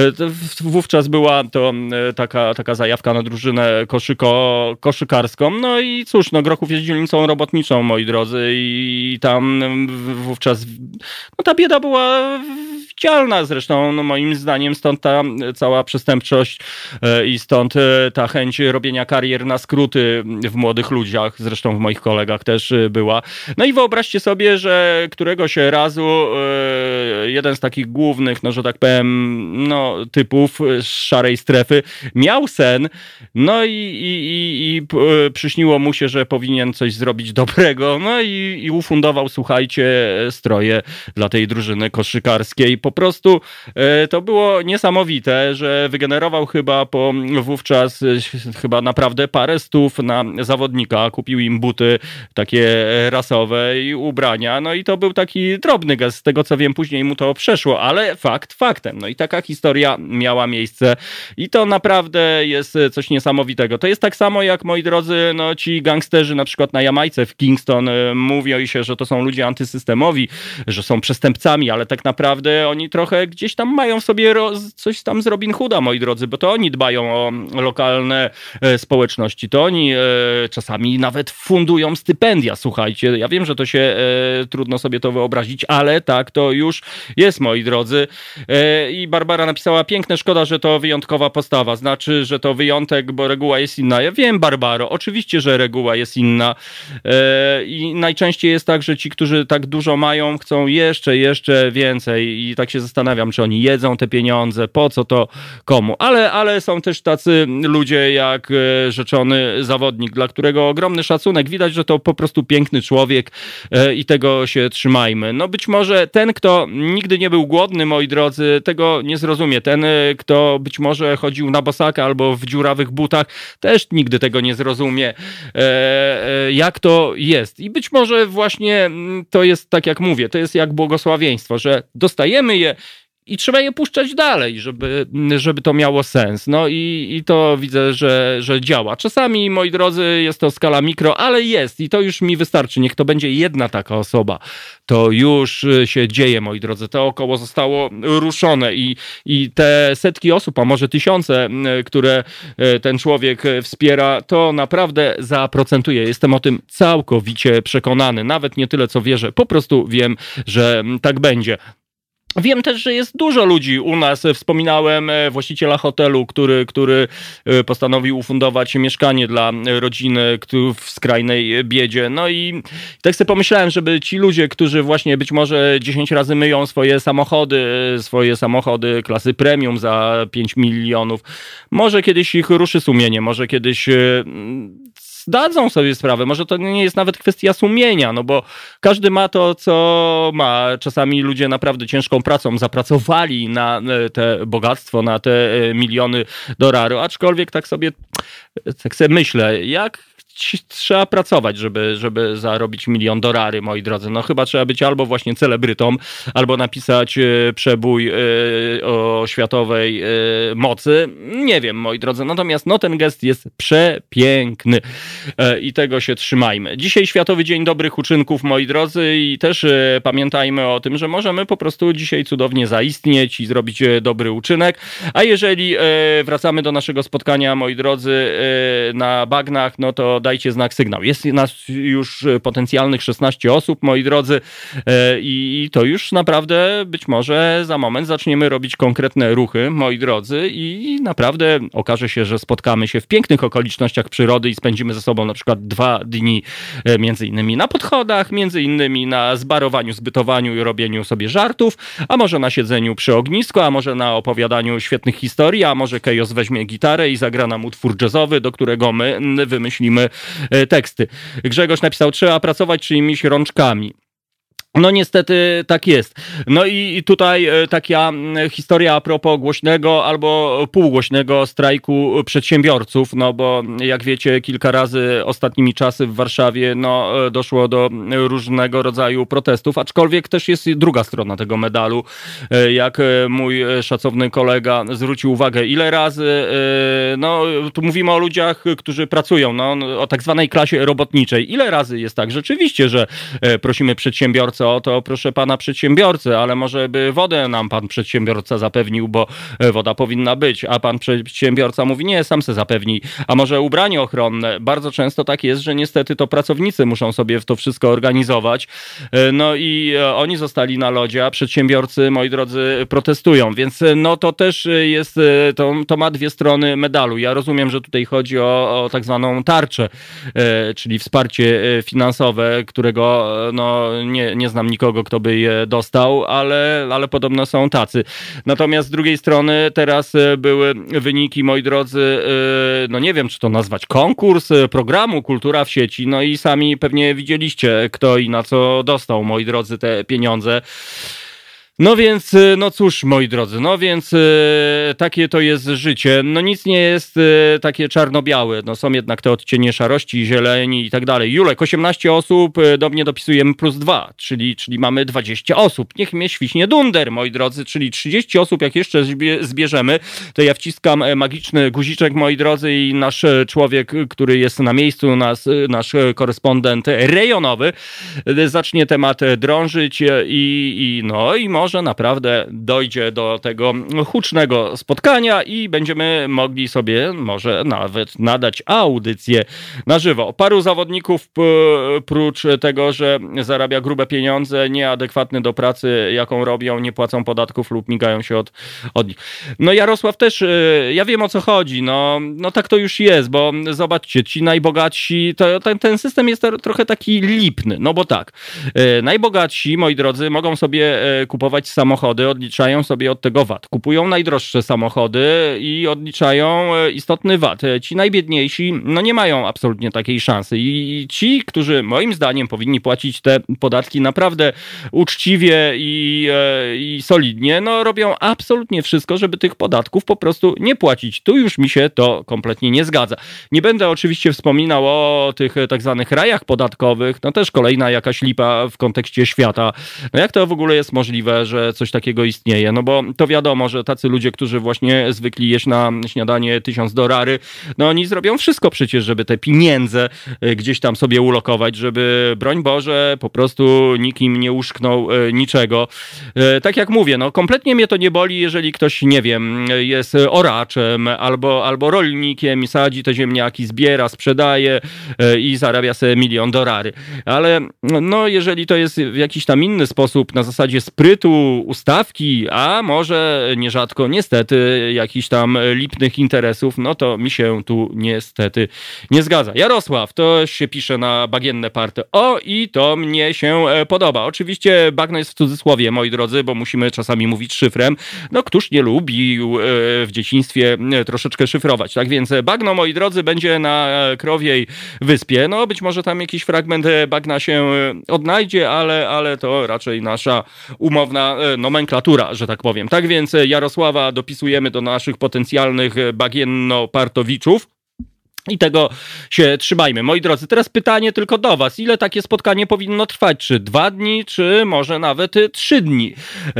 Wówczas była to taka, taka zajawka na drużynę koszyko, koszykarską. No i cóż, no Grochów jest dzielnicą robotniczą, moi drodzy, i tam wówczas no ta bieda była widzialna zresztą, no moim zdaniem, stąd ta cała przestępczość i stąd ta chęć robienia karier na skróty w młodych ludziach, zresztą w moich kolegach też była. No i wyobraźcie sobie, że któregoś razu jeden z takich głównych, no że tak powiem, no typów z szarej strefy miał sen, no i, i, i, i przyśniło mu się, że powinien coś zrobić dobrego, no i, i ufundował, słuchajcie, stroje dla tej drużyny koszykarskiej. Po prostu to było niesamowite, że wygenerował chyba po wówczas chyba naprawdę parę stów na zawodnika, kupił im buty takie rasowe i ubrania, no i to był taki drobny gest, z tego co wiem, później mu to przeszło, ale fakt faktem, no i taka historia miała miejsce i to naprawdę jest coś niesamowitego. To jest tak samo jak, moi drodzy, no ci gangsterzy na przykład na Jamajce w Kingston mówią się, że to są ludzie antysystemowi, że są przestępcami, ale tak naprawdę oni trochę gdzieś tam mają w sobie roz, coś tam z Robin Hooda, moi drodzy, bo to oni dbają o lokalne e, społeczności, to oni e, czasami nawet fundują stypendia, słuchajcie, ja wiem, że to się e, trudno sobie to wyobrazić, ale tak to już jest, moi drodzy. E, I Barbara napisała, piękne, szkoda, że to wyjątkowa postawa, znaczy, że to wyjątek, bo reguła jest inna. Ja wiem, Barbaro, oczywiście, że reguła jest inna e, i najczęściej jest tak, że ci, którzy tak dużo mają, chcą jeszcze, jeszcze więcej i tak się zastanawiam, czy oni jedzą te pieniądze, po co to komu, ale, ale są też tacy ludzie jak e, rzeczony zawodnik, dla którego ogromny szacunek, widać, że to po prostu piękny człowiek e, i tego się trzymajmy. No być może ten, kto nigdy nie był głodny, moi drodzy, tego nie zrozumie. Ten, kto być może chodził na bosaka albo w dziurawych butach, też nigdy tego nie zrozumie, e, e, jak to jest. I być może właśnie to jest tak, jak mówię, to jest jak błogosławieństwo, że dostajemy je i trzeba je puszczać dalej, żeby, żeby to miało sens. No i, i to widzę, że, że działa. Czasami, moi drodzy, jest to skala mikro, ale jest i to już mi wystarczy. Niech to będzie jedna taka osoba. To już się dzieje, moi drodzy. To około zostało ruszone i, i te setki osób, a może tysiące, które ten człowiek wspiera, to naprawdę zaprocentuje. Jestem o tym całkowicie przekonany. Nawet nie tyle, co wierzę. Po prostu wiem, że tak będzie. Wiem też, że jest dużo ludzi u nas. Wspominałem właściciela hotelu, który, który postanowił ufundować mieszkanie dla rodziny w skrajnej biedzie. No i tak sobie pomyślałem, żeby ci ludzie, którzy właśnie być może dziesięć razy myją swoje samochody, swoje samochody klasy premium za pięć milionów, może kiedyś ich ruszy sumienie, może kiedyś zdadzą sobie sprawę, może to nie jest nawet kwestia sumienia, no bo każdy ma to, co ma. Czasami ludzie naprawdę ciężką pracą zapracowali na te bogactwo, na te miliony dolarów, aczkolwiek tak sobie, tak sobie myślę, jak trzeba pracować, żeby, żeby zarobić milion dolarów, moi drodzy. No chyba trzeba być albo właśnie celebrytą, albo napisać przebój o światowej mocy. Nie wiem, moi drodzy. Natomiast no ten gest jest przepiękny i tego się trzymajmy. Dzisiaj Światowy Dzień Dobrych Uczynków, moi drodzy, i też pamiętajmy o tym, że możemy po prostu dzisiaj cudownie zaistnieć i zrobić dobry uczynek. A jeżeli wracamy do naszego spotkania, moi drodzy, na bagnach, no to dajcie znak, sygnał. Jest nas już potencjalnych szesnaście osób, moi drodzy, i to już naprawdę być może za moment zaczniemy robić konkretne ruchy, moi drodzy, i naprawdę okaże się, że spotkamy się w pięknych okolicznościach przyrody i spędzimy ze sobą na przykład dwa dni, między innymi na podchodach, między innymi na zbarowaniu, zbytowaniu i robieniu sobie żartów, a może na siedzeniu przy ognisku, a może na opowiadaniu świetnych historii, a może Kejos weźmie gitarę i zagra nam utwór jazzowy, do którego my wymyślimy teksty. Grzegorz napisał, trzeba pracować czyimiś rączkami. No niestety tak jest. No i tutaj taka historia a propos głośnego albo półgłośnego strajku przedsiębiorców, no bo jak wiecie, kilka razy ostatnimi czasy w Warszawie no doszło do różnego rodzaju protestów, aczkolwiek też jest druga strona tego medalu. Jak mój szacowny kolega zwrócił uwagę, ile razy, no tu mówimy o ludziach, którzy pracują, no o tak zwanej klasie robotniczej. Ile razy jest tak rzeczywiście, że prosimy przedsiębiorcę o to, proszę pana przedsiębiorcy, ale może by wodę nam pan przedsiębiorca zapewnił, bo woda powinna być, a pan przedsiębiorca mówi, nie, sam se zapewnij, a może ubranie ochronne. Bardzo często tak jest, że niestety to pracownicy muszą sobie to wszystko organizować, no i oni zostali na lodzie, a przedsiębiorcy, moi drodzy, protestują, więc no to też jest, to, to ma dwie strony medalu. Ja rozumiem, że tutaj chodzi o, o tak zwaną tarczę, czyli wsparcie finansowe, którego no nie, nie znam nikogo, kto by je dostał, ale, ale podobno są tacy. Natomiast z drugiej strony teraz były wyniki, moi drodzy, no nie wiem, czy to nazwać konkurs programu Kultura w sieci, no i sami pewnie widzieliście, kto i na co dostał, moi drodzy, te pieniądze. No więc, no cóż, moi drodzy, no więc e, takie to jest życie. No nic nie jest e, takie czarno-białe. No są jednak te odcienie szarości, zieleni i tak dalej. Julek, osiemnaście osób, do mnie dopisujemy plus dwa, czyli, czyli mamy dwadzieścia osób. Niech mnie świśnie dunder, moi drodzy, czyli trzydzieści osób, jak jeszcze zbierzemy, to ja wciskam magiczny guziczek, moi drodzy, i nasz człowiek, który jest na miejscu, nas, nasz korespondent rejonowy, zacznie temat drążyć i, i no i może Może naprawdę dojdzie do tego hucznego spotkania i będziemy mogli sobie może nawet nadać audycję na żywo. Paru zawodników, prócz tego, że zarabia grube pieniądze, nieadekwatne do pracy, jaką robią, nie płacą podatków lub migają się od, od nich. No Jarosław też, ja wiem, o co chodzi, no, no tak to już jest, bo zobaczcie, ci najbogatsi, to, ten, ten system jest trochę taki lipny, no bo tak, najbogatsi, moi drodzy, mogą sobie kupować samochody, odliczają sobie od tego V A T. Kupują najdroższe samochody i odliczają istotny V A T. Ci najbiedniejsi, no nie mają absolutnie takiej szansy. I ci, którzy moim zdaniem powinni płacić te podatki naprawdę uczciwie i, i solidnie, no robią absolutnie wszystko, żeby tych podatków po prostu nie płacić. Tu już mi się to kompletnie nie zgadza. Nie będę oczywiście wspominał o tych tak zwanych rajach podatkowych, no też kolejna jakaś lipa w kontekście świata. No jak to w ogóle jest możliwe, że coś takiego istnieje? No bo to wiadomo, że tacy ludzie, którzy właśnie zwykli jeść na śniadanie tysiąc dolary, no oni zrobią wszystko przecież, żeby te pieniądze gdzieś tam sobie ulokować, żeby broń Boże po prostu nikim nie uszknął niczego. Tak jak mówię, no kompletnie mnie to nie boli, jeżeli ktoś, nie wiem, jest oraczem albo, albo rolnikiem i sadzi te ziemniaki, zbiera, sprzedaje i zarabia sobie milion dolary. Ale no jeżeli to jest w jakiś tam inny sposób, na zasadzie sprytu, ustawki, a może nierzadko niestety jakichś tam lipnych interesów, no to mi się tu niestety nie zgadza. Jarosław, to się pisze na bagienne party. O, i to mnie się podoba. Oczywiście bagno jest w cudzysłowie, moi drodzy, bo musimy czasami mówić szyfrem. No, któż nie lubił w dzieciństwie troszeczkę szyfrować. Tak więc bagno, moi drodzy, będzie na Krowiej Wyspie. No, być może tam jakiś fragment bagna się odnajdzie, ale, ale to raczej nasza umowna nomenklatura, że tak powiem. Tak więc Jarosława dopisujemy do naszych potencjalnych bagienno-partowiczów. I tego się trzymajmy. Moi drodzy, teraz pytanie tylko do was. Ile takie spotkanie powinno trwać? Czy dwa dni, czy może nawet trzy dni?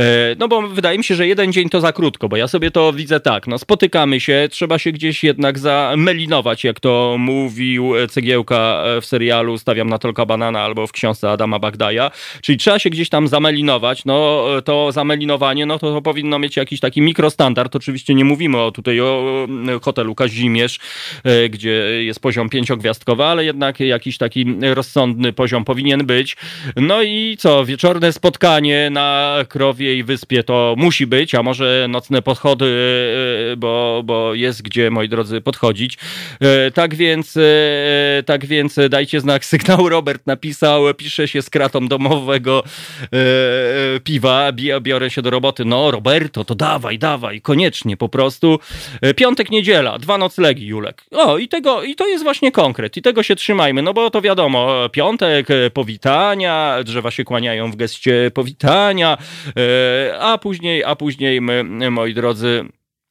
No bo wydaje mi się, że jeden dzień to za krótko, bo ja sobie to widzę tak. No spotykamy się, trzeba się gdzieś jednak zamelinować, jak to mówił Cegiełka w serialu Stawiam na Tolka Banana albo w książce Adama Bagdaja. Czyli trzeba się gdzieś tam zamelinować. No to zamelinowanie, no to, to powinno mieć jakiś taki mikrostandard. Oczywiście nie mówimy o tutaj o hotelu Kazimierz, gdzie jest poziom pięciogwiazdkowy, ale jednak jakiś taki rozsądny poziom powinien być. No i co? Wieczorne spotkanie na Krowiej Wyspie to musi być, a może nocne podchody, bo, bo jest gdzie, moi drodzy, podchodzić. Tak więc, tak więc dajcie znak sygnału. Robert napisał, pisze się z kratą domowego piwa, biorę się do roboty. No Roberto, to dawaj, dawaj, koniecznie po prostu. Piątek, niedziela, dwa noclegi, Julek. O, i tego tego, i to jest właśnie konkret, i tego się trzymajmy, no bo to wiadomo, piątek, powitania, drzewa się kłaniają w geście powitania, a później, a później my, moi drodzy,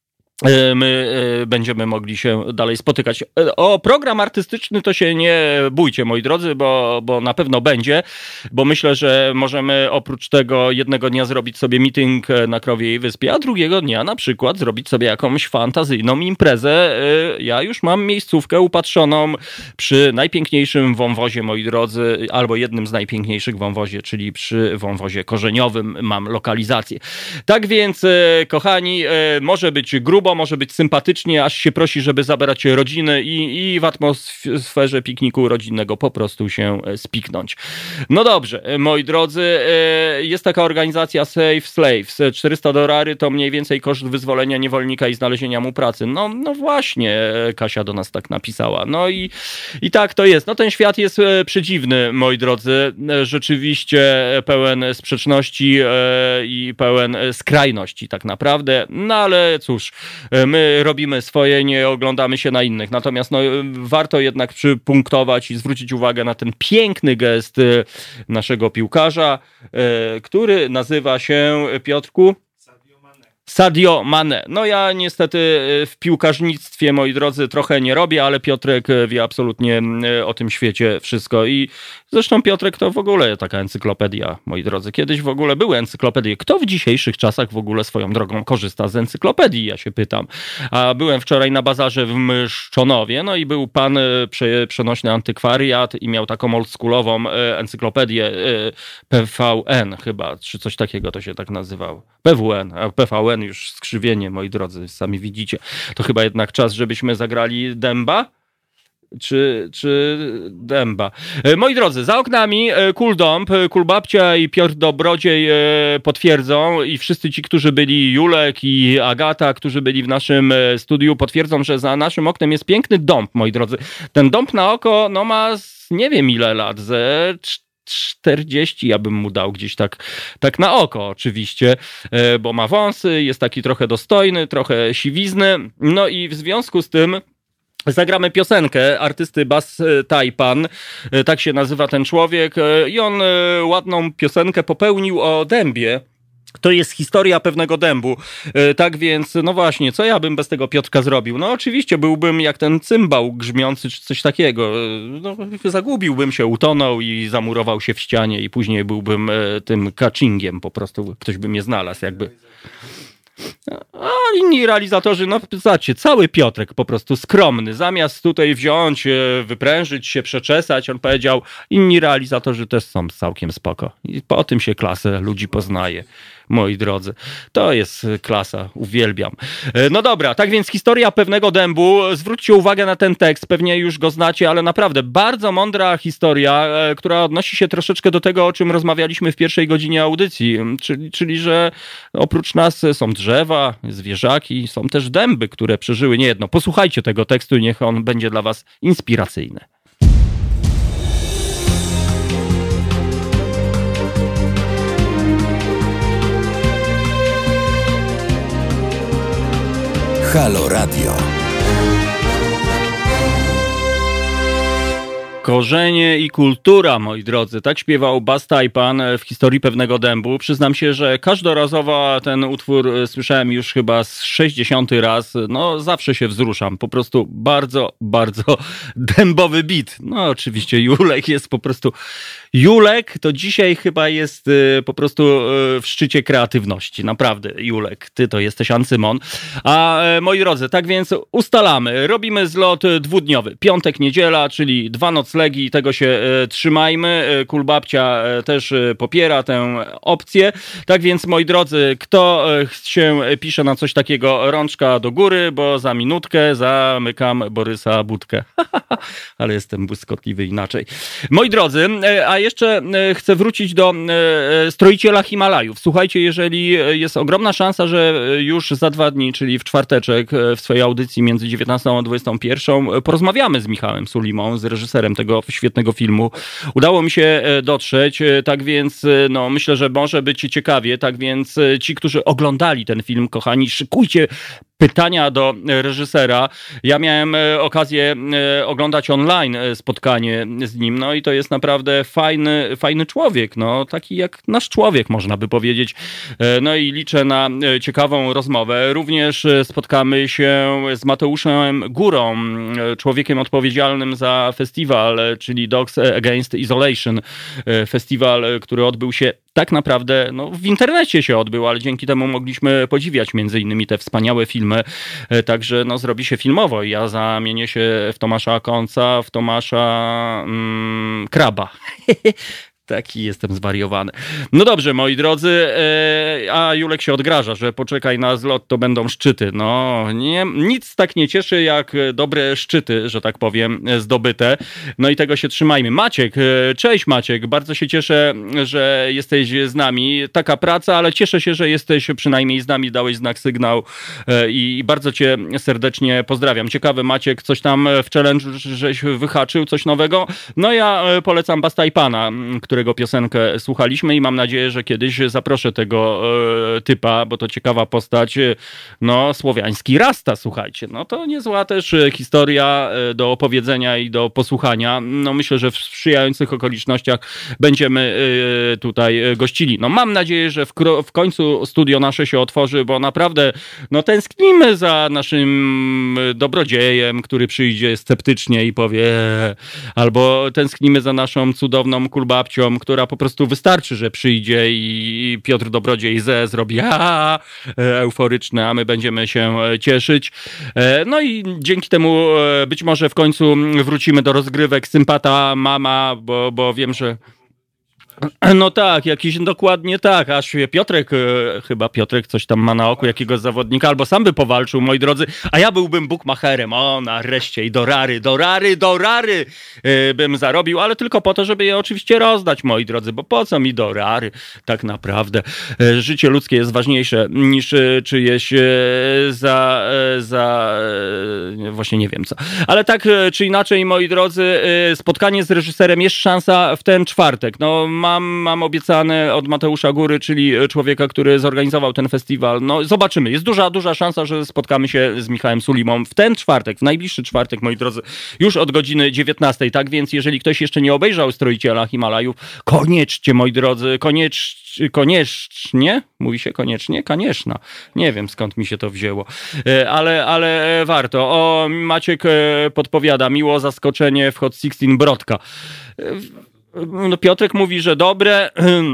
my będziemy mogli się dalej spotykać. O program artystyczny to się nie bójcie, moi drodzy, bo, bo na pewno będzie, bo myślę, że możemy oprócz tego jednego dnia zrobić sobie meeting na Krowiej Wyspie, a drugiego dnia na przykład zrobić sobie jakąś fantazyjną imprezę. Ja już mam miejscówkę upatrzoną przy najpiękniejszym wąwozie, moi drodzy, albo jednym z najpiękniejszych wąwozie, czyli przy wąwozie korzeniowym mam lokalizację. Tak więc, kochani, może być grubo, może być sympatycznie, aż się prosi, żeby zabrać rodziny i, i w atmosferze pikniku rodzinnego po prostu się spiknąć. No dobrze, moi drodzy, jest taka organizacja Save Slaves. czterysta dolarów to mniej więcej koszt wyzwolenia niewolnika i znalezienia mu pracy. No, no właśnie, Kasia do nas tak napisała. No i, i tak to jest. No ten świat jest przedziwny, moi drodzy. Rzeczywiście pełen sprzeczności i pełen skrajności tak naprawdę. No ale cóż, my robimy swoje, nie oglądamy się na innych. Natomiast no, warto jednak przypunktować i zwrócić uwagę na ten piękny gest naszego piłkarza, który nazywa się, Piotrku? Sadio Mane. No ja niestety w piłkarznictwie, moi drodzy, trochę nie robię, ale Piotrek wie absolutnie o tym świecie wszystko i zresztą Piotrek to w ogóle taka encyklopedia, moi drodzy. Kiedyś w ogóle były encyklopedie. Kto w dzisiejszych czasach w ogóle swoją drogą korzysta z encyklopedii, ja się pytam. A byłem wczoraj na bazarze w Myszczonowie, no i był pan prze, przenośny antykwariat i miał taką oldschoolową encyklopedię P V N chyba, czy coś takiego to się tak nazywało. P W N, a P V N już skrzywienie, moi drodzy, sami widzicie. To chyba jednak czas, żebyśmy zagrali dęba? Czy, czy dęba. Moi drodzy, za oknami Kuldąb, Kulbabcia i Piotr Dobrodziej potwierdzą i wszyscy ci, którzy byli, Julek i Agata, którzy byli w naszym studiu, potwierdzą, że za naszym oknem jest piękny dąb, moi drodzy. Ten dąb na oko, no ma z nie wiem ile lat, ze czterdzieści ja bym mu dał gdzieś tak, tak na oko oczywiście, bo ma wąsy, jest taki trochę dostojny, trochę siwizny, no i w związku z tym zagramy piosenkę artysty Bas Tajpan, tak się nazywa ten człowiek i on ładną piosenkę popełnił o dębie. To jest historia pewnego dębu. Tak więc, no właśnie, co ja bym bez tego Piotrka zrobił? No oczywiście byłbym jak ten cymbał grzmiący, czy coś takiego. No, zagubiłbym się, utonął i zamurował się w ścianie i później byłbym tym kaczingiem po prostu. Ktoś by mnie znalazł jakby. A inni realizatorzy, no zobaczcie, cały Piotrek po prostu skromny. Zamiast tutaj wziąć, wyprężyć się, przeczesać, on powiedział, inni realizatorzy też są całkiem spoko. I po tym się klasę ludzi poznaje. Moi drodzy, to jest klasa, uwielbiam. No dobra, tak więc historia pewnego dębu. Zwróćcie uwagę na ten tekst, pewnie już go znacie, ale naprawdę bardzo mądra historia, która odnosi się troszeczkę do tego, o czym rozmawialiśmy w pierwszej godzinie audycji, czyli, czyli że oprócz nas są drzewa, zwierzaki, są też dęby, które przeżyły niejedno. Posłuchajcie tego tekstu, niech on będzie dla was inspiracyjny. Halo Radio. Korzenie i kultura, moi drodzy. Tak śpiewał Bas Tajpan w historii pewnego dębu. Przyznam się, że każdorazowo ten utwór słyszałem już chyba z sześćdziesiąty raz. No zawsze się wzruszam. Po prostu bardzo, bardzo dębowy beat. No oczywiście Julek jest po prostu... Julek to dzisiaj chyba jest y, po prostu y, w szczycie kreatywności. Naprawdę, Julek, ty to jesteś Ancymon. A y, moi drodzy, tak więc ustalamy. Robimy zlot dwudniowy. Piątek, niedziela, czyli dwa noclegi. Tego się y, trzymajmy. Y, Kulbabcia y, też y, popiera tę opcję. Tak więc, moi drodzy, kto y, się pisze na coś takiego, rączka do góry, bo za minutkę zamykam Borysa Budkę. Ale jestem błyskotliwy inaczej. Moi drodzy, y, a jeszcze chcę wrócić do Stroiciela Himalajów. Słuchajcie, jeżeli jest ogromna szansa, że już za dwa dni, czyli w czwarteczek w swojej audycji między dziewiętnastą a dwudziestą pierwszą porozmawiamy z Michałem Sulimą, z reżyserem tego świetnego filmu. Udało mi się dotrzeć, tak więc no, myślę, że może być ciekawie, tak więc ci, którzy oglądali ten film, kochani, szykujcie pytania do reżysera. Ja miałem okazję oglądać online spotkanie z nim, no i to jest naprawdę fajny, fajny człowiek, no taki jak nasz człowiek, można by powiedzieć. No i liczę na ciekawą rozmowę. Również spotkamy się z Mateuszem Górą, człowiekiem odpowiedzialnym za festiwal, czyli Dogs Against Isolation. Festiwal, który odbył się tak naprawdę, no w internecie się odbył, ale dzięki temu mogliśmy podziwiać między innymi te wspaniałe filmy. Także no zrobi się filmowo i ja zamienię się w Tomasza Konca, w Tomasza mm, Kraba. Taki jestem zwariowany. No dobrze, moi drodzy, a Julek się odgraża, że poczekaj na zlot, to będą szczyty. No, nie, nic tak nie cieszy jak dobre szczyty, że tak powiem, zdobyte. No i tego się trzymajmy. Maciek, cześć Maciek, bardzo się cieszę, że jesteś z nami. Taka praca, ale cieszę się, że jesteś przynajmniej z nami, dałeś znak, sygnał i bardzo cię serdecznie pozdrawiam. Ciekawy Maciek, coś tam w challenge żeś wyhaczył, coś nowego? No ja polecam Bastajpana, który którego piosenkę słuchaliśmy i mam nadzieję, że kiedyś zaproszę tego e, typa, bo to ciekawa postać, no słowiański Rasta, słuchajcie. No to niezła też historia do opowiedzenia i do posłuchania. No myślę, że w sprzyjających okolicznościach będziemy e, tutaj gościli. No mam nadzieję, że w, w końcu studio nasze się otworzy, bo naprawdę no tęsknimy za naszym dobrodziejem, który przyjdzie sceptycznie i powie, albo tęsknimy za naszą cudowną kulbabcią, która po prostu wystarczy, że przyjdzie i Piotr Dobrodziej ze zrobi a, euforyczne, a my będziemy się cieszyć. No i dzięki temu być może w końcu wrócimy do rozgrywek Sympata Mama, bo, bo wiem, że no tak, jakiś dokładnie tak, aż Piotrek, e, chyba Piotrek coś tam ma na oku, jakiegoś zawodnika, albo sam by powalczył, moi drodzy, a ja byłbym bukmacherem, o nareszcie i do rary, do rary, do rary e, bym zarobił, ale tylko po to, żeby je oczywiście rozdać, moi drodzy, bo po co mi do rary, tak naprawdę. E, życie ludzkie jest ważniejsze niż e, czyjeś e, za, e, za e, właśnie nie wiem co, ale tak e, czy inaczej, moi drodzy, e, spotkanie z reżyserem jest szansa w ten czwartek, no Mam, mam obiecane od Mateusza Góry, czyli człowieka, który zorganizował ten festiwal. No zobaczymy. Jest duża, duża szansa, że spotkamy się z Michałem Sulimą w ten czwartek, w najbliższy czwartek, moi drodzy, już od godziny dziewiętnastej. Tak więc, jeżeli ktoś jeszcze nie obejrzał Stroiciela Himalajów, koniecznie, moi drodzy, koniecznie, koniecznie, mówi się koniecznie, koniecznie. Nie wiem, skąd mi się to wzięło, ale, ale warto. O, Maciek podpowiada, miło zaskoczenie w Hot szesnaście Brodka. No Piotrek mówi, że dobre.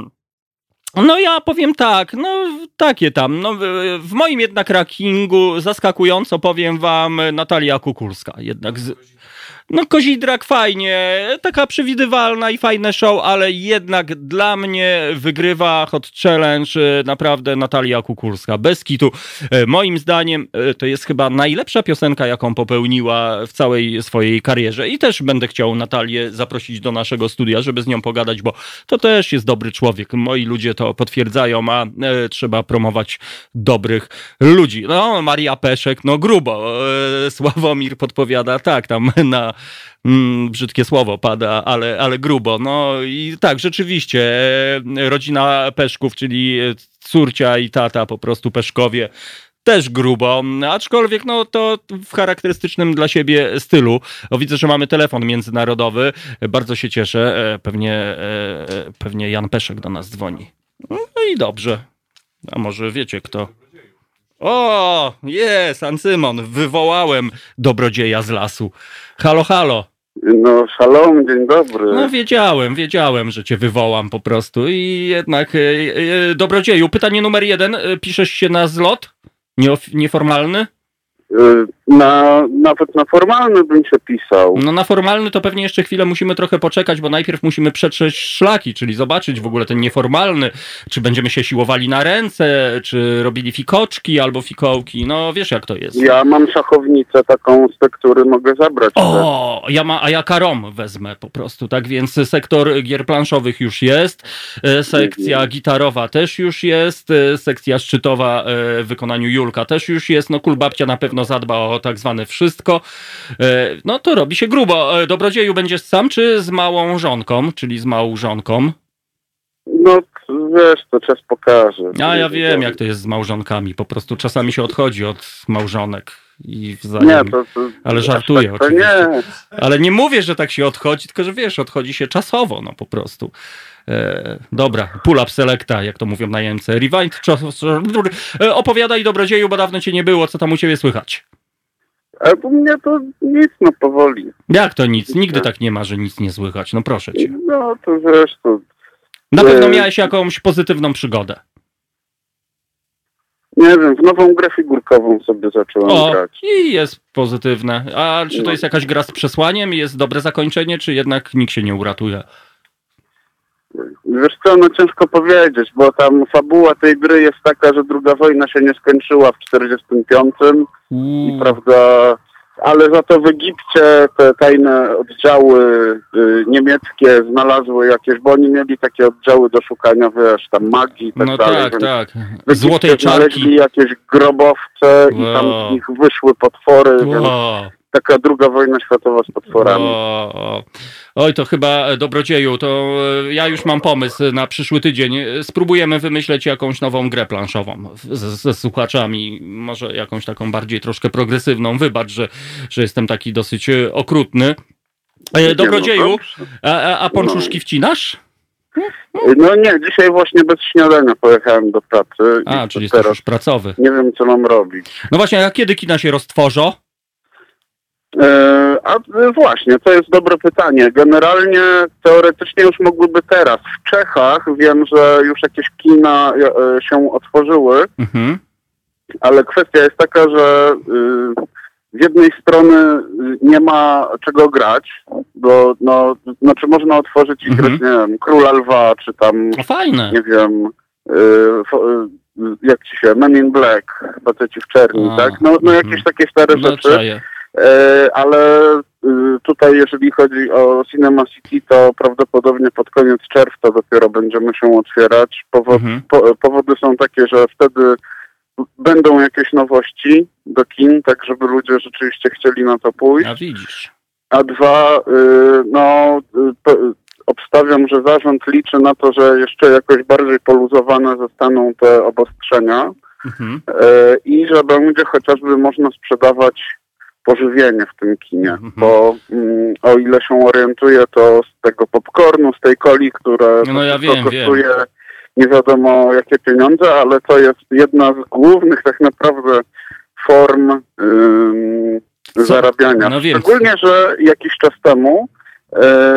No ja powiem tak, no takie tam. No, w moim jednak rankingu zaskakująco powiem wam Natalia Kukulska. Jednak z... No Kozidrak fajnie, taka przewidywalna i fajne show, ale jednak dla mnie wygrywa Hot Challenge naprawdę Natalia Kukulska. Bez kitu. Moim zdaniem to jest chyba najlepsza piosenka, jaką popełniła w całej swojej karierze i też będę chciał Natalię zaprosić do naszego studia, żeby z nią pogadać, bo to też jest dobry człowiek. Moi ludzie to potwierdzają, a e, trzeba promować dobrych ludzi. No Maria Peszek, no grubo. E, Sławomir podpowiada, tak, tam na Mm, brzydkie słowo pada, ale, ale grubo. No i tak, rzeczywiście e, rodzina Peszków, czyli córcia i tata, po prostu Peszkowie, też grubo, aczkolwiek no to w charakterystycznym dla siebie stylu. O, widzę, że mamy telefon międzynarodowy. Bardzo się cieszę. E, pewnie, e, pewnie Jan Peszek do nas dzwoni. No i dobrze. A może wiecie kto? O, jest, Ancymon, wywołałem dobrodzieja z lasu. Halo, halo. No, szalom, dzień dobry. No wiedziałem, wiedziałem, że cię wywołam po prostu i jednak, e, e, dobrodzieju, pytanie numer jeden, e, piszesz się na zlot? Nieof- nieformalny? Na, nawet na formalny bym się pisał. No na formalny to pewnie jeszcze chwilę musimy trochę poczekać, bo najpierw musimy przetrzeć szlaki, czyli zobaczyć w ogóle ten nieformalny, czy będziemy się siłowali na ręce, czy robili fikoczki albo fikołki, no wiesz jak to jest. Ja mam szachownicę taką, z tektury mogę zabrać. O, ja ma, a ja karom wezmę po prostu, tak więc sektor gier planszowych już jest, sekcja mhm. gitarowa też już jest, sekcja szczytowa w wykonaniu Julka też już jest, no Kulbabcia na pewno zadba o tak zwane wszystko, no to robi się grubo. Dobrodzieju, będziesz sam czy z małą żonką, czyli z małżonką? no wiesz, to czas pokaże. A ja wiem, jak to jest z małżonkami. Po prostu czasami się odchodzi od małżonek i wzajemnie. Nie, to, to, Ale żartuję tak, to oczywiście. nie. Ale nie mówię, że tak się odchodzi, tylko że wiesz, odchodzi się czasowo, no po prostu. E, dobra, pull up selecta, jak to mówią najemcy. Rewind, czas, e, opowiadaj, dobrodzieju, bo dawno cię nie było, co tam u ciebie słychać? A u mnie to nic, no powoli. Jak to nic? Nigdy tak nie ma, że nic nie słychać. No proszę cię. No to wiesz, to... Na pewno e, miałeś jakąś pozytywną przygodę. Nie wiem, w nową grę figurkową sobie zacząłem O, grać. i jest pozytywne. A czy to jest jakaś gra z przesłaniem? Jest dobre zakończenie, czy jednak nikt się nie uratuje? Wiesz co, no ciężko powiedzieć, bo tam fabuła tej gry jest taka, że druga wojna się nie skończyła w czterdziestym piątym i prawda, ale za to w Egipcie te tajne oddziały y, niemieckie znalazły jakieś, bo oni mieli takie oddziały do szukania, wiesz, tam magii i tak no dalej. tak, tak. W Złotej Egipcie znaleźli czarki. jakieś grobowce Wow. i tam z nich wyszły potwory, więc Wow. taka druga wojna światowa z potworami. O, o. Oj, to chyba dobrodzieju, to e, ja już mam pomysł na przyszły tydzień. Spróbujemy wymyśleć jakąś nową grę planszową z- ze słuchaczami, może jakąś taką bardziej troszkę progresywną. Wybacz, że, że jestem taki dosyć e, okrutny. E, Dobrodzieju, dobrze. a, a, a pączuszki wcinasz? No nie, dzisiaj właśnie bez śniadania pojechałem do pracy. A, i czyli jesteś teraz już pracowy. nie wiem, co mam robić. No właśnie, a kiedy kina się roztworzą? E, a e, właśnie, to jest dobre pytanie. Generalnie, teoretycznie już mogłyby teraz. W Czechach wiem, że już jakieś kina e, się otworzyły, Mhm. ale kwestia jest taka, że e, z jednej strony e, nie ma czego grać, bo no, znaczy można otworzyć i Mhm. grać, nie wiem, Króla Lwa, czy tam, No fajne. nie wiem, e, fo- e, jak ci się, Men in Black, faceci w czerni, A, tak? No, no mhm. jakieś takie stare No, rzeczy. czaję. E, ale y, tutaj jeżeli chodzi o Cinema City, to prawdopodobnie pod koniec czerwca dopiero będziemy się otwierać. Powod, Mhm. po, powody są takie, że wtedy będą jakieś nowości do kin, tak żeby ludzie rzeczywiście chcieli na to pójść. A widzisz. A dwa, y, no y, po, obstawiam, że zarząd liczy na to, że jeszcze jakoś bardziej poluzowane zostaną te obostrzenia Mhm. y, i że będzie chociażby można sprzedawać pożywienie w tym kinie, Mhm. bo mm, o ile się orientuję, to z tego popcornu, z tej coli, które No ja wiem, kosztuje nie wiadomo jakie pieniądze, ale to jest jedna z głównych tak naprawdę form ym, zarabiania. No więc. Szczególnie, że jakiś czas temu yy,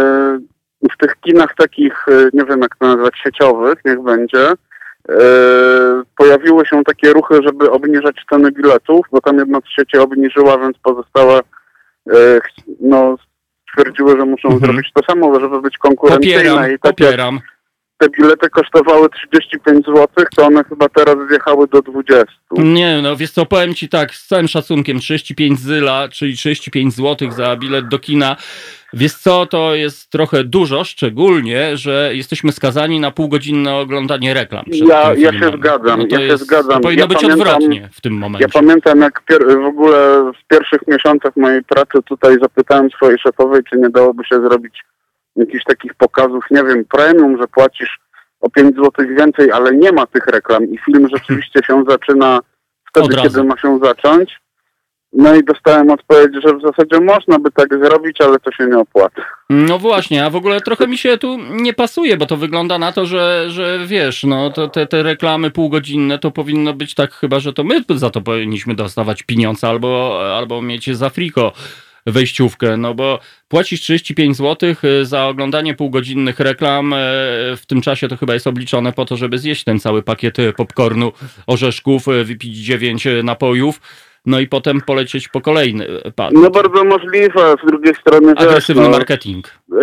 w tych kinach takich, yy, nie wiem jak to nazwać, sieciowych, niech będzie, Yy, pojawiły się takie ruchy, żeby obniżać ceny biletów, bo tam jedna z sieci obniżyła, więc pozostałe yy, ch- no, stwierdziły, że muszą Mhm. zrobić to samo, żeby być konkurencyjne. Popieram, I tak jak popieram. te bilety kosztowały trzydzieści pięć złotych, to one chyba teraz zjechały do dwudziestu. Nie, no wiesz co, powiem ci tak, z całym szacunkiem, trzydzieści pięć zyla, czyli trzydzieści pięć złotych za bilet do kina. Wiesz co, to jest trochę dużo, szczególnie, że jesteśmy skazani na półgodzinne oglądanie reklam. przed Ja, tym ja filmem. się zgadzam, No to ja się jest, zgadzam. To powinno Ja być pamiętam- odwrotnie w tym momencie. Ja pamiętam, jak pier- w ogóle w pierwszych miesiącach mojej pracy tutaj zapytałem swojej szefowej, czy nie dałoby się zrobić jakichś takich pokazów, nie wiem, premium, że płacisz o pięć złotych więcej, ale nie ma tych reklam i film rzeczywiście się zaczyna wtedy, Od razu. kiedy ma się zacząć. No i dostałem odpowiedź, że w zasadzie można by tak zrobić, ale to się nie opłaca. No właśnie, a w ogóle trochę mi się tu nie pasuje, bo to wygląda na to, że, że wiesz, no to te, te reklamy półgodzinne to powinno być tak chyba, że to my za to powinniśmy dostawać pieniądze albo, albo mieć za friko wejściówkę, no bo płacisz trzydzieści pięć złotych za oglądanie półgodzinnych reklam, w tym czasie to chyba jest obliczone po to, żeby zjeść ten cały pakiet popcornu, orzeszków, wypić dziewięć napojów, no i potem polecieć po kolejny pakiet. No bardzo możliwe, z drugiej strony Agresywny wiesz, no, marketing. y,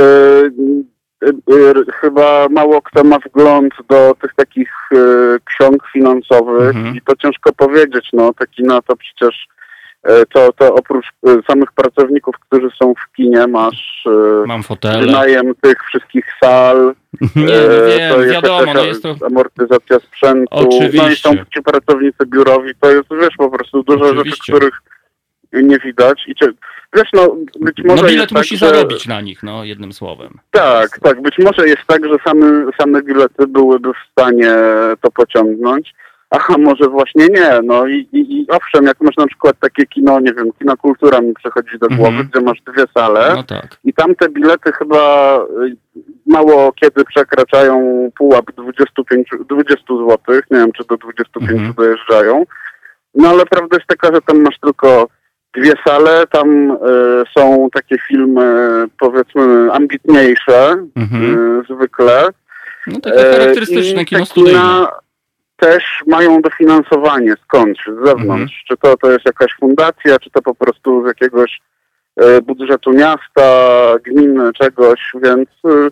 y, y, chyba mało kto ma wgląd do tych takich y, ksiąg finansowych Mhm. i to ciężko powiedzieć, no te kina to przecież y, to, to oprócz y, samych pracowników, którzy są w kinie, masz y, Mam fotele. wynajem tych wszystkich sal, Nie, no y, wiem, to jest wiadomo, jakaś no jest to... amortyzacja sprzętu, Oczywiście. no i są ci pracownicy biurowi, to jest, wiesz, po prostu dużo rzeczy, Oczywiście. których nie widać i cie, Wiesz, no być może No bilet jest tak, musi że... zarobić na nich, no jednym słowem. Tak, tak. Być może jest tak, że same, same bilety byłyby w stanie to pociągnąć, a może właśnie nie. No i, i, i owszem, jak masz na przykład takie kino, nie wiem, Kino Kultura mi przychodzi do głowy, Mhm. gdzie masz dwie sale No tak. i tam te bilety chyba y, mało kiedy przekraczają pułap dwadzieścia pięć, dwadzieścia złotych, nie wiem czy do dwudziestu pięciu Mhm. dojeżdżają. No ale prawda jest taka, że tam masz tylko dwie sale, tam y, są takie filmy powiedzmy ambitniejsze Mhm. y, zwykle. No takie charakterystyczne I kino te studyjne. kina też mają dofinansowanie skądś, z zewnątrz. Mhm. Czy to, to jest jakaś fundacja, czy to po prostu z jakiegoś y, budżetu miasta, gminy, czegoś, więc... Y,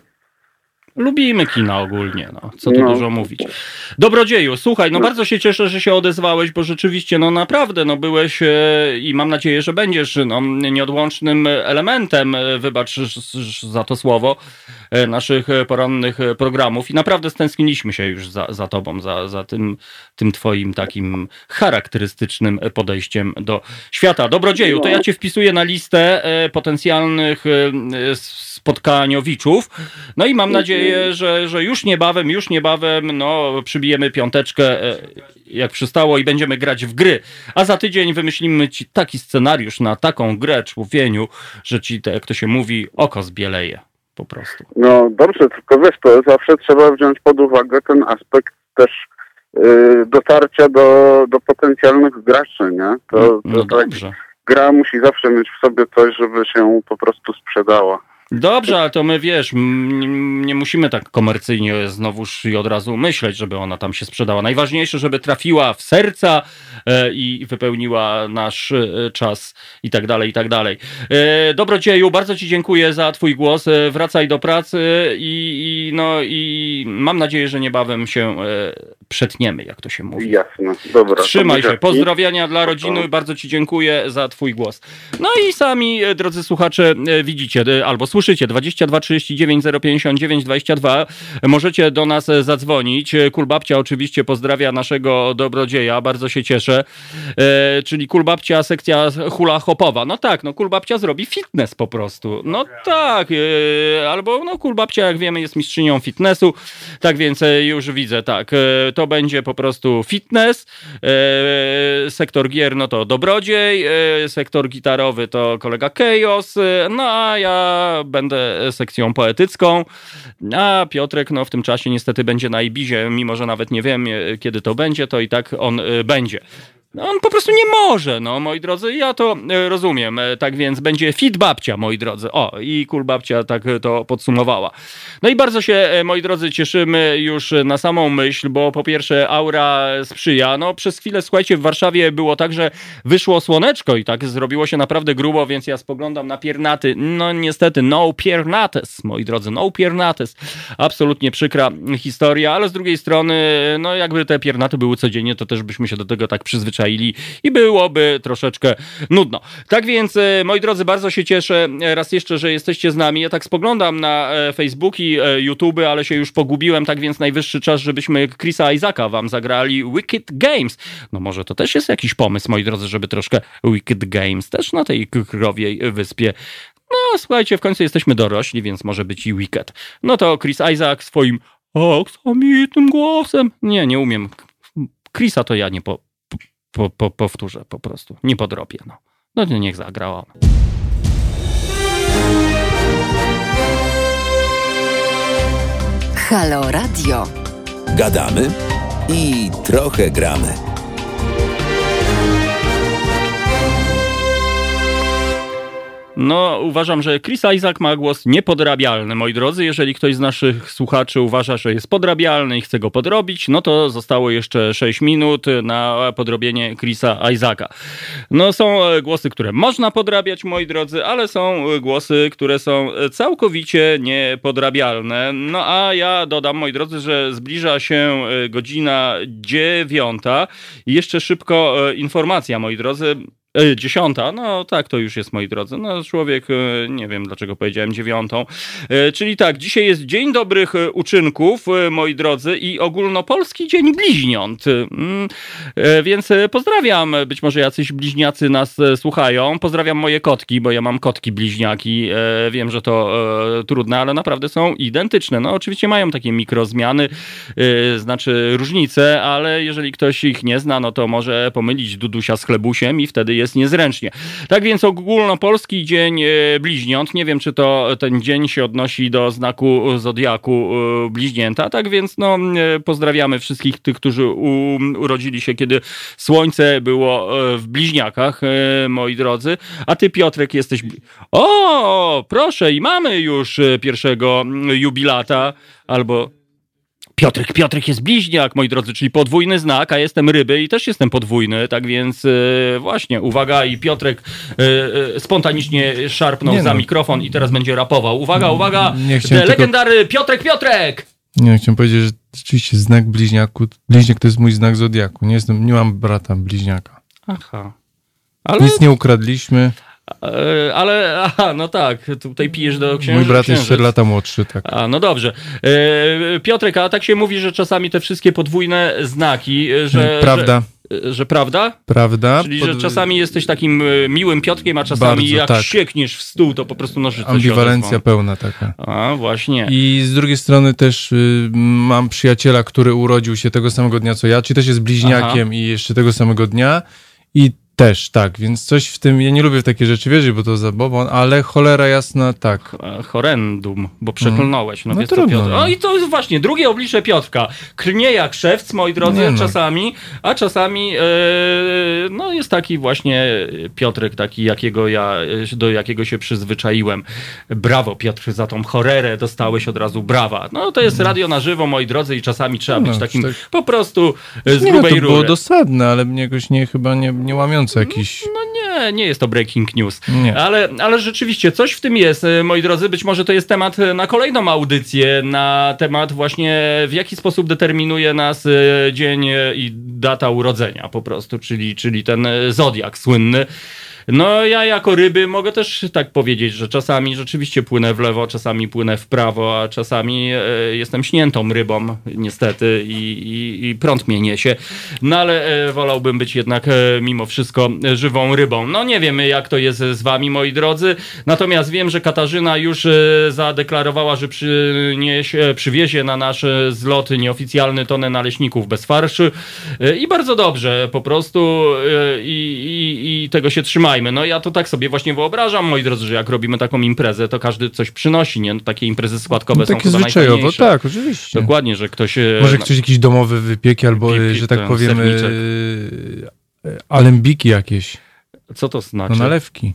Lubimy kina ogólnie, no. Co tu No. dużo mówić. Dobrodzieju, słuchaj, no bardzo się cieszę, że się odezwałeś, bo rzeczywiście, no naprawdę, no byłeś e, i mam nadzieję, że będziesz no, nieodłącznym elementem, e, wybacz ż- ż- za to słowo, e, naszych e, porannych e, programów i naprawdę stęskniliśmy się już za, za tobą, za, za tym, tym twoim takim charakterystycznym podejściem do świata. Dobrodzieju, to ja cię wpisuję na listę e, potencjalnych e, s- spotkaniowiczów, no i mam nadzieję, że, że już niebawem, już niebawem, no, przybijemy piąteczkę, e, jak przystało i będziemy grać w gry. A za tydzień wymyślimy ci taki scenariusz na taką grę, człowieniu, że ci, to, jak to się mówi, oko zbieleje. Po prostu. No dobrze, tylko wiesz, to zawsze trzeba wziąć pod uwagę ten aspekt też y, dotarcia do, do potencjalnych graczy, nie? To, to No tak, dobrze. gra musi zawsze mieć w sobie coś, żeby się po prostu sprzedała. Dobrze, ale to my, wiesz, m- nie musimy tak komercyjnie znowuż i od razu myśleć, żeby ona tam się sprzedała. Najważniejsze, żeby trafiła w serca e, i wypełniła nasz e, czas i tak dalej, i tak dalej. E, Dobrodzieju, bardzo ci dziękuję za twój głos. E, wracaj do pracy i, i, no, i mam nadzieję, że niebawem się e, przetniemy, jak to się mówi. Jasne, dobra. Trzymaj to się. buziaczki. Pozdrowienia dla rodziny. Bardzo ci dziękuję za twój głos. No i sami, e, drodzy słuchacze, e, widzicie e, albo słyszycie dwadzieścia dwa trzydzieści dziewięć zero pięćdziesiąt dziewięć dwadzieścia dwa. Możecie do nas e, zadzwonić. E, Kulbabcia oczywiście pozdrawia naszego dobrodzieja. Bardzo się cieszę. E, czyli Kulbabcia sekcja hula hopowa. No tak, no Kulbabcia zrobi fitness po prostu. No tak. E, albo no Kulbabcia, jak wiemy, jest mistrzynią fitnessu. Tak więc e, już widzę, tak. E, to będzie po prostu fitness. E, sektor gier, no to Dobrodziej. E, sektor gitarowy to kolega Chaos. E, no a ja będę sekcją poetycką. A Piotrek, no w tym czasie niestety będzie na Ibizie, mimo że nawet nie wiem, e, kiedy to będzie, to i tak on e, będzie. No on po prostu nie może, no moi drodzy, ja to e, rozumiem. E, tak więc będzie fit babcia, moi drodzy. O, i cool babcia tak e, to podsumowała. No i bardzo się, e, moi drodzy, cieszymy już na samą myśl, bo po pierwsze aura sprzyja. No przez chwilę, słuchajcie, w Warszawie było tak, że wyszło słoneczko i tak zrobiło się naprawdę grubo, więc ja spoglądam na piernaty. No niestety, no piernates, moi drodzy, no piernates. Absolutnie przykra historia, ale z drugiej strony, no jakby te piernaty były codziennie, to też byśmy się do tego tak przyzwyczaili i byłoby troszeczkę nudno. Tak więc, e, moi drodzy, bardzo się cieszę e, raz jeszcze, że jesteście z nami. Ja tak spoglądam na e, Facebooki, e, YouTube, ale się już pogubiłem, tak więc najwyższy czas, żebyśmy Chrisa Isaaca wam zagrali Wicked Games. No może to też jest jakiś pomysł, moi drodzy, żeby troszkę Wicked Games też na tej krowiej wyspie. No słuchajcie, w końcu jesteśmy dorośli, więc może być i Wicked. No to Chris Isaac swoim aksamitnym głosem. Nie, nie umiem. Chrisa to ja nie po Po, po, powtórzę po prostu. Nie podrobię. No, no to niech zagrała. Halo Radio. Gadamy i trochę gramy. No, uważam, że Chris Isaac ma głos niepodrabialny, moi drodzy. Jeżeli ktoś z naszych słuchaczy uważa, że jest podrabialny i chce go podrobić, no to zostało jeszcze sześć minut na podrobienie Chrisa Isaaca. No, są głosy, które można podrabiać, moi drodzy, ale są głosy, które są całkowicie niepodrabialne. No, a ja dodam, moi drodzy, że zbliża się godzina dziewiąta i jeszcze szybko informacja, moi drodzy. E, dziesiąta, no tak, to już jest, moi drodzy. No człowiek, e, nie wiem dlaczego powiedziałem dziewiątą. E, czyli tak, dzisiaj jest Dzień Dobrych Uczynków, e, moi drodzy, i ogólnopolski Dzień Bliźniąt. Mm, e, więc e, pozdrawiam, być może jacyś bliźniacy nas e, słuchają. Pozdrawiam moje kotki, bo ja mam kotki bliźniaki. E, wiem, że to e, trudne, ale naprawdę są identyczne. No oczywiście mają takie mikrozmiany, e, znaczy różnice, ale jeżeli ktoś ich nie zna, no to może pomylić Dudusia z Chlebusiem i wtedy jest niezręcznie. Tak więc ogólnopolski Dzień Bliźniąt. Nie wiem, czy to ten dzień się odnosi do znaku zodiaku bliźnięta. Tak więc no, pozdrawiamy wszystkich tych, którzy u, urodzili się, kiedy słońce było w bliźniakach, moi drodzy. A ty, Piotrek, jesteś... O, proszę, i mamy już pierwszego jubilata, albo... Piotrek, Piotrek jest bliźniak, moi drodzy, czyli podwójny znak, a jestem ryby i też jestem podwójny, tak więc yy, właśnie, uwaga, i Piotrek yy, yy, spontanicznie szarpnął nie za no. mikrofon i teraz będzie rapował. Uwaga, uwaga, Nie chciałem legendary tylko... Piotrek, Piotrek! Nie, chciałem powiedzieć, że rzeczywiście znak bliźniaku, bliźniak to jest mój znak zodiaku, nie, jestem, nie mam brata bliźniaka. Aha. Ale... Nic nie ukradliśmy. Ale, aha, no tak, tutaj pijesz do księżyca. Mój brat jest cztery lata młodszy, tak. A, no dobrze. E, Piotrek, a tak się mówi, że czasami te wszystkie podwójne znaki, że... Prawda. Że, że prawda? Prawda. Czyli, Pod... że czasami jesteś takim miłym Piotkiem, a czasami Bardzo, jak tak. siekniesz w stół, to po prostu nożyce Ambiwalencja się pełna taka. A, właśnie. I z drugiej strony też y, mam przyjaciela, który urodził się tego samego dnia co ja, czyli też jest bliźniakiem. Aha. I jeszcze tego samego dnia. I też, tak, więc coś w tym, ja nie lubię w takie rzeczy wierzyć, bo to zabobon, ale cholera jasna, tak. Horrendum, bo przeklnąłeś. No, no wiesz trudno, co, Piotr. no. O i to jest właśnie drugie oblicze Piotrka. Klnie jak szewc, moi drodzy, Nie no. czasami, a czasami e, no jest taki właśnie Piotrek, taki jakiego ja, do jakiego się przyzwyczaiłem. Brawo, Piotr, za tą horrorę dostałeś od razu brawa. No to jest radio na żywo, moi drodzy, i czasami trzeba no, być takim tak... po prostu z nie, grubej no, to rury. było dosadne, ale mnie jakoś nie, chyba nie, nie łamiące jakiś... No nie, nie jest to breaking news. Nie. Ale, ale rzeczywiście coś w tym jest, moi drodzy. Być może to jest temat na kolejną audycję, na temat właśnie w jaki sposób determinuje nas dzień i data urodzenia po prostu, czyli, czyli ten zodiak słynny. No ja jako ryby mogę też tak powiedzieć, że czasami rzeczywiście płynę w lewo, czasami płynę w prawo, a czasami e, jestem śniętą rybą niestety i, i, i prąd mnie niesie. No ale e, wolałbym być jednak e, mimo wszystko żywą rybą. No nie wiem jak to jest z wami, moi drodzy, natomiast wiem, że Katarzyna już e, zadeklarowała, że przyniesie, przywiezie na nasz zlot nieoficjalny tonę naleśników bez farszy e, i bardzo dobrze po prostu e, i, i, i tego się trzymajmy. No ja to tak sobie właśnie wyobrażam, moi drodzy, że jak robimy taką imprezę, to każdy coś przynosi, nie? No, takie imprezy składkowe no, są takie chyba zwyczajowo, najfajniejsze. tak, oczywiście. Dokładnie, że ktoś... Może ktoś jakiś domowy wypieki albo, Wypieki, że tak ten powiem, serniczek. e, alembiki jakieś. Co to znaczy? No nalewki.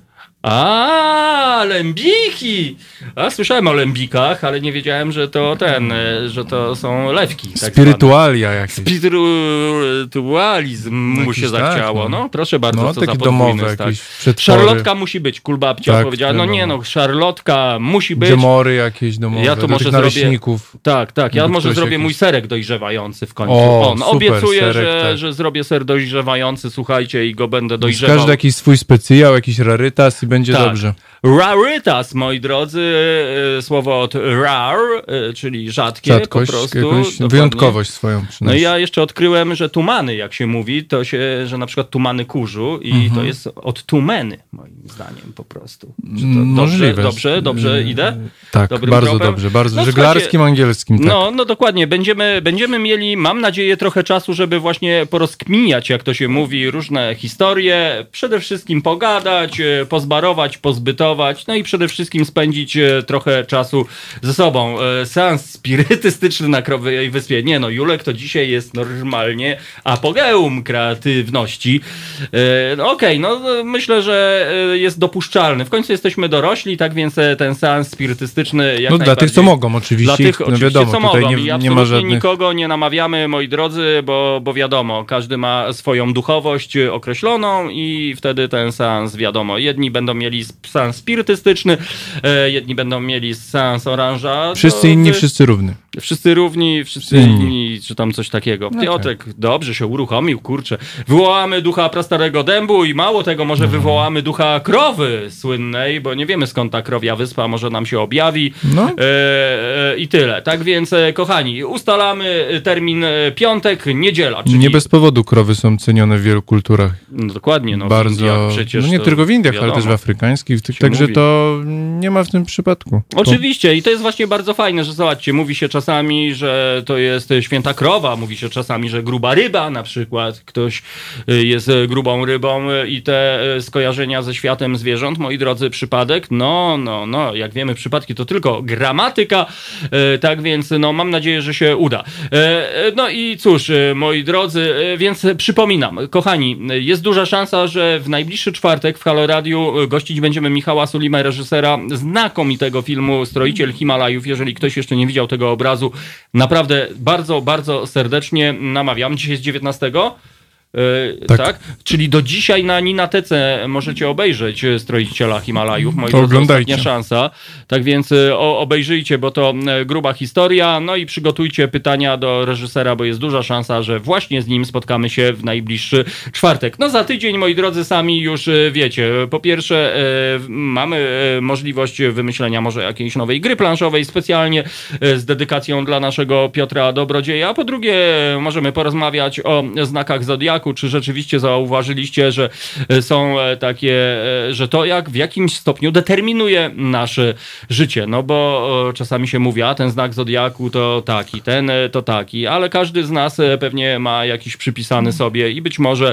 A, lembiki! A, słyszałem o lembikach, ale nie wiedziałem, że to ten, że to są lewki. Tak Spirytualia jakieś. Spirytualizm mu się zachciało. Tak, no. no proszę bardzo, no, co takie za podwójny domowe tak. jakieś przetwory. Szarlotka musi być, kulbabcia tak, powiedziała. No wiadomo. nie no, szarlotka musi być. Dżemory jakieś domowe, ja to do może tych zrobię, naleśników. Tak, tak, ja może zrobię jakiś... mój serek dojrzewający w końcu. O, On super, obiecuję, serek, że, tak. że zrobię ser dojrzewający, słuchajcie, i go będę dojrzewał. Każdy jakiś swój specjał, jakiś rarytas i będzie tak. dobrze. Rarytas, moi drodzy, słowo od rare, czyli rzadkie, Rzadkość, po prostu. jakąś dokładnie. wyjątkowość swoją No przynosi. i ja jeszcze odkryłem, że tumany, jak się mówi, to się, że na przykład tumany kurzu i Mhm. to jest od tumeny, moim zdaniem po prostu. Czy to Możliwe. Dobrze, dobrze, dobrze idę? Tak, Dobrym bardzo tropem? dobrze, bardzo No, żeglarskim, angielskim. Tak. No, no dokładnie, będziemy, będziemy mieli, mam nadzieję, trochę czasu, żeby właśnie porozkminiać, jak to się mówi, różne historie, przede wszystkim pogadać, pozbarować, pozbytować, no i przede wszystkim spędzić trochę czasu ze sobą. Seans spirytystyczny na Krowej Wyspie. Nie no, Julek to dzisiaj jest normalnie apogeum kreatywności. No, Okej, okay, no myślę, że jest dopuszczalny. W końcu jesteśmy dorośli, tak więc ten seans spirytystyczny jak no najbardziej... dla tych, co mogą oczywiście. Dla tych, no oczywiście, wiadomo, co tutaj mogą. nie, I nie absolutnie ma żadnych... nikogo nie namawiamy, moi drodzy, bo, bo wiadomo, każdy ma swoją duchowość określoną i wtedy ten seans, wiadomo, jedni będą mieli seans spirytystyczny, jedni będą mieli seans oranża. Wszyscy to inni, wy... wszyscy równy. Wszyscy równi, wszyscy Inni. inni, czy tam coś takiego. No Piotrek dobrze się uruchomił, kurczę. Wywołamy ducha prastarego dębu i mało tego, może Mhm. wywołamy ducha krowy słynnej, bo nie wiemy skąd ta krowia wyspa może nam się objawi. No. E, e, I tyle. Tak więc, e, kochani, ustalamy termin e, piątek, niedziela. Czyli... Nie bez powodu krowy są cenione w wielu kulturach. No, dokładnie. No, w Bardzo. Indiach przecież No nie to tylko w Indiach, wiadomo. ale też w afrykańskich. Się Także mówi. to nie ma w tym przypadku. Oczywiście i to jest właśnie bardzo fajne, że zobaczcie, mówi się czasami, że to jest święta krowa, mówi się czasami, że gruba ryba na przykład, ktoś y, jest y, grubą rybą y, i te y, skojarzenia ze światem zwierząt, moi drodzy, przypadek, no, no, no, jak wiemy, przypadki to tylko gramatyka, y, tak więc, no, mam nadzieję, że się uda. Y, y, no i cóż, y, moi drodzy, y, więc przypominam, kochani, y, jest duża szansa, że w najbliższy czwartek w Halo Radiu y, gościć będziemy Michała Sulima, reżysera znakomitego filmu Stroiciel Himalajów. Jeżeli ktoś jeszcze nie widział tego obrazu, naprawdę bardzo, bardzo serdecznie namawiam. Dzisiaj jest dziewiętnastego. Yy, tak. Tak. Czyli do dzisiaj na Ninatece możecie obejrzeć Stroiciela Himalajów. Moi To drodzy, oglądajcie. ostatnia szansa. Tak więc y, o, obejrzyjcie, bo to y, gruba historia. No i przygotujcie pytania do reżysera, bo jest duża szansa, że właśnie z nim spotkamy się w najbliższy czwartek. No za tydzień, moi drodzy, sami już y, wiecie. Po pierwsze y, mamy y, możliwość wymyślenia może jakiejś nowej gry planszowej specjalnie y, z dedykacją dla naszego Piotra Dobrodzieja. A po drugie y, możemy porozmawiać o znakach Zodiaku. Czy rzeczywiście zauważyliście, że y, są y, takie, y, że to jak w jakimś stopniu determinuje nasze życie, no bo o, czasami się mówi, a ten znak Zodiaku to taki, ten y, to taki, ale każdy z nas y, pewnie ma jakiś przypisany sobie i być może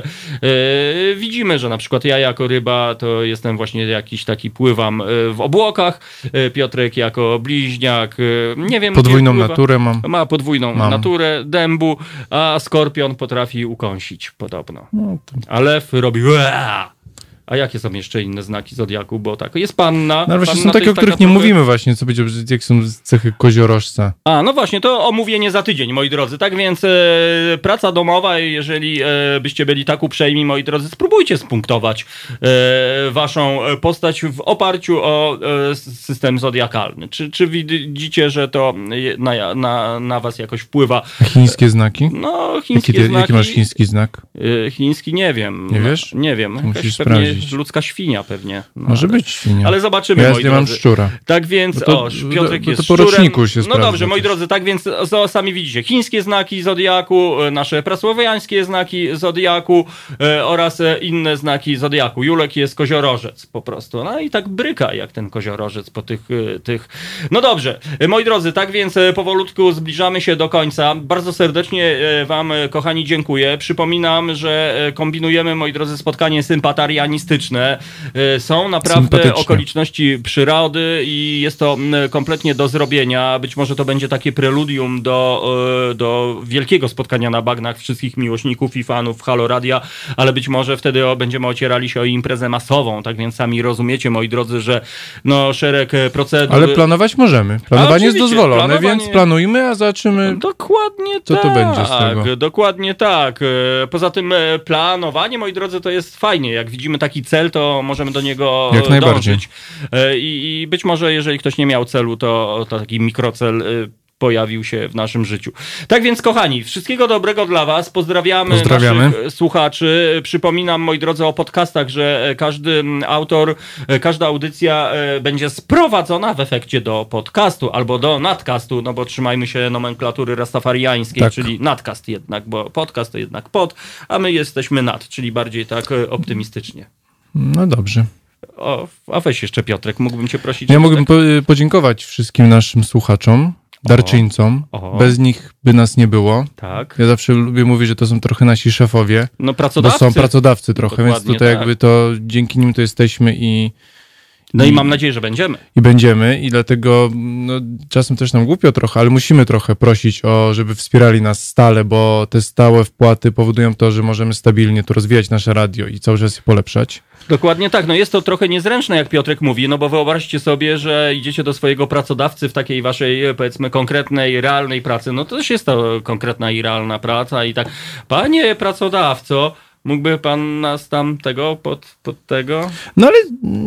y, widzimy, że na przykład ja jako ryba to jestem właśnie jakiś taki, pływam y, w obłokach, y, Piotrek jako bliźniak, y, nie wiem. Podwójną gdzie pływa. naturę mam. Ma podwójną Mam. naturę dębu, a skorpion potrafi ukąsić podobno. No, to... A lew robi łea. A jakie są jeszcze inne znaki Zodiaku? Bo tak, jest panna. No ale właśnie panna są to takie, o jest których taka nie trochę- mówimy właśnie, co będzie, jak są cechy koziorożca. A, no właśnie, to omówienie za tydzień, moi drodzy. Tak więc e, praca domowa, jeżeli e, byście byli tak uprzejmi, moi drodzy, spróbujcie spunktować e, waszą postać w oparciu o e, system zodiakalny. Czy, czy widzicie, że to je- na, na, na was jakoś wpływa? A chińskie znaki? No, Jaki, chińskie ty, znaki... jaki masz chiński znak? E, chiński nie wiem. Nie wiesz? Nie wiem. To musisz Jakaś pewnie sprawdzić. ludzka świnia pewnie. No, Może ale- być świnia. Ale zobaczymy, Ja moi nie mam drodzy. szczura. Tak więc, Bo to- o, Piotrek bo to jest po szczurem. roczniku się No sprawdza dobrze, moi też. drodzy, tak więc o, sami widzicie, chińskie znaki Zodiaku, e, nasze prasłowiańskie znaki Zodiaku e, oraz e, inne znaki Zodiaku. Julek jest koziorożec po prostu. No i tak bryka jak ten koziorożec po tych, e, tych... No dobrze, e, moi drodzy, tak więc e, powolutku zbliżamy się do końca. Bardzo serdecznie e, wam, e, kochani, dziękuję. Przypominam, że e, kombinujemy, moi drodzy, spotkanie sympatarianistyczne. E, Są naprawdę Sympatyczne. okoliczności przyrody i jest to mm, kompletnie do zrobienia. Być może to będzie takie preludium do, e, do wielkiego spotkania na bagnach wszystkich miłośników i fanów Halo Radia, ale być może wtedy o, będziemy ocierali się o imprezę masową, tak więc sami rozumiecie, moi drodzy, że no szereg e, procedur... Ale planować możemy. Planowanie jest oczywiście, dozwolone, planowanie- więc planujmy, a zobaczymy. Dokładnie Co tak. to będzie z tego? Dokładnie tak. E, Poza tym e, planowanie, moi drodzy, to jest fajnie. Jak widzimy taki cel, to możemy do niego Jak najbardziej. dążyć. E, I, I być może, jeżeli ktoś nie miał celu, to, to taki mikrocel e, pojawił się w naszym życiu. Tak więc, kochani, wszystkiego dobrego dla was. Pozdrawiamy, Pozdrawiamy. naszych słuchaczy. Przypominam, moi drodzy, o podcastach, że każdy autor, każda audycja e, będzie sprowadzona w efekcie do podcastu albo do nadcastu, no bo trzymajmy się nomenklatury rastafariańskiej, Tak. czyli nadcast jednak, bo podcast to jednak pod, a my jesteśmy nad, czyli bardziej tak e, optymistycznie. No dobrze. O, a weź jeszcze, Piotrek, mógłbym cię prosić. Ja żeby mógłbym tak... po, podziękować wszystkim naszym słuchaczom, darczyńcom. Oho. Bez nich by nas nie było. Tak. Ja zawsze lubię mówić, że to są trochę nasi szefowie, No bo pracodawcy. są pracodawcy trochę, więc Dokładnie tutaj tak. jakby to dzięki nim to jesteśmy i, No i mam nadzieję, że będziemy. i będziemy i dlatego no, czasem też nam głupio trochę, ale musimy trochę prosić o, żeby wspierali nas stale, bo te stałe wpłaty powodują to, że możemy stabilnie tu rozwijać nasze radio i cały czas je polepszać. Dokładnie tak, no jest to trochę niezręczne, jak Piotrek mówi, no bo wyobraźcie sobie, że idziecie do swojego pracodawcy w takiej waszej, powiedzmy, konkretnej, realnej pracy, no to też jest to konkretna i realna praca i tak, panie pracodawco, mógłby pan nas tam tego, pod, pod tego? No ale mm,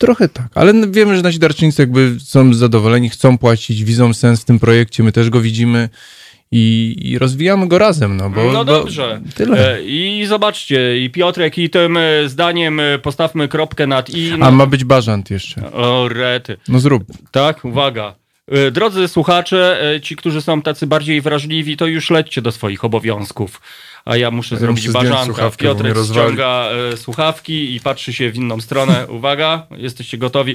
Trochę tak, ale wiemy, że nasi darczyńcy jakby są zadowoleni, chcą płacić, widzą sens w tym projekcie, my też go widzimy i, i rozwijamy go razem, no bo... No dobrze. Bo tyle. E, I zobaczcie, i Piotrek, i tym e, zdaniem e, postawmy kropkę nad i... A ma być bażant jeszcze. O, rety. No zrób. Tak, uwaga. E, Drodzy słuchacze, e, ci, którzy są tacy bardziej wrażliwi, to już lećcie do swoich obowiązków. A ja muszę Ja zrobić muszę zdjąć bażanka. słuchawkę, bo mnie Piotrek rozwali. ściąga e, słuchawki i patrzy się w inną stronę. Uwaga, jesteście gotowi.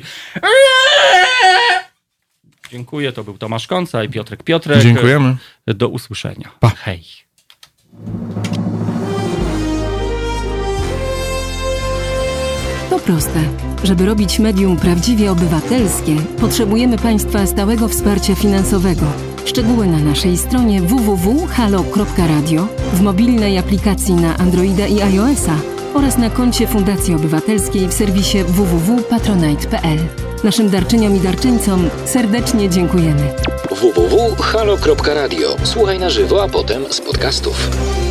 Dziękuję, to był Tomasz Konca i Piotrek Piotrek. Dziękujemy. Do usłyszenia. Pa. Hej. To proste. Żeby robić medium prawdziwie obywatelskie, potrzebujemy Państwa stałego wsparcia finansowego. Szczegóły na naszej stronie w w w kropka halo kropka radio, w mobilnej aplikacji na Androida i iOS-a oraz na koncie Fundacji Obywatelskiej w serwisie w w w kropka patronite kropka p l. Naszym darczyniom i darczyńcom serdecznie dziękujemy. w w w kropka halo kropka radio. Słuchaj na żywo, a potem z podcastów.